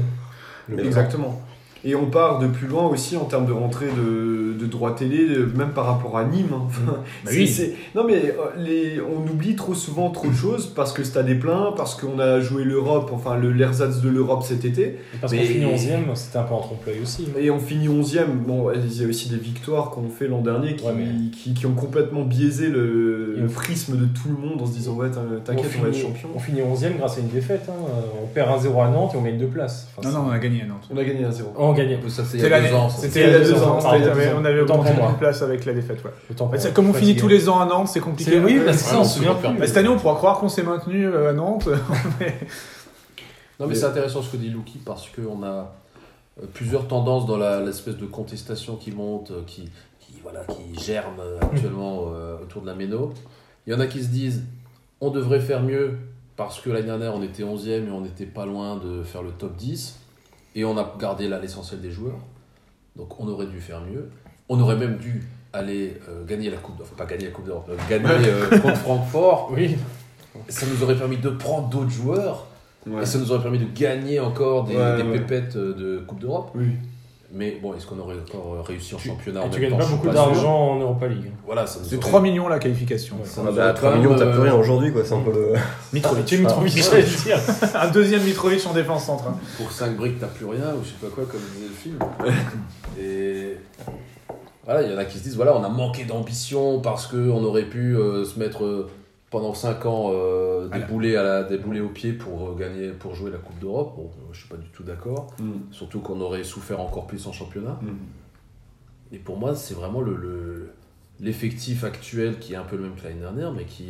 Le
Exactement. Et on part de plus loin aussi en termes de rentrée de droits télé, même par rapport à Nîmes. Enfin,
Bah oui.
Non mais on oublie trop souvent trop de choses parce que le stade est plein, parce qu'on a joué l'Europe, enfin l'ersatz de l'Europe cet été,
Parce qu'on finit 11ème, c'était un peu en trompe-l'œil aussi.
et on finit 11e. Bon, il y a aussi des victoires qu'on fait l'an dernier qui,
Ouais, mais-
qui ont complètement biaisé le prisme de tout le monde en se disant ouais t'inquiète on va être champion.
On finit 11ème grâce à une défaite. Hein. On perd 1-0 à Nantes et on gagne 2 places. Enfin,
Non, on a gagné à Nantes.
On a gagné 1-0.
on gagne.
Ça, c'est il y
C'était
a
l'année-
2 ans. ça.
C'était il y a 2 ans.
Pardon.
On avait
Autant
augmenté
pour moi.
une place avec la défaite, ouais.
Autant pour
Bah,
moi.
comme on finit
Fatigué.
tous les ans à Nantes, c'est compliqué.
C'est oui, parce que ça, on
Ouais,
se souvient
on se
plus.
Bah, cette année, on pourra croire qu'on s'est maintenu à Nantes.
Non, mais c'est intéressant ce que dit Luki parce qu'on a plusieurs tendances dans l'espèce de contestation qui monte, qui germe actuellement autour de la Méno. Il y en a qui se disent on devrait faire mieux parce que l'année dernière on était 11e et on n'était pas loin de faire le top 10 et on a gardé là l'essentiel des joueurs. Donc on aurait dû faire mieux. On aurait même dû aller gagner la Coupe d'Europe, enfin pas gagner la Coupe d'Europe, gagner contre Francfort.
Oui.
Ça nous aurait permis de prendre d'autres joueurs. Et ça nous aurait permis de gagner encore des pépettes de Coupe d'Europe.
Oui.
Mais bon, est-ce qu'on aurait encore réussi en championnat en
Et tu
même
gagnes
temps,
pas
je suis
beaucoup
sûr.
d'argent en Europa League.
Voilà, ça nous
C'est
aurait-
3 millions la qualification.
ça
Ah
nous
bah,
aurait
3
quand
millions,
même,
t'as plus rien aujourd'hui, quoi. C'est un peu le.
Mitrovic.
Tu es Mitrovic,
Ah,
j'allais le dire.
Un deuxième Mitrovic en défense centre. Hein.
Pour 5 briques, t'as plus rien, ou je sais pas quoi, comme disait le film. Et voilà, il y en a qui se disent voilà, on a manqué d'ambition parce qu'on aurait pu se mettre pendant 5 ans des boulets au pied pour gagner, pour jouer la Coupe d'Europe. Bon, je suis pas du tout d'accord. Surtout qu'on aurait souffert encore plus en championnat. Et pour moi, c'est vraiment l'effectif actuel qui est un peu le même que l'année dernière, mais qui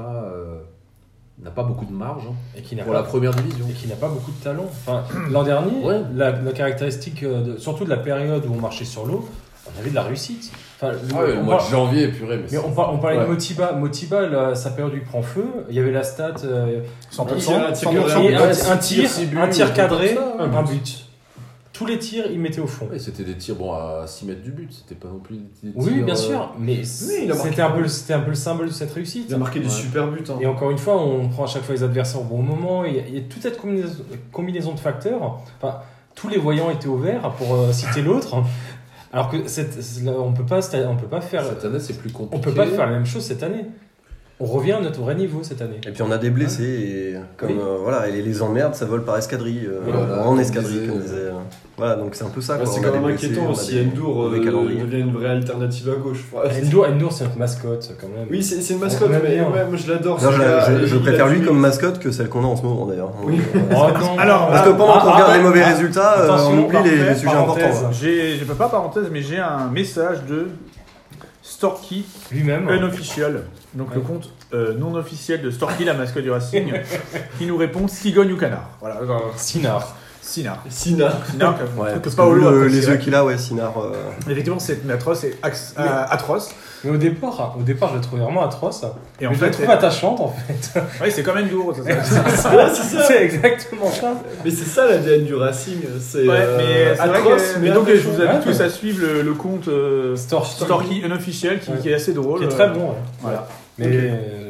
n'a pas beaucoup de marge
Et qui n'a
pour
pas
la première division.
et qui n'a pas beaucoup de talent. Enfin, l'an dernier,
Ouais.
la caractéristique, surtout de la période où on marchait sur l'eau, on avait de la réussite. Enfin,
Ah ouais, le
on
mois de
parle-
janvier, purée. Mais
mais on parlait
Ouais.
de Motiba. Motiba, sa période il prend feu. Il y avait la stat
100%.
Un tir
un tir,
six buts,
un tir
des
cadré,
trucs comme ça,
un but. Tous les tirs, il mettait au fond.
Ouais, c'était des tirs à 6 mètres du but, c'était pas non plus des
Oui,
tirs,
bien sûr, mais
il a marqué.
c'était un peu le symbole de cette réussite.
Il a marqué des
Ouais.
super buts. Hein.
Et encore une fois, on prend à chaque fois les adversaires au bon moment. Il y a toute cette combinaison de facteurs. Enfin, tous les voyants étaient au vert, pour citer l'autre. Alors que on peut pas faire,
Cette année, c'est plus compliqué.
on peut pas faire la même chose cette année. On revient à notre vrai niveau cette année.
Et puis on a des blessés, et comme
Oui.
voilà, et les emmerdes, ça vole par escadrille,
Voilà,
en
comme
escadrille,
disait,
comme disait. Voilà, donc c'est un peu ça.
Ouais,
quoi.
c'est
On a
quand
des
même
blessés,
inquiétant
on a
si
des
Endur
mauvais calendriers.
devient une vraie alternative à gauche. Enfin,
Endur, c'est notre mascotte quand même.
Oui, c'est une mascotte,
On aime
mais
bien.
ouais, moi je l'adore.
Non,
ce gars.
je
Il a
préfère lui
tué-
comme mascotte que celle qu'on a en ce moment d'ailleurs.
Oui.
Oh non.
Alors,
Parce que pendant qu'on regarde les mauvais résultats,
attention,
on oublie les
parfait,
sujets
parenthèse.
importants.
J'ai pas parenthèse, mais j'ai un message de Storky
Lui-même.
unofficial, donc le compte non officiel de Storky, la mascotte du Racing, qui nous répond cigogne ou canard. Voilà, genre,
Sinard.
Sinard.
Sina.
Sinard,
Ouais,
que
parce
pas
que
au
vu
lot, après,
les
c'est
yeux
vrai.
qu'il a, ouais, Sinard.
Effectivement, c'est atroce et atroce.
Mais au départ, je l'ai trouvé vraiment atroce.
Et en
Mais je la
fait,
trouve attachante en fait.
ouais, c'est quand même lourd. Ça.
Ouais, c'est ça.
C'est exactement ça.
Mais c'est ça l'ADN du Racing. C'est
Ouais, mais c'est vrai
atroce.
que, mais donc je vous
Ouais,
invite tous
ouais.
à suivre le compte
Storky.
Storky unofficiel qui est assez drôle.
Qui est très bon. Ouais.
Voilà.
Mais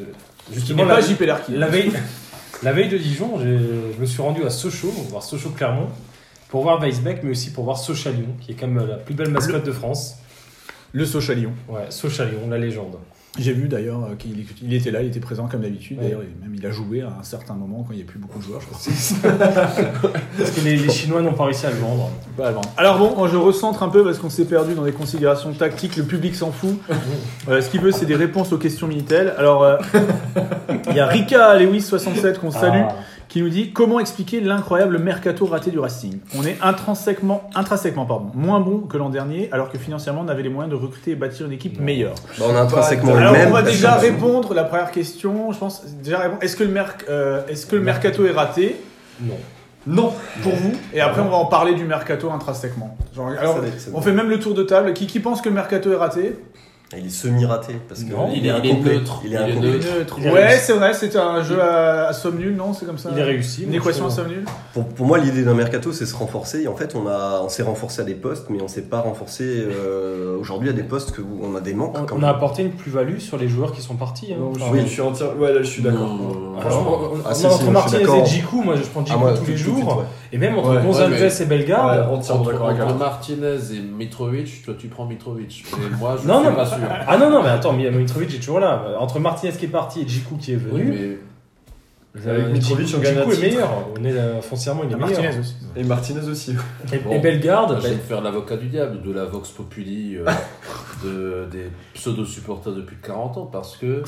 Justement,
n'est pas JP Larkin.
La veille de Dijon, je me suis rendu à Sochaux, voir Sochaux-Clermont, pour voir Weisbeck, mais aussi pour voir Sochaux-Lyon, qui est quand même la plus belle mascotte de France.
Le Sochaux-Lyon.
Ouais, Sochaux-Lyon, la légende.
J'ai vu d'ailleurs qu'il était là, il était présent comme d'habitude. D'ailleurs, même il a joué à un certain moment quand il n'y a plus beaucoup de joueurs, je crois.
Parce que les Chinois n'ont pas réussi à le vendre.
Alors bon, quand je recentre un peu parce qu'on s'est perdu dans des considérations tactiques, le public s'en fout. Ce qu'il veut, c'est des réponses aux questions Minitel. Alors, il y a Rika Lewis 67 qu'on salue, qui nous dit comment expliquer l'incroyable mercato raté du Racing. On est intrinsèquement moins bon que l'an dernier, alors que financièrement on avait les moyens de recruter et bâtir une équipe meilleure.
On est intrinsèquement
Alors
même.
on va déjà répondre la première question. Je pense déjà répondre. Est-ce que le mercato est raté? Non, pour vous. Et après on va en parler du mercato intrinsèquement. Alors on fait même le tour de table. Qui pense que le mercato est raté?
Il est semi-raté parce que
il est neutre.
Il est neutre.
Ouais, c'est vrai, c'était un jeu à somme nulle, non? C'est comme ça.
Il est réussi.
Une équation à somme nulle.
Pour moi, l'idée d'un mercato, c'est se renforcer. Et en fait, on s'est renforcé à des postes, mais on s'est pas renforcé aujourd'hui à des postes où on a des manques.
On a apporté une plus-value sur les joueurs qui sont partis.
Non, je suis entièrement. Ouais, là, je suis d'accord.
Entre Martinez et Djikou, moi je prends Djikou tous les jours. Et même entre Gonzalez et Bellegarde.
Entre Martinez et Mitrovic, toi tu prends Mitrovic. Et moi je suis pas sûr.
Ah non, mais attends, Mitrovic est toujours là. Entre Martinez qui est parti et Djikou qui est venu.
Avec Mitrovic, on gagne un
Djikou est
titre.
meilleur. Foncièrement, il est meilleur.
Et Martinez aussi.
Et Bellegarde.
Je vais me faire l'avocat du diable, de la Vox Populi, des pseudo-supporters depuis 40 ans, parce que.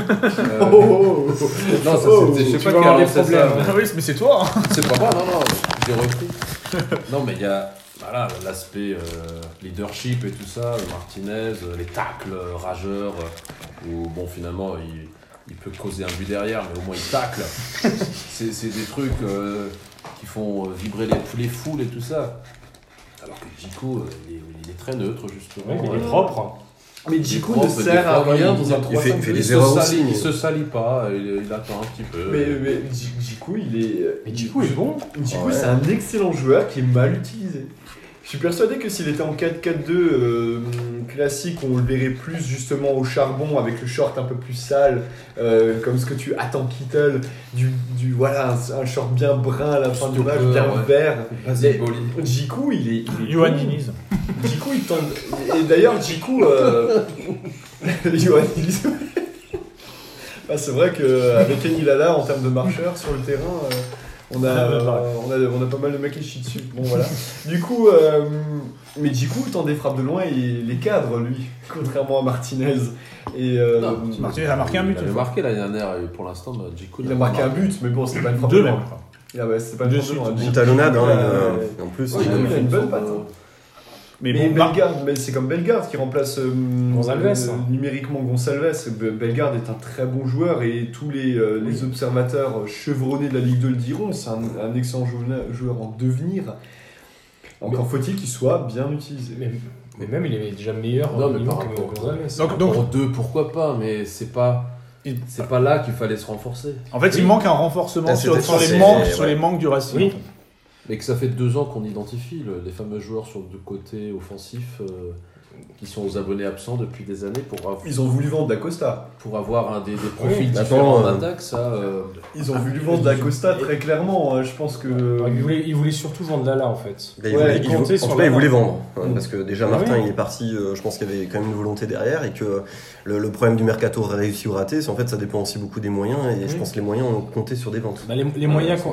Non, je sais pas qui a lancé ça.
Oui, mais c'est toi.
C'est pas moi, non, j'ai repris. Non, mais il y a l'aspect leadership et tout ça, Martinez, les tacles rageurs, où bon, finalement, il peut causer un but derrière, mais au moins il tacle. C'est des trucs qui font vibrer les foules et tout ça. Alors que Djikou, il est très neutre, justement.
Il est propre.
Mais Djikou ne sert à rien dans un 3-5.
Il fait des erreurs aussi.
Il se salit pas, il attend un petit peu.
Mais Djikou,
Mais Djikou est bon.
Djikou, c'est un excellent joueur qui est mal utilisé. Je suis persuadé que s'il était en 4-4-2 classique, on le verrait plus justement au charbon avec le short un peu plus sale, comme ce que tu attends Kittel, voilà, un short bien brun à la fin du match, bien vert. Djikou, il est
Yoann Diniz.
Djikou, il tente. Et d'ailleurs, Djikou. Yoann Diniz. C'est vrai qu'avec Kenny Lala, en termes de marcheurs sur le terrain. On a pas mal de mecs qui chient dessus. Bon, voilà. Du coup, mais Djikou tente des frappes de loin et les cadre, lui, contrairement à Martinez. Et
Martinez a marqué un but.
Il avait marqué l'année dernière, et pour l'instant, Djikou.
Il a marqué un but, mais bon, c'était pas une frappe
Deux
de
même.
loin. C'est pas une frappe de loin.
Une talonnade, en plus.
Il a une bonne patte.
Mais
Bellegarde, c'est comme Bellegarde qui remplace
Gonzalez.
Numériquement Gonçalves. Bellegarde est un très bon joueur et tous les observateurs chevronnés de la Ligue 2 le diront. C'est un excellent joueur en devenir. Encore faut-il qu'il soit bien utilisé.
Mais même il est déjà meilleur que Gonzalez.
Donc pour deux, pourquoi pas, mais c'est pas là qu'il fallait se renforcer.
En fait, il manque un renforcement sur les manques du Racing.
Oui.
Mais que ça fait 2 ans qu'on identifie les fameux joueurs sur le côté offensif qui sont aux abonnés absents depuis des années
Ils ont voulu vendre d'Acosta.
Pour avoir des profils différents en attaque, ça.
Ils ont voulu vendre d'Acosta très clairement. Je pense que.
Ils voulaient surtout vendre Lala en fait.
Il voulait vendre. Parce que déjà Martin il est parti, je pense qu'il y avait quand même une volonté derrière et que le problème du mercato réussi ou raté, c'est en fait ça dépend aussi beaucoup des moyens et je pense que les moyens ont compté sur des ventes.
Les moyens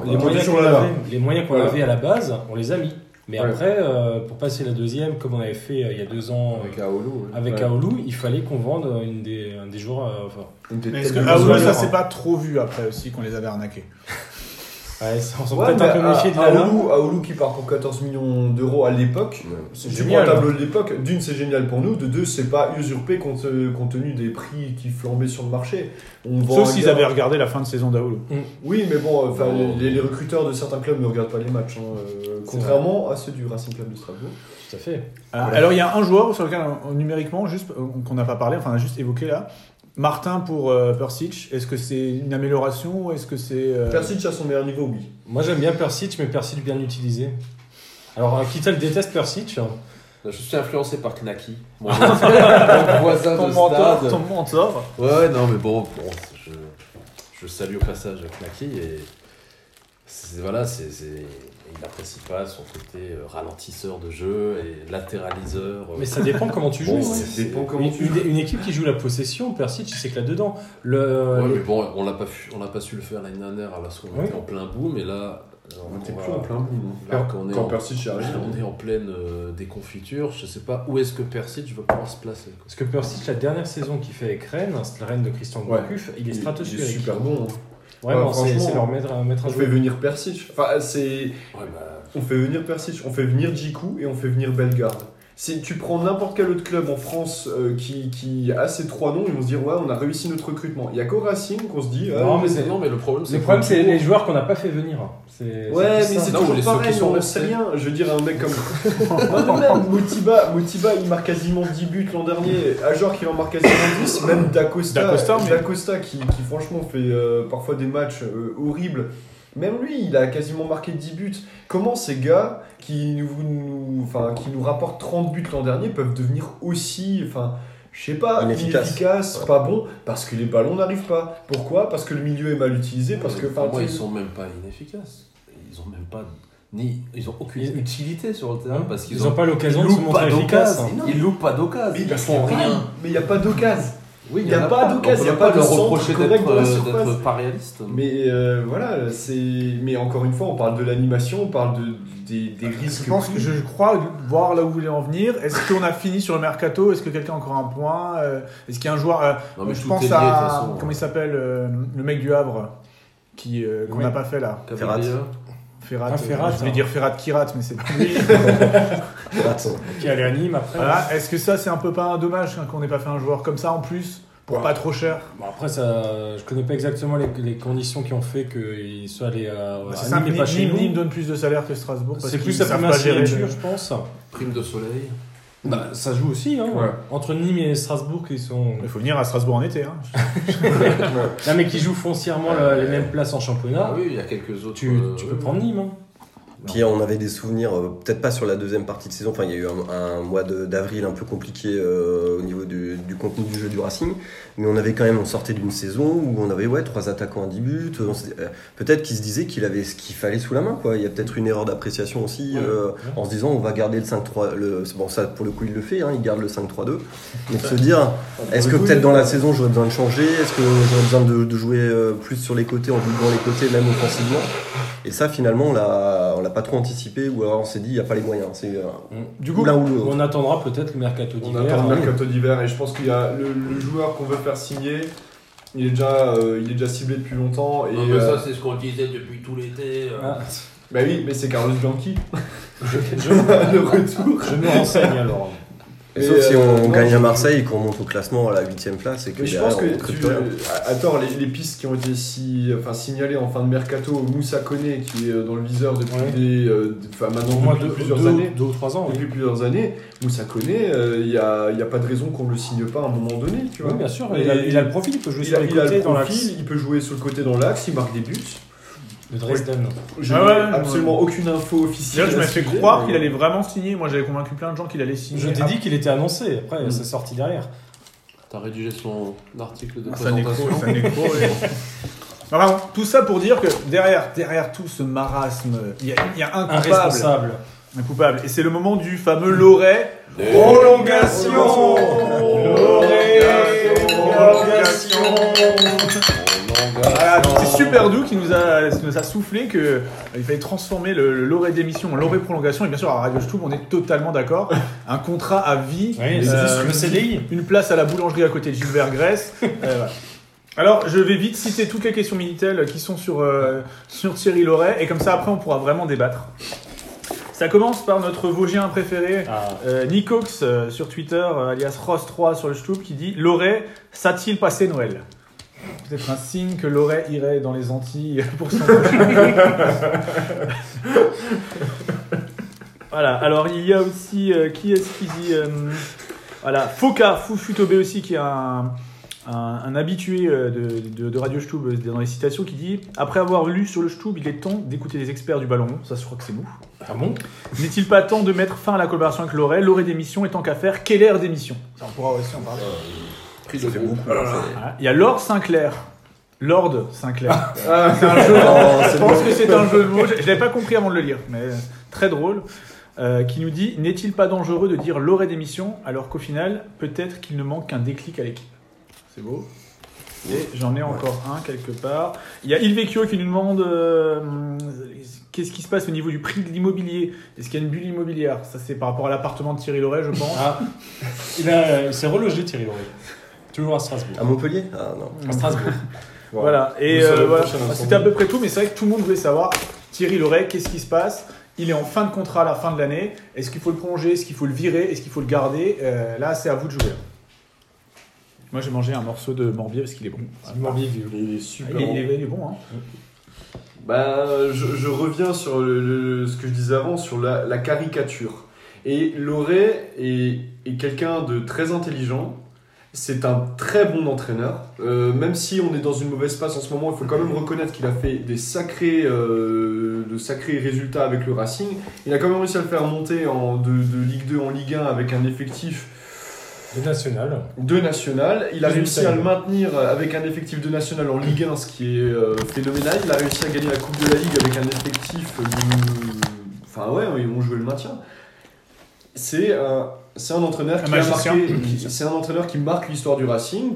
qu'on avait à la base, on les a mis. Mais après, pour passer la deuxième, comme on avait fait il y a 2 ans avec Aoulou, il fallait qu'on vende un des joueurs.
Mais est-ce que Aoulou, ça s'est pas trop vu après aussi qu'on les avait arnaqués?
Ouais, on s'en peut-être un peu méfié de Lala.
Aoulou qui part pour 14 millions d'euros à l'époque, c'est génial. Au tableau de l'époque, d'une c'est génial pour nous, de deux c'est pas usurpé compte tenu des prix qui flambaient sur le marché.
Sauf s'ils avaient regardé la fin de saison d'Aoulou.
Oui, mais bon, les recruteurs de certains clubs ne regardent pas les matchs, contrairement à ceux du Racing Club de Strasbourg.
Tout à fait.
Alors il y a un joueur sur lequel numériquement, juste qu'on n'a pas parlé, enfin on a juste évoqué là. Martin pour Persic, est-ce que c'est une amélioration ou est-ce que c'est...
Persic à son meilleur niveau, oui.
Moi j'aime bien Persic, mais Persic bien utilisé. Alors Kittel déteste Persic.
Je suis influencé par Knaki, mon voisin de stade.
Ton mentor.
Ouais, non mais bon je salue au passage Knacky et il n'apprécie pas son côté ralentisseur de jeu et latéraliseur.
Mais ça dépend comment tu joues.
Bon, ça dépend comment tu joues.
Une équipe qui joue la possession, Persic, il s'éclate dedans.
Mais bon, on l'a pas su le faire l'année dernière parce qu'on était en plein boom, et là.
On était plus en plein boom.
Quand
Persic arrive.
On est en pleine déconfiture. Je sais pas où est-ce que Persic va pouvoir se placer.
Parce que Persic, la dernière saison qu'il fait avec Rennes, c'est la Rennes de Christian Gourcuff, il est stratosphérique.
Il est super bon.
Vraiment,
franchement,
c'est leur mettre à
On
jouer.
fait venir Persic. Enfin, c'est. On fait venir Persic, on fait venir Djikou et on fait venir Bellegarde. Si tu prends n'importe quel autre club en France qui a ces trois noms, ils vont se dire ouais, on a réussi notre recrutement. Il y a qu'au Racing qu'on se dit.
Non, mais le problème,
c'est les joueurs qu'on n'a pas fait venir.
Mais c'est toujours pareil, on ne sait rien. Je veux dire, un mec comme. Même Motiba, il marque quasiment 10 buts l'an dernier. Ajor qui en marque quasiment 10. Même Dacosta qui franchement fait parfois des matchs horribles. Même lui, il a quasiment marqué 10 buts. Comment ces gars qui nous rapportent 30 buts l'an dernier peuvent devenir aussi, je sais pas, inefficaces, pas bons, parce que les ballons n'arrivent pas. Pourquoi ? Parce que le milieu est mal utilisé, parce que...
ils sont même pas inefficaces. Ils ont même pas... Ils ont aucune utilité sur le terrain, parce qu'ils
ont pas l'occasion de se montrer efficaces.
Ils loupent pas d'occasion.
Ils font rien. Mais il n'y a pas d'occasion.
Oui,
il n'y a pas d'occasion, il n'y a pas de
reprocher
d'être
pas réaliste.
Mais voilà, mais encore une fois, on parle de l'animation, on parle des risques.
Je pense que je crois voir là où vous voulez en venir. Est-ce qu'on a fini sur le mercato ? Est-ce que quelqu'un a encore un point ? Est-ce qu'il y a un joueur je pense à comment il s'appelle le mec du Havre qu'on n'a pas fait là. Ferrat, je vais dire Ferrat Kirat, mais c'est pas lui.
Qui allait à Nîmes après.
Voilà. Est-ce que ça, c'est un peu pas un dommage qu'on n'ait pas fait un joueur comme ça en plus, pour pas trop cher ?
Bon, après, je connais pas exactement les conditions qui ont fait qu'il soit allé à
Nîmes.
Pas chez nous.
Nîmes donne plus de salaire que Strasbourg.
C'est plus sa première signature, je pense.
Prime de soleil.
Ça joue aussi, hein.
Ouais.
Entre Nîmes et Strasbourg, qui sont.
Il faut venir à Strasbourg en été. Hein.
Non, mais qui jouent foncièrement les mêmes places en championnat.
Oui, il y a quelques autres.
Tu peux prendre Nîmes. Hein.
Puis on avait des souvenirs, peut-être pas sur la deuxième partie de saison, il y a eu un mois d'avril un peu compliqué au niveau du contenu du jeu du Racing, mais on sortait d'une saison où on avait 3 attaquants à 10 buts, peut-être qu'il se disait qu'il avait ce qu'il fallait sous la main, quoi. Il y a peut-être une erreur d'appréciation aussi, en se disant on va garder le 5-3, bon ça pour le coup il le fait, il garde le 5-3-2, mais de se dire, est-ce que peut-être dans la saison j'aurais besoin de changer, est-ce que j'aurais besoin de jouer plus sur les côtés, en doublant les côtés même offensivement, et ça finalement on l'a pas trop anticipé, ou alors on s'est dit il n'y a pas les moyens. C'est
du coup
l'un ou l'autre.
On attendra peut-être le mercato d'hiver.
On attend le mercato d'hiver, et je pense qu'il y a le joueur qu'on veut faire signer, il est déjà ciblé depuis longtemps. Et
mais ça c'est ce qu'on disait depuis tout l'été.
Bah oui, mais c'est Carlos Bianchi.
Le retour. Je me renseigne alors.
Sauf si on gagne à Marseille et qu'on monte au classement à la 8ème place. Et que
mais je pense que à tort, les pistes qui ont été signalées en fin de mercato, Moussa Koné qui est dans le viseur depuis plusieurs années.
2 ou 3 ans.
Depuis plusieurs années, Moussa Koné, il n'y a pas de raison qu'on ne le signe pas à un moment donné. Tu vois.
Oui, bien sûr, il a le profil, il peut jouer sur les côtés dans l'axe.
Il peut jouer sur le côté dans l'axe, il marque des buts.
Le Dresden.
Je n'ai absolument aucune info officielle.
Je m'avais fait croire qu'il allait vraiment signer. Moi, j'avais convaincu plein de gens qu'il allait signer.
Je t'ai dit qu'il était annoncé. Après, c'est sorti derrière.
T'as rédigé son article de
présentation. Ça nécro, Vraiment, tout ça pour dire que derrière tout ce marasme, il y a un coupable. Et c'est le moment du fameux Loret. Prolongation. Voilà, c'est Super Doux qui nous a soufflé qu'il fallait transformer le Loret d'émission en Loret prolongation. Et bien sûr, à Radio Stoup, on est totalement d'accord. Un contrat à vie,
le CDI.
Une place à la boulangerie à côté de Gilbert Grèce. Voilà. Alors, je vais vite citer toutes les questions Minitel qui sont sur Thierry Loret. Et comme ça, après, on pourra vraiment débattre. Ça commence par notre Vosgien préféré, Nicox sur Twitter, alias Ross3 sur le Stoup, qui dit « Loret, s'a-t-il passé Noël ?» Peut-être un signe que Loret irait dans les Antilles pour son prochain. Voilà, alors il y a aussi, qui est-ce qui dit voilà, Foka, Futobe aussi, qui est un habitué de Radio Stub dans les citations, qui dit « Après avoir lu sur le Stub, il est temps d'écouter les experts du ballon rond. » Ça, je crois que c'est nous.
Ah bon ?
N'est-il pas temps de mettre fin à la collaboration avec Loret ? Loret d'émission et tant qu'à faire, quelle heure d'émission ? Ça, on pourra aussi en parler.
Ça fait beaucoup.
Voilà. Il y a Laure Sinclair Lord Sinclair. C'est
Ah,
un jeu.
Oh,
Je pense que c'est un jeu de mots. Je l'avais pas compris avant de le lire, mais très drôle. Qui nous dit: n'est-il pas dangereux de dire l'orée d'émission alors qu'au final, peut-être qu'il ne manque qu'un déclic à l'équipe. C'est beau. Et j'en ai encore un quelque part. Il y a Il Vecchio qui nous demande qu'est-ce qui se passe au niveau du prix de l'immobilier. Est-ce qu'il y a une bulle immobilière? Ça, c'est par rapport à l'appartement de Thierry Loret, je pense.
Ah, il s'est relogé Thierry Loret. Toujours à Strasbourg.
À Montpellier? Ah non.
À Strasbourg.
Voilà. Et
Vous savez,
voilà.
prochaine incendie.
C'était à peu près tout, mais c'est vrai que tout le monde voulait savoir Thierry Loret, qu'est-ce qui se passe? Il est en fin de contrat à la fin de l'année. Est-ce qu'il faut le prolonger? Est-ce qu'il faut le virer? Est-ce qu'il faut le garder? Là, c'est à vous de jouer. Moi, j'ai mangé un morceau de Morbier parce qu'il est bon.
Du Morbier vieux.
Il est
Ah,
super.
il est bon, hein.
Bah, je reviens sur ce que je disais avant, sur la caricature. Et Loret est quelqu'un de très intelligent. C'est un très bon entraîneur. Même si on est dans une mauvaise passe en ce moment, il faut quand même reconnaître qu'il a fait de sacrés résultats avec le Racing. Il a quand même réussi à le faire monter de Ligue 2 en Ligue 1 avec un effectif
Le national.
de national. Il a
Deuxième
réussi à le
taille.
maintenir avec un effectif de national en Ligue 1, ce qui est phénoménal. Il a réussi à gagner la Coupe de la Ligue avec un effectif Enfin ouais, ils vont jouer le maintien. C'est un entraîneur qui a
magicien.
marqué, c'est un entraîneur qui marque l'histoire du Racing,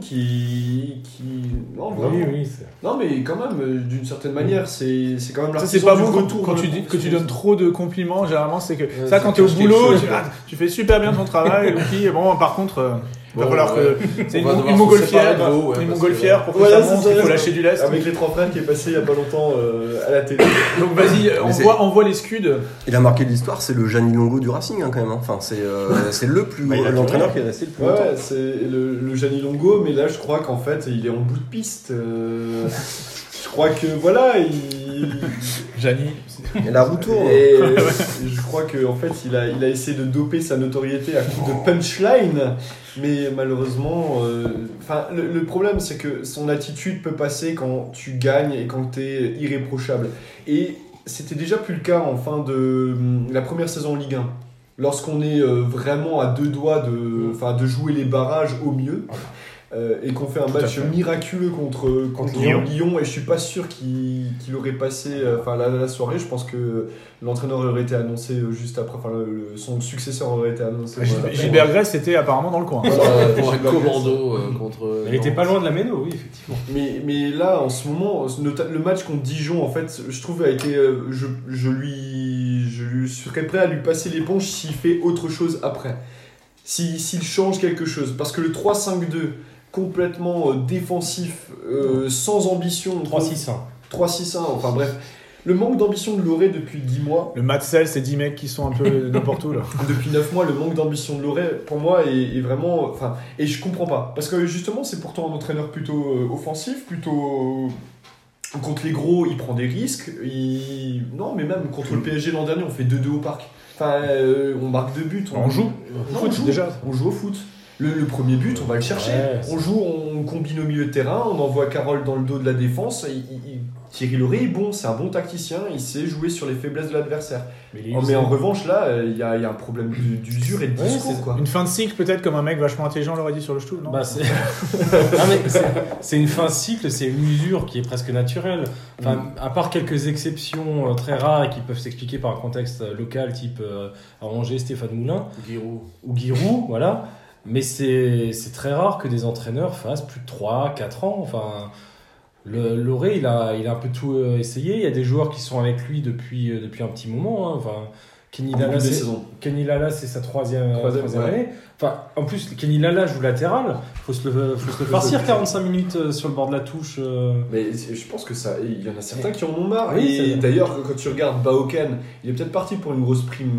non, vraiment.
Oui, c'est...
Non mais quand même, d'une certaine manière, c'est quand même
Ça, c'est
l'artisan
pas
du
bon
retour
quand
dans
tu
le
dis que tu
professionnalisme.
donnes trop de compliments. Généralement, c'est que ça,
ça
quand t'es au
cache
boulot,
quelque chose.
tu fais super bien ton travail. Lucky. Bon, par contre, il va
Bon,
falloir
ouais.
que c'est
On va
une
devoir se
montgolfière,
séparer de vous, ouais,
une
parce
montgolfière pour que
Voilà,
ça
c'est
monte.
ça,
Il faut
c'est
lâcher du lest.
Avec les trois frères qui est passé il y a pas longtemps à la télé.
Donc vas-y,
Mais
envoie les scuds.
Il a marqué l'histoire, c'est le Gianni Longo du Racing hein, quand même. Hein. Enfin, c'est le plus
Bah, il a
l'entraîneur
tourné.
qui est resté le plus longtemps.
Ouais, c'est le Gianni Longo, mais là je crois qu'en fait il est en bout de piste. Je crois que voilà,
Gianni.
Et la roue tourne.
Et je crois qu'en fait il a essayé de doper sa notoriété à coup de punchline, mais malheureusement, le problème c'est que son attitude peut passer quand tu gagnes et quand tu es irréprochable. Et c'était déjà plus le cas en fin de la première saison en Ligue 1. Lorsqu'on est vraiment à deux doigts de jouer les barrages au mieux. Et qu'on fait un
Tout à
match
fait.
miraculeux contre Lyon, et je suis pas sûr qu'il aurait passé la soirée. Je pense que l'entraîneur aurait été annoncé juste après, son successeur aurait été annoncé.
Gilbert Grèce était apparemment dans le coin.
Pour un commando contre.
Il était pas loin de la Méno, oui, effectivement.
Mais là, en ce moment, le match contre Dijon, en fait, je trouve a été, je lui serais prêt à lui passer l'éponge s'il fait autre chose après, s'il change quelque chose, parce que le 3-5-2 complètement défensif, sans ambition,
3-6-1.
3-6-1, enfin bref, le manque d'ambition de Loret depuis 10 mois.
Le Matzel, c'est 10 mecs qui sont un peu n'importe où là.
Depuis 9 mois, le manque d'ambition de Loret, pour moi, est vraiment... Et je comprends pas. Parce que justement, c'est pourtant un entraîneur plutôt offensif, plutôt... Contre les gros, il prend des risques. Non, mais même contre le PSG l'an dernier, on fait 2-2 au parc. On marque 2 buts.
On joue.
Non,
Foot,
on joue.
déjà.
On joue au foot. Le premier but, on va le chercher.
Ouais,
On joue, on combine au milieu de terrain, on envoie Carole dans le dos de la défense. Thierry Loret est bon, c'est un bon tacticien, il sait jouer sur les faiblesses de l'adversaire. Mais en revanche, là, il y a un problème d'usure et de
Ouais,
discours.
c'est-
Quoi.
Une fin de cycle peut-être comme un mec vachement intelligent l'aurait dit sur le Stouff, non?
Bah, c'est... Non, mais c'est une fin de cycle, c'est une usure qui est presque naturelle. Enfin, à part quelques exceptions très rares et qui peuvent s'expliquer par un contexte local type à Angers, Stéphane Moulin
Giroud.
ou Giroud, voilà. Mais c'est très rare que des entraîneurs fassent plus de 3-4 ans. Enfin, Loret, il a un peu tout essayé. Il y a des joueurs qui sont avec lui depuis un petit moment. Hein. Enfin, Kenny Lala, c'est sa troisième
ouais.
année. Enfin, en plus, Kenny Lala joue latéral. Faut se le farcir 45 minutes sur le bord de la touche.
Mais je pense que ça, il y en a certains qui en ont marre.
Oui,
et
c'est-
d'ailleurs, quand tu regardes Baoken, il est peut-être parti pour une grosse prime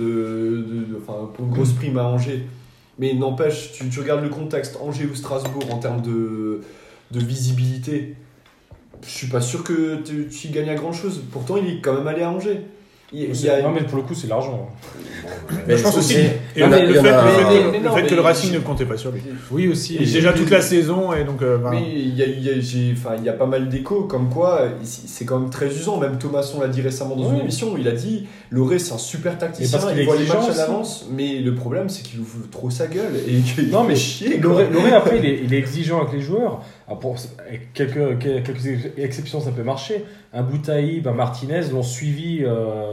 pour une grosse prime à Angers. Mais n'empêche, tu regardes le contexte Angers ou Strasbourg en termes de visibilité. Je suis pas sûr que tu y gagnes à grand chose. Pourtant, il est quand même allé à Angers.
Non, mais pour le coup, c'est l'argent.
Mais je pense aussi.
Mais-
Et
Non, mais
le
il y en
fait,
a-
le fait que le Racing ne comptait pas sur lui.
Oui, aussi.
Et déjà toute la saison et donc.
Mais il y a pas mal d'échos comme quoi c'est quand même très usant. Même Thomasson l'a dit récemment dans une
Ouais.
émission. Il a dit Loret c'est un super tacticien,
parce qu'il
il
est
voit les
exigeant
matchs à
aussi.
l'avance. Mais le problème c'est qu'il ouvre trop sa gueule et qu'il
Non, mais
fait chier.
Loret, après, il est exigeant avec les joueurs. avec quelques exceptions, ça peut marcher. Un Boutaïb, un Martinez l'ont suivi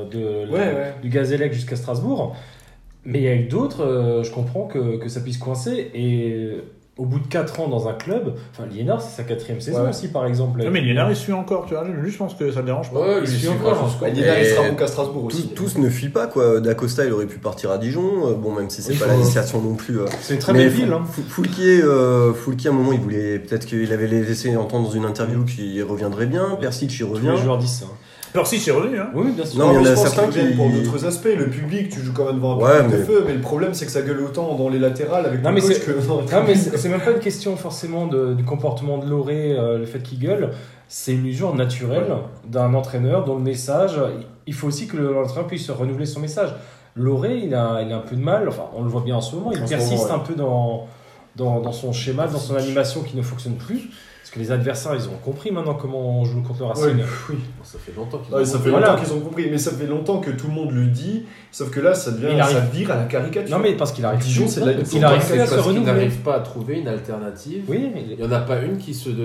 du Gazélec jusqu'à Strasbourg. Mais il y a eu d'autres, je comprends que ça puisse coincer. Et au bout de 4 ans dans un club, Liénard, c'est sa 4e saison aussi, par exemple.
Non, mais Liénard, il suit encore, tu vois. Lui, je pense que ça ne dérange pas.
Ouais, il suit encore.
Liénard, il sera bon qu'à Strasbourg aussi.
Tous ne fuient pas, quoi. D'Acosta, il aurait pu partir à Dijon. Bon, même si c'est pas la destination non plus.
C'est une très belle ville.
Foulquier, à un moment, il voulait. Peut-être qu'il avait laissé entendre dans une interview qu'il reviendrait bien. Persic, il revient.
Tous les joueurs disent ça.
Persic est revenu, hein.
Oui, bien sûr.
Non, mais il y en a
je pense
certains
qu'ils viennent
qui.
pour d'autres aspects. Le public, tu joues quand même devant un public de feu, mais le problème, c'est que ça gueule autant dans les latérales avec le coach que dans le
Non, mais c'est même pas une question forcément du comportement de Loré, le fait qu'il gueule. C'est une usure naturelle d'un entraîneur dont le message. Il faut aussi que l'entraîneur puisse renouveler son message. Loré, il a un peu de mal. Enfin, on le voit bien en ce moment. Il persiste un peu dans son schéma, dans son animation qui ne fonctionne plus. Parce que les adversaires, ils ont compris maintenant comment on joue contre le Racing.
Oui.
Ça fait longtemps
qu'ils ont compris, mais ça fait longtemps que tout le monde le dit, sauf que là, ça vire à la caricature.
Non, mais parce qu'il arrive
Dijon, c'est de la
il arrive à se
parce qu'il
renouveler.
n'arrive pas à trouver une alternative.
Oui,
Il n'y en a pas une qui se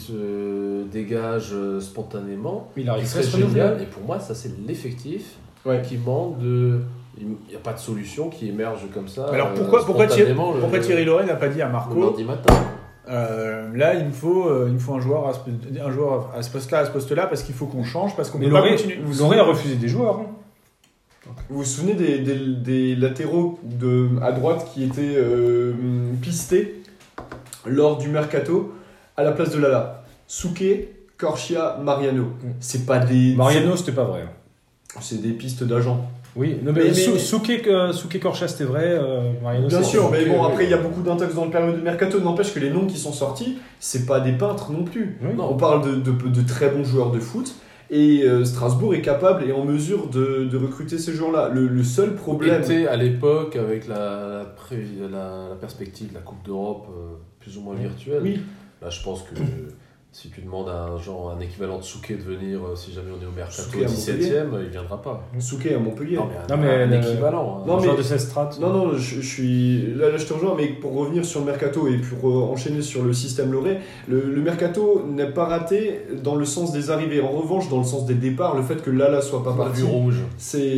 dégage spontanément.
il arrive
Qui
à
serait
se renouveler.
génial. Et pour moi, ça, c'est l'effectif qui manque de... Il n'y a pas de solution qui émerge comme ça.
Alors pourquoi Thierry Loré n'a pas dit à Marco
le lundi matin.
Là, il me faut un joueur à ce poste-là, parce qu'il faut qu'on change, parce qu'on
Mais
peut pas continuer.
Loré a refusé des joueurs.
Vous vous souvenez des latéraux à droite qui étaient pistés lors du mercato à la place de Lala? Souquet, Corchia, Mariano. C'est pas des...
Mariano, c'était pas vrai.
C'est des pistes d'agents.
Oui, mais Souquet Corchia, c'était vrai. Mariano,
Bien
c'est
sûr,
vrai.
mais bon, après il y a beaucoup d'intox dans le période de mercato. N'empêche que les noms qui sont sortis, c'est pas des peintres non plus.
Oui.
On parle de très bons joueurs de foot. Et Strasbourg est capable et en mesure de recruter ces joueurs-là. Le seul problème...
Était à l'époque, avec la perspective de la Coupe d'Europe plus ou moins virtuelle,
Oui.
là je pense que si tu demandes à un équivalent de Souquet de venir, si jamais on est au mercato
Souquet à
17ème, il viendra pas.
Souquet à Montpellier.
mais
un équivalent.
Non, mais-
Genre de cette strate.
Non, je suis... Là, je te rejoins, mais pour revenir sur le mercato et pour enchaîner sur le système Loré, le mercato n'est pas raté dans le sens des arrivées. En revanche, dans le sens des départs, le fait que Lala soit pas parti,
rouge.
c'est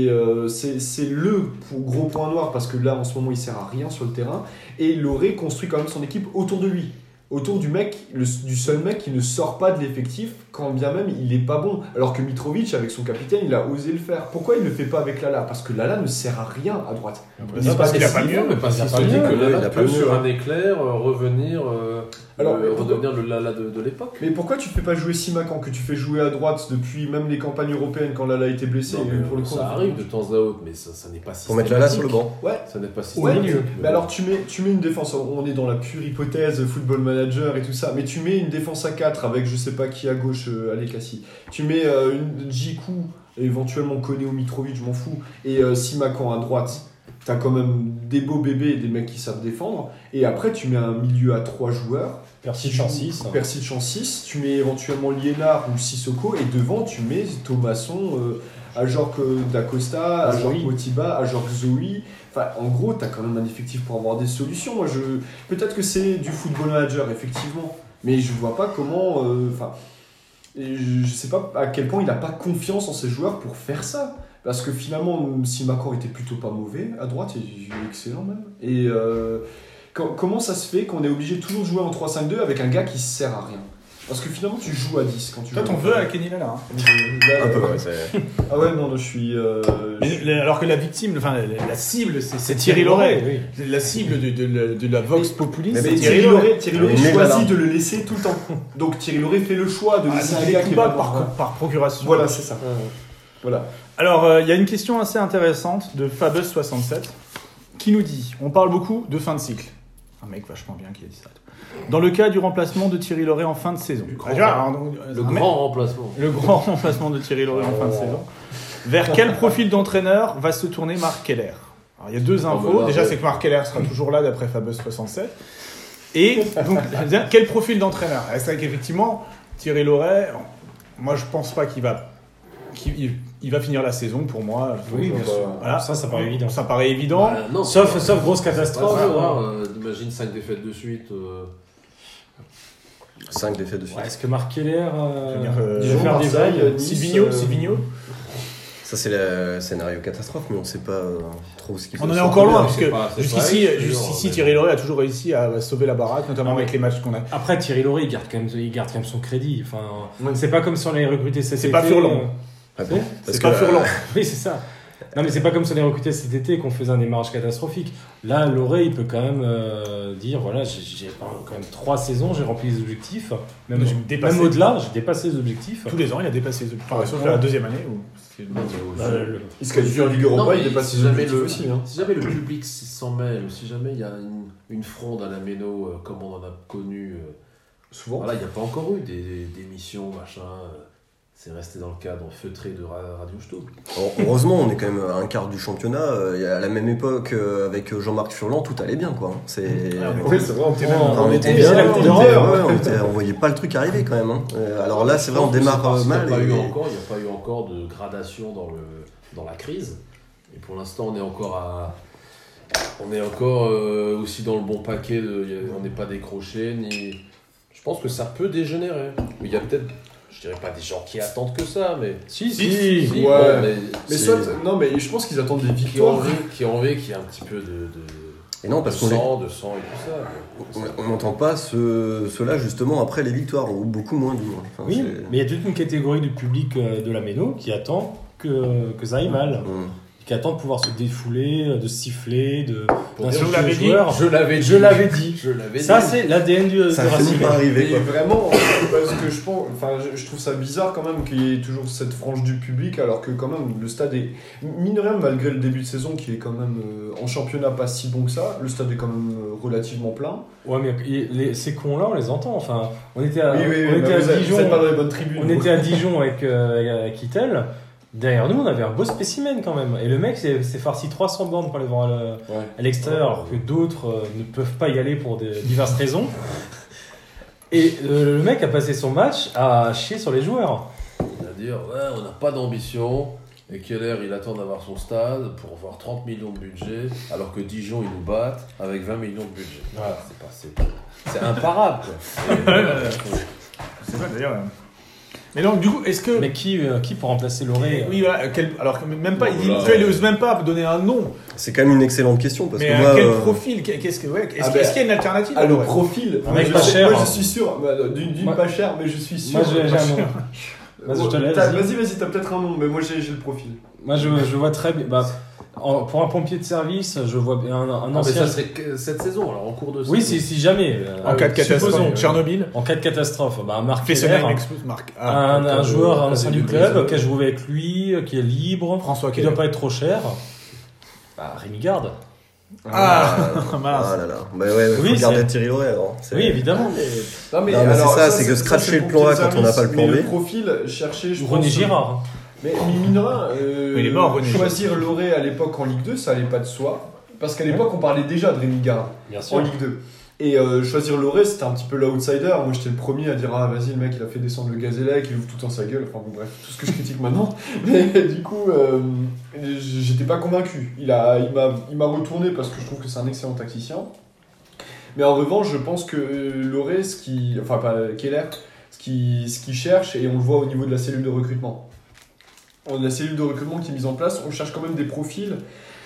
le gros point noir, parce que là, en ce moment, il sert à rien sur le terrain. Et Loré construit quand même son équipe autour de lui. Autour du mec, du seul mec qui ne sort pas de l'effectif, quand bien même il est pas bon. Alors que Mitrovic, avec son capitaine, il a osé le faire. Pourquoi il le fait pas avec Lala? Parce que Lala ne sert à rien à droite.
Parce qu'il a pas mieux.
Mais parce qu'il se dit que Lala peut sur un éclair revenir redevenir le Lala de l'époque.
Mais pourquoi tu fais pas jouer Simakan, que tu fais jouer à droite depuis même les campagnes européennes quand Lala était blessé? Pour le coup,
ça arrive de temps à autre, mais ça n'est pas systématique.
Pour mettre Lala sur le banc.
Ouais.
Ça n'est pas
Ouais,
systématique.
mais alors tu mets une défense, on est dans la pure hypothèse Football Manager et tout ça, mais tu mets une défense à 4 avec je sais pas qui à gauche, Alekassi. Tu mets une Djikou, éventuellement Koné ou Mitrovic, je m'en fous, et Simakan à droite. T'as quand même des beaux bébés et des mecs qui savent défendre. Et après, tu mets un milieu à 3 joueurs.
Persic en 6.
Persic en 6. Tu mets éventuellement Liénard ou Sissoko. Et devant, tu mets Thomasson, Ajorc Dacosta, Ajorc Motiba, Ajorc Zoe. Enfin, en gros, t'as quand même un effectif pour avoir des solutions. Moi, peut-être que c'est du Football Manager, effectivement. Mais je vois pas comment... je sais pas à quel point il a pas confiance en ses joueurs pour faire ça. Parce que finalement, Simakan était plutôt pas mauvais à droite, il est excellent même. Et comment ça se fait qu'on est obligé de toujours jouer en 3-5-2 avec un gars qui sert à rien? Parce que finalement, tu joues à 10 quand tu joues.
Toi, t'en veux à Kenny Lala.
Un peu, ouais.
Ah ouais, non, je suis.
Alors que la victime, enfin la cible, c'est Thierry Loré.
Oui.
La cible de la Vox Populi,
Mais
c'est
Thierry Loré
Mais
choisit
voilà.
de le laisser tout le temps. Donc Thierry Loré fait le choix de laisser un
il
gars
est
qui va
coupable par procuration.
Voilà, c'est ça. Voilà.
Alors, il y a une question assez intéressante de Fabus67 qui nous dit, on parle beaucoup de fin de cycle. Un mec vachement bien qui a dit ça. Dans le cas du remplacement de Thierry Loré en fin de saison.
Le grand remplacement.
Le grand remplacement de Thierry Loré en fin de saison. Vers quel profil d'entraîneur va se tourner Marc Keller? Alors, il y a deux infos. Déjà, c'est que Marc Keller sera toujours là d'après Fabus67. Et donc, quel profil d'entraîneur? C'est vrai qu'effectivement, Thierry Loré, moi je pense pas qu'il va finir la saison pour moi.
Oui, bien sûr.
Voilà.
Ça paraît évident.
Ça paraît évident.
Non,
Sauf grosse catastrophe.
Imagine 5 défaites de suite.
5 défaites de suite.
Ouais, est-ce que Marc Keller
Dijon,
faire des
Marseille,
vagues
Nice,
Silvino.
Ça, c'est le scénario catastrophe, mais on sait pas trop ce qu'il faut
On en est
faire.
encore loin,
bien,
parce
c'est
que
pas- c'est
jusqu'ici,
pas sûr, mais-
Thierry Loret a toujours réussi à sauver la baraque, notamment avec les matchs qu'on a.
Après, Thierry Loret, il garde quand même son crédit. Enfin,
Ouais.
c'est pas comme si on l'avait recruté cet été.
C'est pas Furlan.
Ah bon
C'est pas Furlan.
Oui, c'est ça. Non, mais c'est pas comme si on l'avait recruté cet été qu'on faisait un démarrage catastrophique. Là, Loret, il peut quand même dire voilà, j'ai quand même 3 saisons, j'ai rempli les objectifs. Même au-delà, j'ai dépassé les objectifs.
Tous les ans, il a dépassé les objectifs. Sauf la deuxième année où
Il se qualifie en Ligue Europa,
Non,
il
mais
dépasse
si
ses
jamais
objectifs
le-
aussi. Hein.
Si jamais le public s'en mêle, ou si jamais il y a une fronde à la Méno, comme on en a connu,
Souvent.
voilà, il n'y a pas encore eu des missions, machin. C'est resté dans le cadre feutré de Radio Stub.
Heureusement, on est quand même à un quart du championnat. À la même époque, avec Jean-Marc Furlan, tout allait bien, quoi.
Oui, c'est vrai,
On était bien, on voyait pas le truc arriver quand même. Hein. Alors là, c'est vrai, on démarre mal.
Il n'y a pas eu encore de gradation dans la crise. Et pour l'instant, on est encore aussi dans le bon paquet. On n'est pas décroché. Je pense que ça peut dégénérer. Mais il y a peut-être, je dirais pas des gens qui attendent que ça, mais
Si.
Ouais.
bon,
Mais
c'est-
soit, non, mais je pense qu'ils attendent des
qui ont
victoires.
envie qu'il y ait un petit peu de
Et non, parce qu'on
de sang et tout ça.
on n'entend pas ceux-là justement après les victoires, ou beaucoup moins du moins. Enfin,
Oui,
c'est-
mais il y a toute une catégorie du public de la Méno qui attend que ça aille mal. Qui attend de pouvoir se défouler, de siffler, d'insulter
l'avais
les
dit,
joueurs.
Je l'avais dit.
Ça, c'est l'ADN du
Ça
Racing.
finit par arriver,
Et
quoi.
vraiment, parce que je pense, enfin, je trouve ça bizarre quand même qu'il y ait toujours cette frange du public, alors que quand même le stade est, mine de rien, malgré le début de saison qui est quand même en championnat pas si bon que ça, le stade est quand même relativement plein.
Ouais, mais ces cons-là, on les entend. Enfin, on était à,
Oui,
on était à
vous
Dijon.
êtes pas dans les bonnes tribunes.
On était à Dijon avec Kittel. Derrière nous, on avait un beau spécimen quand même. Et le mec s'est farci 300 bornes pour aller voir à l'extérieur, alors que d'autres ne peuvent pas y aller pour diverses raisons. Et le mec a passé son match à chier sur les joueurs.
C'est-à-dire, ouais, on n'a pas d'ambition. Et Keller, il attend d'avoir son stade pour avoir 30 millions de budget, alors que Dijon, ils nous battent avec 20 millions de budget. Voilà, c'est imparable, quoi.
C'est vrai d'ailleurs. Mais donc, du coup, est-ce que.
Mais qui pour remplacer Loré
Oui, voilà, alors que même pas,
Voilà.
il n'ose même pas donner un nom.
C'est quand même une excellente question parce
Mais
que moi,
quel profil Qu'est-ce que, ouais, est-ce qu'il y a une alternative
Ah, le
ouais.
profil,
Un mec
je
pas
sais-
cher,
moi
hein.
je suis sûr, d'une
Moi-
pas cher, mais je suis sûr.
Moi, j'ai un nom. Vas-y, je te laisse.
Vas-y, t'as peut-être un nom, mais moi j'ai le profil.
Moi, je vois très bien. Pour un pompier de service, je vois bien un
Ah, mais
ancien.
ça serait que cette saison, alors en cours de saison.
Oui, si jamais.
En cas de catastrophe,
supposons,
Tchernobyl.
En cas de catastrophe, Marc
Fais sonner
Keller,
une expose, Marc.
un joueur, un ancien du club,
brise.
qui a joué avec lui, qui est libre,
François
qui
Keller.
doit pas être trop cher. Rémi Garde.
Ah, mince.
Ah là là. Bah ouais, faut
Oui,
garder
c'est-
Thierry Loret alors. C'est-
Oui, évidemment.
Non, mais
Non, mais
alors,
c'est ça, c'est que scratcher
c'est
le plan A
pompier de
quand on n'a pas le
service,
plan
mais
B.
Le profil, chercher, je
Ou
pense.
René Girard.
Mais mine de rien,
Mais il est mort, René
choisir Loré à l'époque en Ligue 2, ça allait pas de soi. Parce qu'à l'époque, on parlait déjà de Rémi Garde
Bien
en
sûr.
Ligue 2. Et choisir Loré, c'était un petit peu l'outsider. Moi, j'étais le premier à dire ah vas-y, le mec, il a fait descendre le Gazélec, il ouvre tout dans sa gueule. Enfin bon, bref, tout ce que je critique maintenant. Mais du coup, j'étais pas convaincu. Il m'a retourné parce que je trouve que c'est un excellent tacticien. Mais en revanche, je pense que Loré, Keller, ce qu'il cherche, et on le voit au niveau de la cellule de recrutement. La cellule de recrutement qui est mise en place, on cherche quand même des profils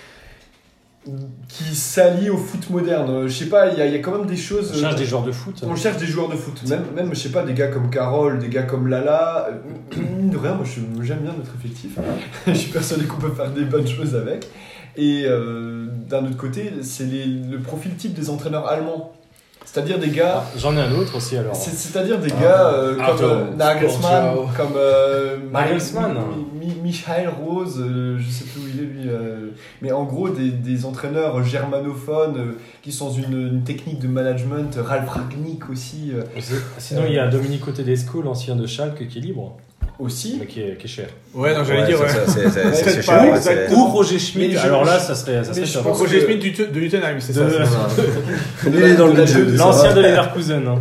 qui s'allient au foot moderne. Je sais pas, il y a quand même des choses.
On cherche des joueurs de foot.
On cherche des joueurs de foot. Même je sais pas, des gars comme Carole, des gars comme Lala. Mine de rien, moi j'aime bien notre effectif. Je suis persuadé qu'on peut faire des bonnes choses avec. Et d'un autre côté, c'est le profil type des entraîneurs allemands. C'est-à-dire des gars.
J'en ai un autre aussi alors.
C'est-à-dire des gars comme Nagelsmann, comme
Nagelsmann.
Michael Rose, je sais plus où il est lui, mais en gros des entraîneurs germanophones qui sont dans une technique de management, Ralf Rangnick aussi.
Sinon, il y a Domenico Tedesco, l'ancien de Schalke, qui est libre,
Aussi.
mais qui est cher.
Ouais, non, j'allais dire, ouais.
C'est
Peut-être
cher,
pas
ouais,
exact.
c'est-
Ou Roger Schmidt,
Mais
alors là, ça serait
mais je
top.
pense
Roger
que-
Schmidt de Lutenheim, c'est ça.
De-
c'est ça.
Lui, il est dans le budget.
L'ancien de Leverkusen. Hein.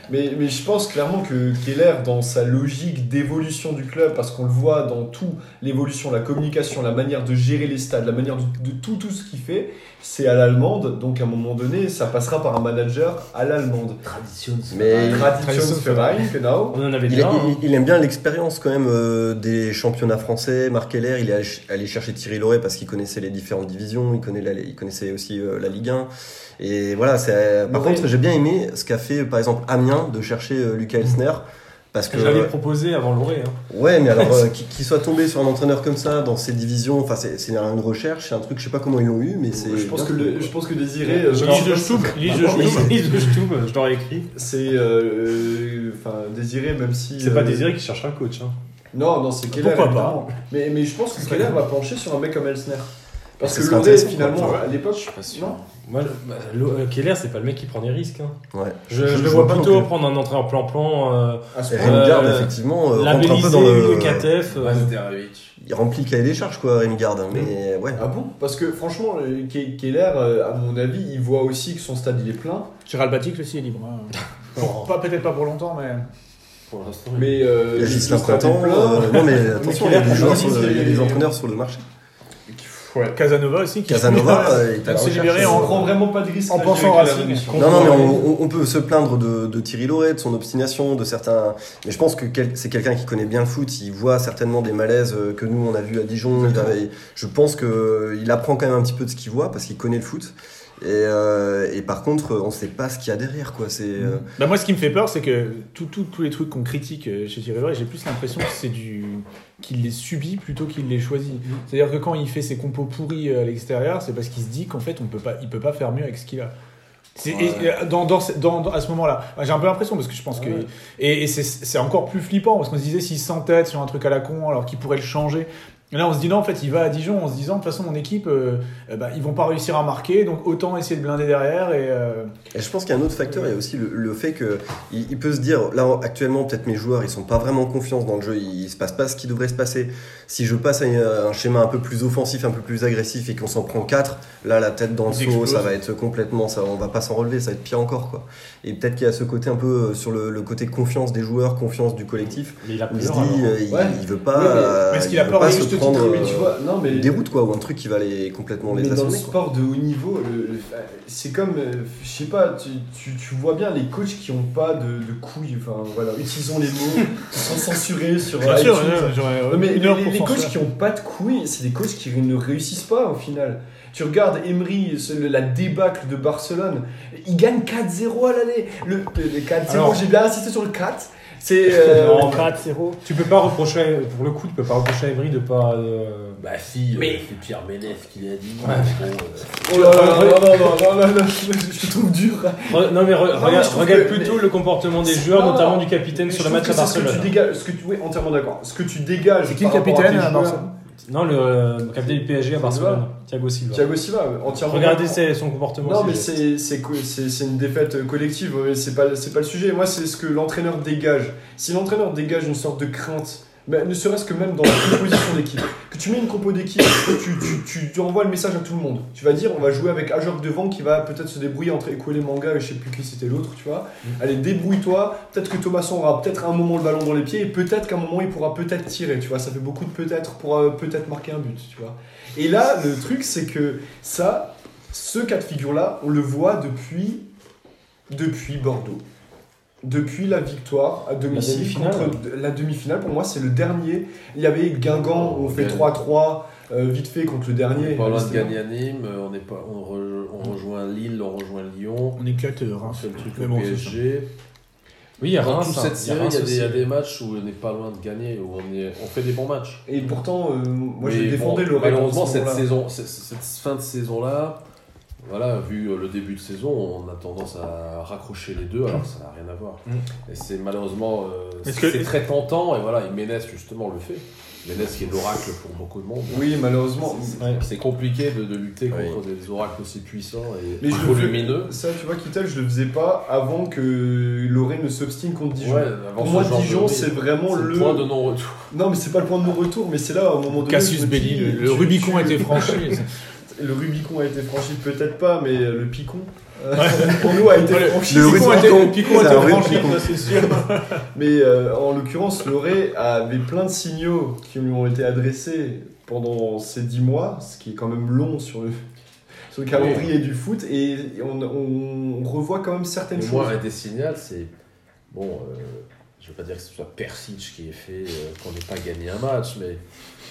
Mais je pense clairement que Keller, dans sa logique d'évolution du club, parce qu'on le voit dans tout, l'évolution, la communication, la manière de gérer les stades, la manière de tout ce qu'il fait, c'est à l'allemande. Donc à un moment donné, ça passera par un manager à l'allemande.
Mais
Traditionsverein, genau.
On en avait déjà.
il aime bien l'expérience quand même des championnats français. Marc Keller, il est allé chercher Thierry Laurey parce qu'il connaissait les différentes divisions, il connaissait aussi la Ligue 1. Et voilà, par contre, j'ai bien aimé ce qu'a fait par exemple Amiens de chercher Lucas Elsner. Parce que
je l'avais proposé avant Laurey.
Ouais, mais alors qu'il soit tombé sur un entraîneur comme ça dans ces divisions, enfin c'est une recherche, c'est un truc, je sais pas comment ils l'ont eu, mais c'est.
Je pense que Désiré.
Lise de Stub, je t'aurais écrit.
C'est Désiré, même si.
C'est pas Désiré qui cherche un coach. Hein.
Non, c'est Keller.
Pourquoi pas.
Mais je pense que Keller va pencher sur un mec comme Elsner. Parce
Ce
que
serait
Laurey,
intéressant,
finalement,
quoi.
à l'époque,
Je suis pas sûr.
non.
Moi, Keller, c'est pas le mec qui prend des risques. Hein.
Ouais.
Je le
vois
vois
pas
plutôt
non plus.
prendre un entrée en plan-plan.
À ce
Et
point-là.
Rémi Garde, effectivement, rentre un peu
Labellisé,
dans le.
KTF.
Il remplit le cahier des charges, quoi, Rémi Garde. Mais ouais.
Ah bon? Parce que franchement, Keller, à mon avis, il voit aussi que son stade il est plein.
Gérald Batic aussi est libre. Hein. Peut-être pas pour longtemps, mais.
Pour l'instant,
Mais
Il y a
le
Gislain
stade est
Printemps.
plein.
Non, mais attention, il y a des joueurs, il y a des
et-
entraîneurs sur le marché.
Ouais.
Casanova aussi.
Casanova est à la
s'est
recherche.
libéré
On
en
prend vraiment pas de risque.
en
là,
pensant
avec la
Racing.
révolution.
Non, mais on peut se plaindre de Thierry Laurey, de son obstination, de certains. Mais je pense que c'est quelqu'un qui connaît bien le foot. Il voit certainement des malaises que nous on a vu à Dijon. Je pense qu'il apprend quand même un petit peu de ce qu'il voit parce qu'il connaît le foot. Et par contre, on sait pas ce qu'il y a derrière, quoi.
Bah moi, ce qui me fait peur, c'est que tous les trucs qu'on critique chez Thierry Laurey, j'ai plus l'impression que c'est qu'il les subit plutôt qu'il les choisit. C'est-à-dire que quand il fait ses compos pourris à l'extérieur, c'est parce qu'il se dit qu'en fait, il peut pas faire mieux avec ce qu'il a. À ce moment-là, j'ai un peu l'impression parce que je pense que et c'est encore plus flippant parce qu'on se disait s'il s'entête sur un truc à la con alors qu'il pourrait le changer. Et là, on se dit non, en fait, il va à Dijon en se disant de toute façon, mon équipe, ils vont pas réussir à marquer, donc autant essayer de blinder derrière. Et
je pense qu'il y a un autre facteur, il y a aussi le fait qu'il peut se dire, là actuellement, peut-être mes joueurs, ils sont pas vraiment en confiance dans le jeu, il se passe pas ce qui devrait se passer. Si je passe à un schéma un peu plus offensif, un peu plus agressif et qu'on s'en prend 4, là, la tête dans le seau, ça va être complètement, on va pas s'en relever, ça va être pire encore, quoi. Et peut-être qu'il y a ce côté un peu sur le côté confiance des joueurs, confiance du collectif.
Mais il a
Il se
peur.
dit,
Alors.
il veut pas,
mais est-ce qu'il
il
a
veut
peur
pas
à
se
juste
prendre
Mais tu vois, non, mais.
une déroute, quoi, ou un truc qui va complètement les
Mais dans le
assombrer, quoi.
sport de haut niveau, c'est comme, je sais pas, tu vois bien les coachs qui ont pas de couilles, enfin voilà, utilisons les mots qui sont censurés sur
bien sûr,
iTunes.
j'aurais
Non, mais
une heure
les
pour
coachs
censurer.
qui ont pas de couilles, c'est des coachs qui ne réussissent pas au final. Tu regardes Emery, la débâcle de Barcelone, il gagne 4-0 à l'aller. Le 4-0,
Alors-
j'ai bien insisté sur le 4. C'est.
Non, 4-0. Tu peux pas reprocher, pour le coup, tu peux pas reprocher à Evry de pas.
Bah si,
Mais-
c'est Pierre Ménès qui l'a dit.
Oh là là, non, je te trouve dur.
Non, mais
mais je trouve
regarde
que-
plutôt
mais-
le comportement des joueurs,
Non,
notamment du capitaine
Mais
sur
je
le match
trouve
à
que c'est ce que
Barcelone.
tu dégages, oui, entièrement d'accord. Ce que tu dégages.
C'est qui le
par rapport à
capitaine
tes
à
joueurs,
Barcelone?
Non, le capitaine du PSG à Barcelone, Thiago Silva.
Thiago Silva, entièrement.
Regardez
d'accord.
son comportement.
Non,
ses
mais
gestes.
c'est une défaite collective, c'est pas le sujet. Moi, c'est ce que l'entraîneur dégage. Si l'entraîneur dégage une sorte de crainte, ne serait-ce que même dans la composition d'équipe, que tu mets une compo d'équipe, tu envoies le message à tout le monde. Tu vas dire, on va jouer avec Ajok devant qui va peut-être se débrouiller entre Eko Manga et je sais plus qui c'était l'autre, tu vois. Allez, débrouille-toi. Peut-être que Thomasson aura peut-être un moment le ballon dans les pieds et peut-être qu'à un moment il pourra peut-être tirer, tu vois. Ça fait beaucoup de peut-être pour peut-être marquer un but, tu vois. Et là, le truc, c'est que ce cas de figure-là, on le voit depuis Bordeaux. Depuis la victoire à domicile
demi-finale.
contre la demi-finale, pour moi, c'est le dernier. Il y avait Guingamp, on fait 3-3 vite fait contre le
On
dernier.
est pas loin de gagner à Nîmes, on rejoint Lille, on rejoint Lyon,
On éclate
on
Reims.
fait le truc
Mais
au
bon, c'est
PSG.
Oui, il y a
Dans
Reims.
toute
hein.
cette série,
Reims
il y a
aussi.
des matchs où on n'est pas loin de gagner, où on fait des bons matchs.
Et pourtant, moi,
Mais
je défendais
bon,
le
malheureusement, cette fin de saison-là, voilà, vu le début de saison, on a tendance à raccrocher les deux, alors que ça n'a rien à voir. Et c'est malheureusement,
Est-ce que-
c'est très tentant, et voilà, et Ménès justement le fait. Ménès qui est l'oracle pour beaucoup de monde.
Oui, malheureusement.
C'est compliqué de lutter contre des oracles aussi puissants et
Mais je le
volumineux.
Ça, tu vois, Kittel, je le faisais pas avant que Lorraine ne s'obstine contre Dijon.
Ouais, avant
Pour
ce
moi,
genre
Dijon,
de-
c'est vraiment
c'est
le
point de non-retour.
Non, mais c'est pas le point de non-retour, mais c'est là, à un moment donné.
Cassius
je me dis,
Belli, le Rubicon a été franchi.
le Rubicon a été franchi, peut-être pas, mais le Picon, pour nous, a été franchi.
Le
Picon a été
C'est un vrai
franchi,
Picon.
ça, c'est sûr.
Mais en l'occurrence, Loré avait plein de signaux qui lui ont été adressés pendant ces 10 mois, ce qui est quand même long sur le calendrier du foot, et on revoit quand même certaines choses.
Moi, un des signaux, c'est. Bon, je veux pas dire que ce soit Persic qui ait fait qu'on n'ait pas gagné un match, mais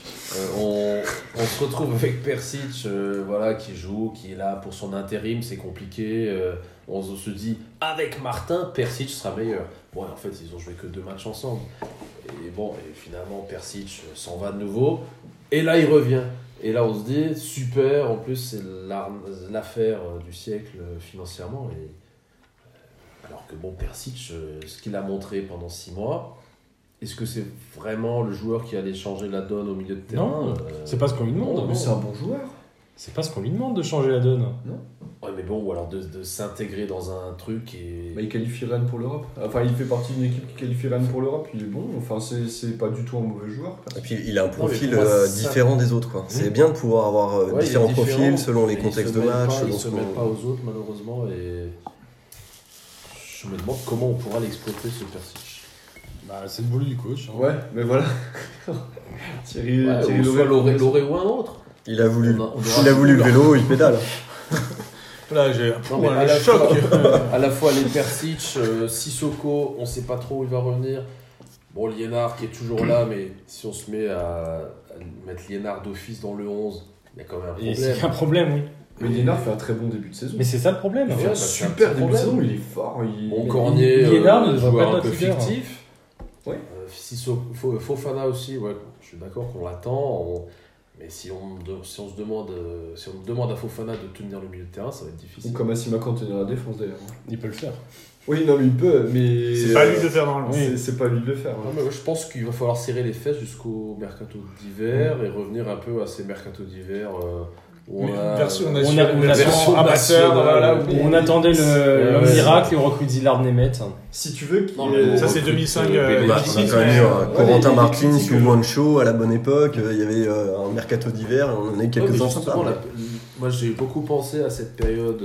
on se retrouve avec Persic voilà, qui joue, qui est là pour son intérim, c'est compliqué. On se dit, avec Martin, Persic sera meilleur. Bon, en fait, ils ont joué que 2 matchs ensemble. Et bon, et finalement, Persic s'en va de nouveau. Et là, il revient. Et là, on se dit, super, en plus, c'est l'affaire du siècle financièrement. Et, alors que bon, Persic, ce qu'il a montré pendant 6 mois, est-ce que c'est vraiment le joueur qui allait changer la donne au milieu de terrain?
Non, c'est pas ce qu'on lui demande.
Mais c'est un bon joueur.
C'est pas ce qu'on lui demande de changer la donne.
Ouais, mais bon, ou alors de s'intégrer dans un truc et.
Bah, il qualifie Rennes pour l'Europe. Enfin, il fait partie d'une équipe qui qualifie Rennes pour l'Europe. Il est bon. Enfin, c'est pas du tout un mauvais joueur.
Et puis il a un profil
pour moi,
différent des autres, quoi. C'est bien de pouvoir avoir
Ouais,
différents
il est différent,
profils selon les
mais
contextes
il
de
se mêle
match.
pas-
selon
Il
ce
se
qu'on-
mêle pas aux autres, malheureusement, et. Je me demande comment on pourra l'exploiter, ce Persic.
Bah, c'est le boulot du coach. hein.
Ouais, mais voilà. Thierry
Ouais, ou soit Loré ou un autre.
Il a voulu,
On aura
il a voulu le
voulu
vélo, il pédale.
Là, j'ai
Non, mais
un
à la
choc.
à la fois les Persic, Sissoko, on sait pas trop où il va revenir. Bon, Liénard qui est toujours là, mais si on se met à mettre Liénard d'office dans le 11, il y a quand même un
Et
problème.
c'est un problème, oui.
Mais Liénard fait un très bon début de saison.
Mais c'est ça le problème.
Il fait
Ouais,
un
bah, c'est un
super
petit
début de
problème.
saison. Il est fort.
Bon,
Il...
Cornier,
Liénard ne devrait
joueur
pas
un
être
peu
leader.
fictif.
Ouais.
Fofana aussi, ouais, je suis d'accord qu'on l'attend. Mais si on demande à Fofana de tenir le milieu de terrain, ça va être
Ou
difficile.
comme Asimakon tenir la défense d'ailleurs.
Il peut le faire.
Oui, non, mais il peut, mais.
C'est pas lui de le faire normalement.
C'est pas lui de le faire.
Non, mais je pense qu'il va falloir serrer les fesses jusqu'au mercato d'hiver et revenir un peu à ces mercatos d'hiver où on a
Version
on
nationale,
a-
version amateur, voilà, où
On attendait l'homme
ouais.
miracle et on recrute Zillard Nemeth.
Si tu veux qu'il
Non, mais
Ça, c'est
recrute,
2005,
Benedict.
Bah, on a
Benedict,
quand même eu
ouais,
Corentin
les
Martins
critiques,
ou Wancho à la bonne époque. Il y avait un mercato d'hiver, on en a eu
Ouais, mais
quelques-uns
justement,
sympas.
moi j'ai beaucoup pensé à cette période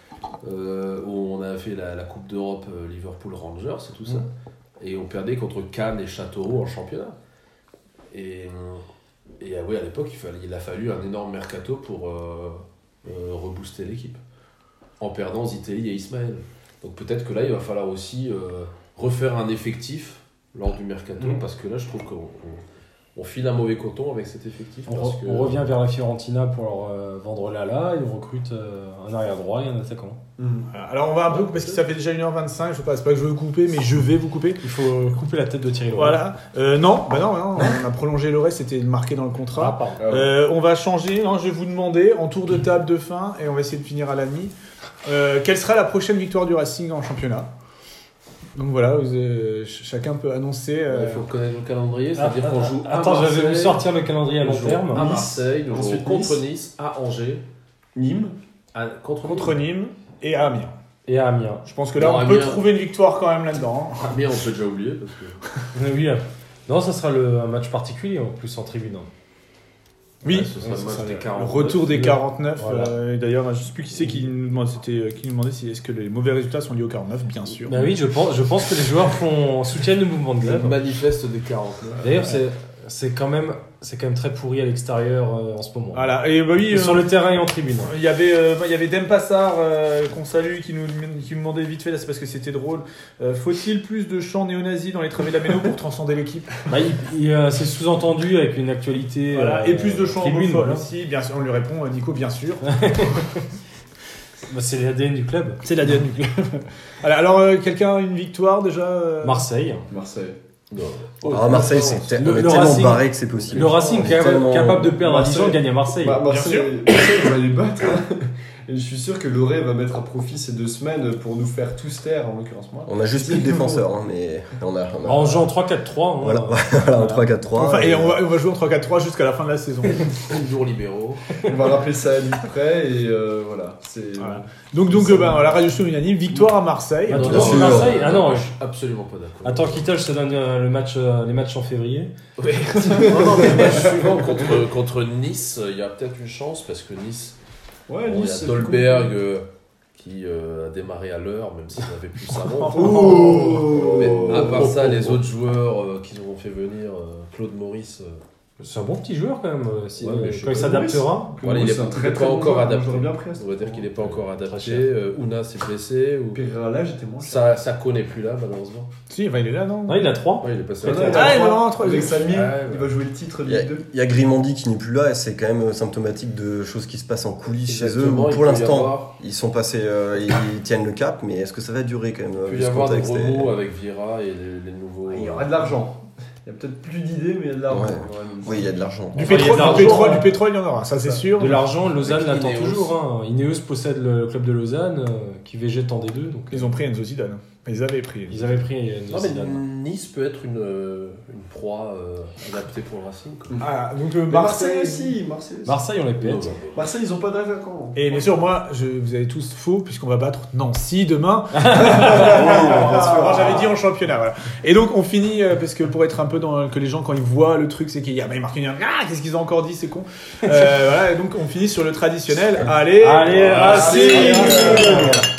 où on a fait la Coupe d'Europe Liverpool Rangers et tout ça. Et on perdait contre Cannes et Châteauroux en championnat. Et oui, à l'époque, il a fallu un énorme mercato pour rebooster l'équipe. En perdant Zitelli et Ismaël. Donc peut-être que là, il va falloir aussi refaire un effectif lors du mercato. Parce que là, je trouve qu'on file un mauvais coton avec cet effectif. parce que-
On revient vers la Fiorentina pour leur vendre Lala et on recrute un arrière droit et un attaquant.
Voilà. Alors on va un peu, parce que ça fait déjà 1h25, je sais pas, c'est pas que je veux vous couper, mais je vais vous couper.
Il faut couper la tête de Thierry Laurent.
Voilà. Non, on a prolongé le reste, c'était marqué dans le
Ah,
contrat.
pardon.
On va changer, je vais vous demander, en tour de table de fin, et on va essayer de finir à la demi, quelle sera la prochaine victoire du Racing en championnat? Donc voilà, chacun peut annoncer.
Il faut connaître le calendrier, c'est-à-dire qu'on joue à
Attends, j'avais vu
Marseille,
sortir le calendrier à
nous
long
jouons
terme.
à Marseille, nous jouons
Ensuite
contre Nice, à Angers,
Nîmes.
contre Nîmes et à Amiens.
Et à Amiens.
Je pense que là,
Non,
on peut
Amiens.
trouver une victoire quand même là-dedans.
Amiens, on peut déjà oublier parce que.
Oui. Non, ça sera un match particulier en plus en tribune.
Oui,
Ouais, ce sera le match des
le
49.
retour des 49.
Voilà.
Et d'ailleurs, je sais plus qui c'est qui nous demandait si est-ce que les mauvais résultats sont liés au 49, bien sûr.
Bah oui, je pense que les joueurs soutiennent le mouvement de
Le
club.
manifeste des 49.
D'ailleurs, c'est quand même très pourri à l'extérieur en ce moment.
Voilà, et bah oui,
Et sur le terrain et en tribune.
il y avait Dempassar qu'on salue qui nous demandait vite fait, là c'est parce que c'était drôle, faut-il plus de chants néo-nazis dans les travées de la Méno pour transcender l'équipe?
Bah, c'est sous-entendu avec une actualité.
Voilà, et plus de chants
tribune,
homophobes
voilà.
aussi, bien sûr, on lui répond, Nico, bien sûr.
Bah, c'est l'ADN du club.
C'est l'ADN du club. Voilà, alors quelqu'un a une victoire déjà
Marseille.
Marseille.
Ah, Marseille, on est
Le
tellement
Racing-
barré que c'est possible.
Le Racing,
On est tellement-
capable de perdre à
Marseille.
Dijon, gagne à Marseille.
Bah, Marseille,
sûr.
Marseille va les battre. Hein. Et je suis sûr que Loré va mettre à profit ces 2 semaines pour nous faire tous taire, en l'occurrence moi.
On a juste plus de défenseurs, hein, mais on a.
En jouant en 3-4-3.
Voilà, voilà, en 3-4-3.
Enfin, et on va jouer en 3-4-3 jusqu'à la fin de la saison.
Toujours libéraux.
On va rappeler ça à l'île près et voilà.
Voilà. Donc la radio show unanime, victoire à Marseille.
Attends,
Bien sûr.
Marseille. Ah non,
Absolument pas d'accord.
Attends, Kittel, je te donne les matchs en février.
Oui. Non, mais le match suivant contre Nice, il y a peut-être une chance parce que Nice
Ouais,
Bon, il y
Nice.
a Dolberg qui a démarré à l'heure, même s'il n'avait plus sa montre.
Oh.
Mais à part ça, les autres joueurs qu'ils ont fait venir, Claude Maurice,
C'est un bon petit joueur quand même.
Ouais, mais je sais
Quand il
pas,
s'adaptera.
voilà, il est
c'est un
pas
très très bon
encore
joueur,
adapté.
j'aurais bien pris à ce
On va dire qu'il n'est pas encore
Très
adapté.
cher.
Ouna s'est blessé. Ou...
Pereira là, j'étais moins cher.
Ça connaît plus là, malheureusement.
Si, enfin, il est là, non?
Non, il a 3.
Ouais, il est passé à
Ouais,
la
Ah,
il
il va en trois.
avec Samy,
Ouais,
il va jouer le titre de
Il y, a,
Ligue 2.
il y a Grimandi qui n'est plus là et c'est quand même symptomatique de choses qui se passent en coulisses chez eux.
Exactement,
Où
il
pour
peut y
l'instant,
avoir-
ils sont passés, ils tiennent le cap, mais est-ce que ça va durer quand même
Il peut
vu
y
ce
avoir des
contexte
gros
et-
mots avec Vira et les nouveaux.
Il y aura de l'argent. Il y a peut-être plus d'idées, mais il y a de l'argent.
Ouais.
quand même.
Oui, il y a de l'argent.
Du
Enfin, il y a
pétrole,
de
du
l'argent,
pétrole, il y en aura, ça c'est sûr.
De l'argent, Lausanne
Avec
l'attend
Ineos.
toujours. Hein. Ineos possède le club de Lausanne qui végète en D2. Donc,
Ils ont pris Enzo Zidane. Ils avaient pris.
ils avaient pris
Non, mais
Zidane.
Nice peut être une proie adaptée pour le Racing. quoi.
Ah, donc
Mais
Marseille.
aussi. Marseille aussi.
Marseille, on les pète.
Non, bah,
Marseille, ils ont pas d'attaquant.
Et bien sûr, moi, vous avez tous faux, puisqu'on va battre Nancy demain. Moi, j'avais dit en championnat, voilà. Et donc, on finit, parce que pour être un peu dans que les gens, quand ils voient le truc, c'est qu'il y a marqué une. Ah, qu'est-ce qu'ils ont encore dit, c'est con. Voilà, et donc, on finit sur le traditionnel. Allez,
Allez,
Racing.
Racing.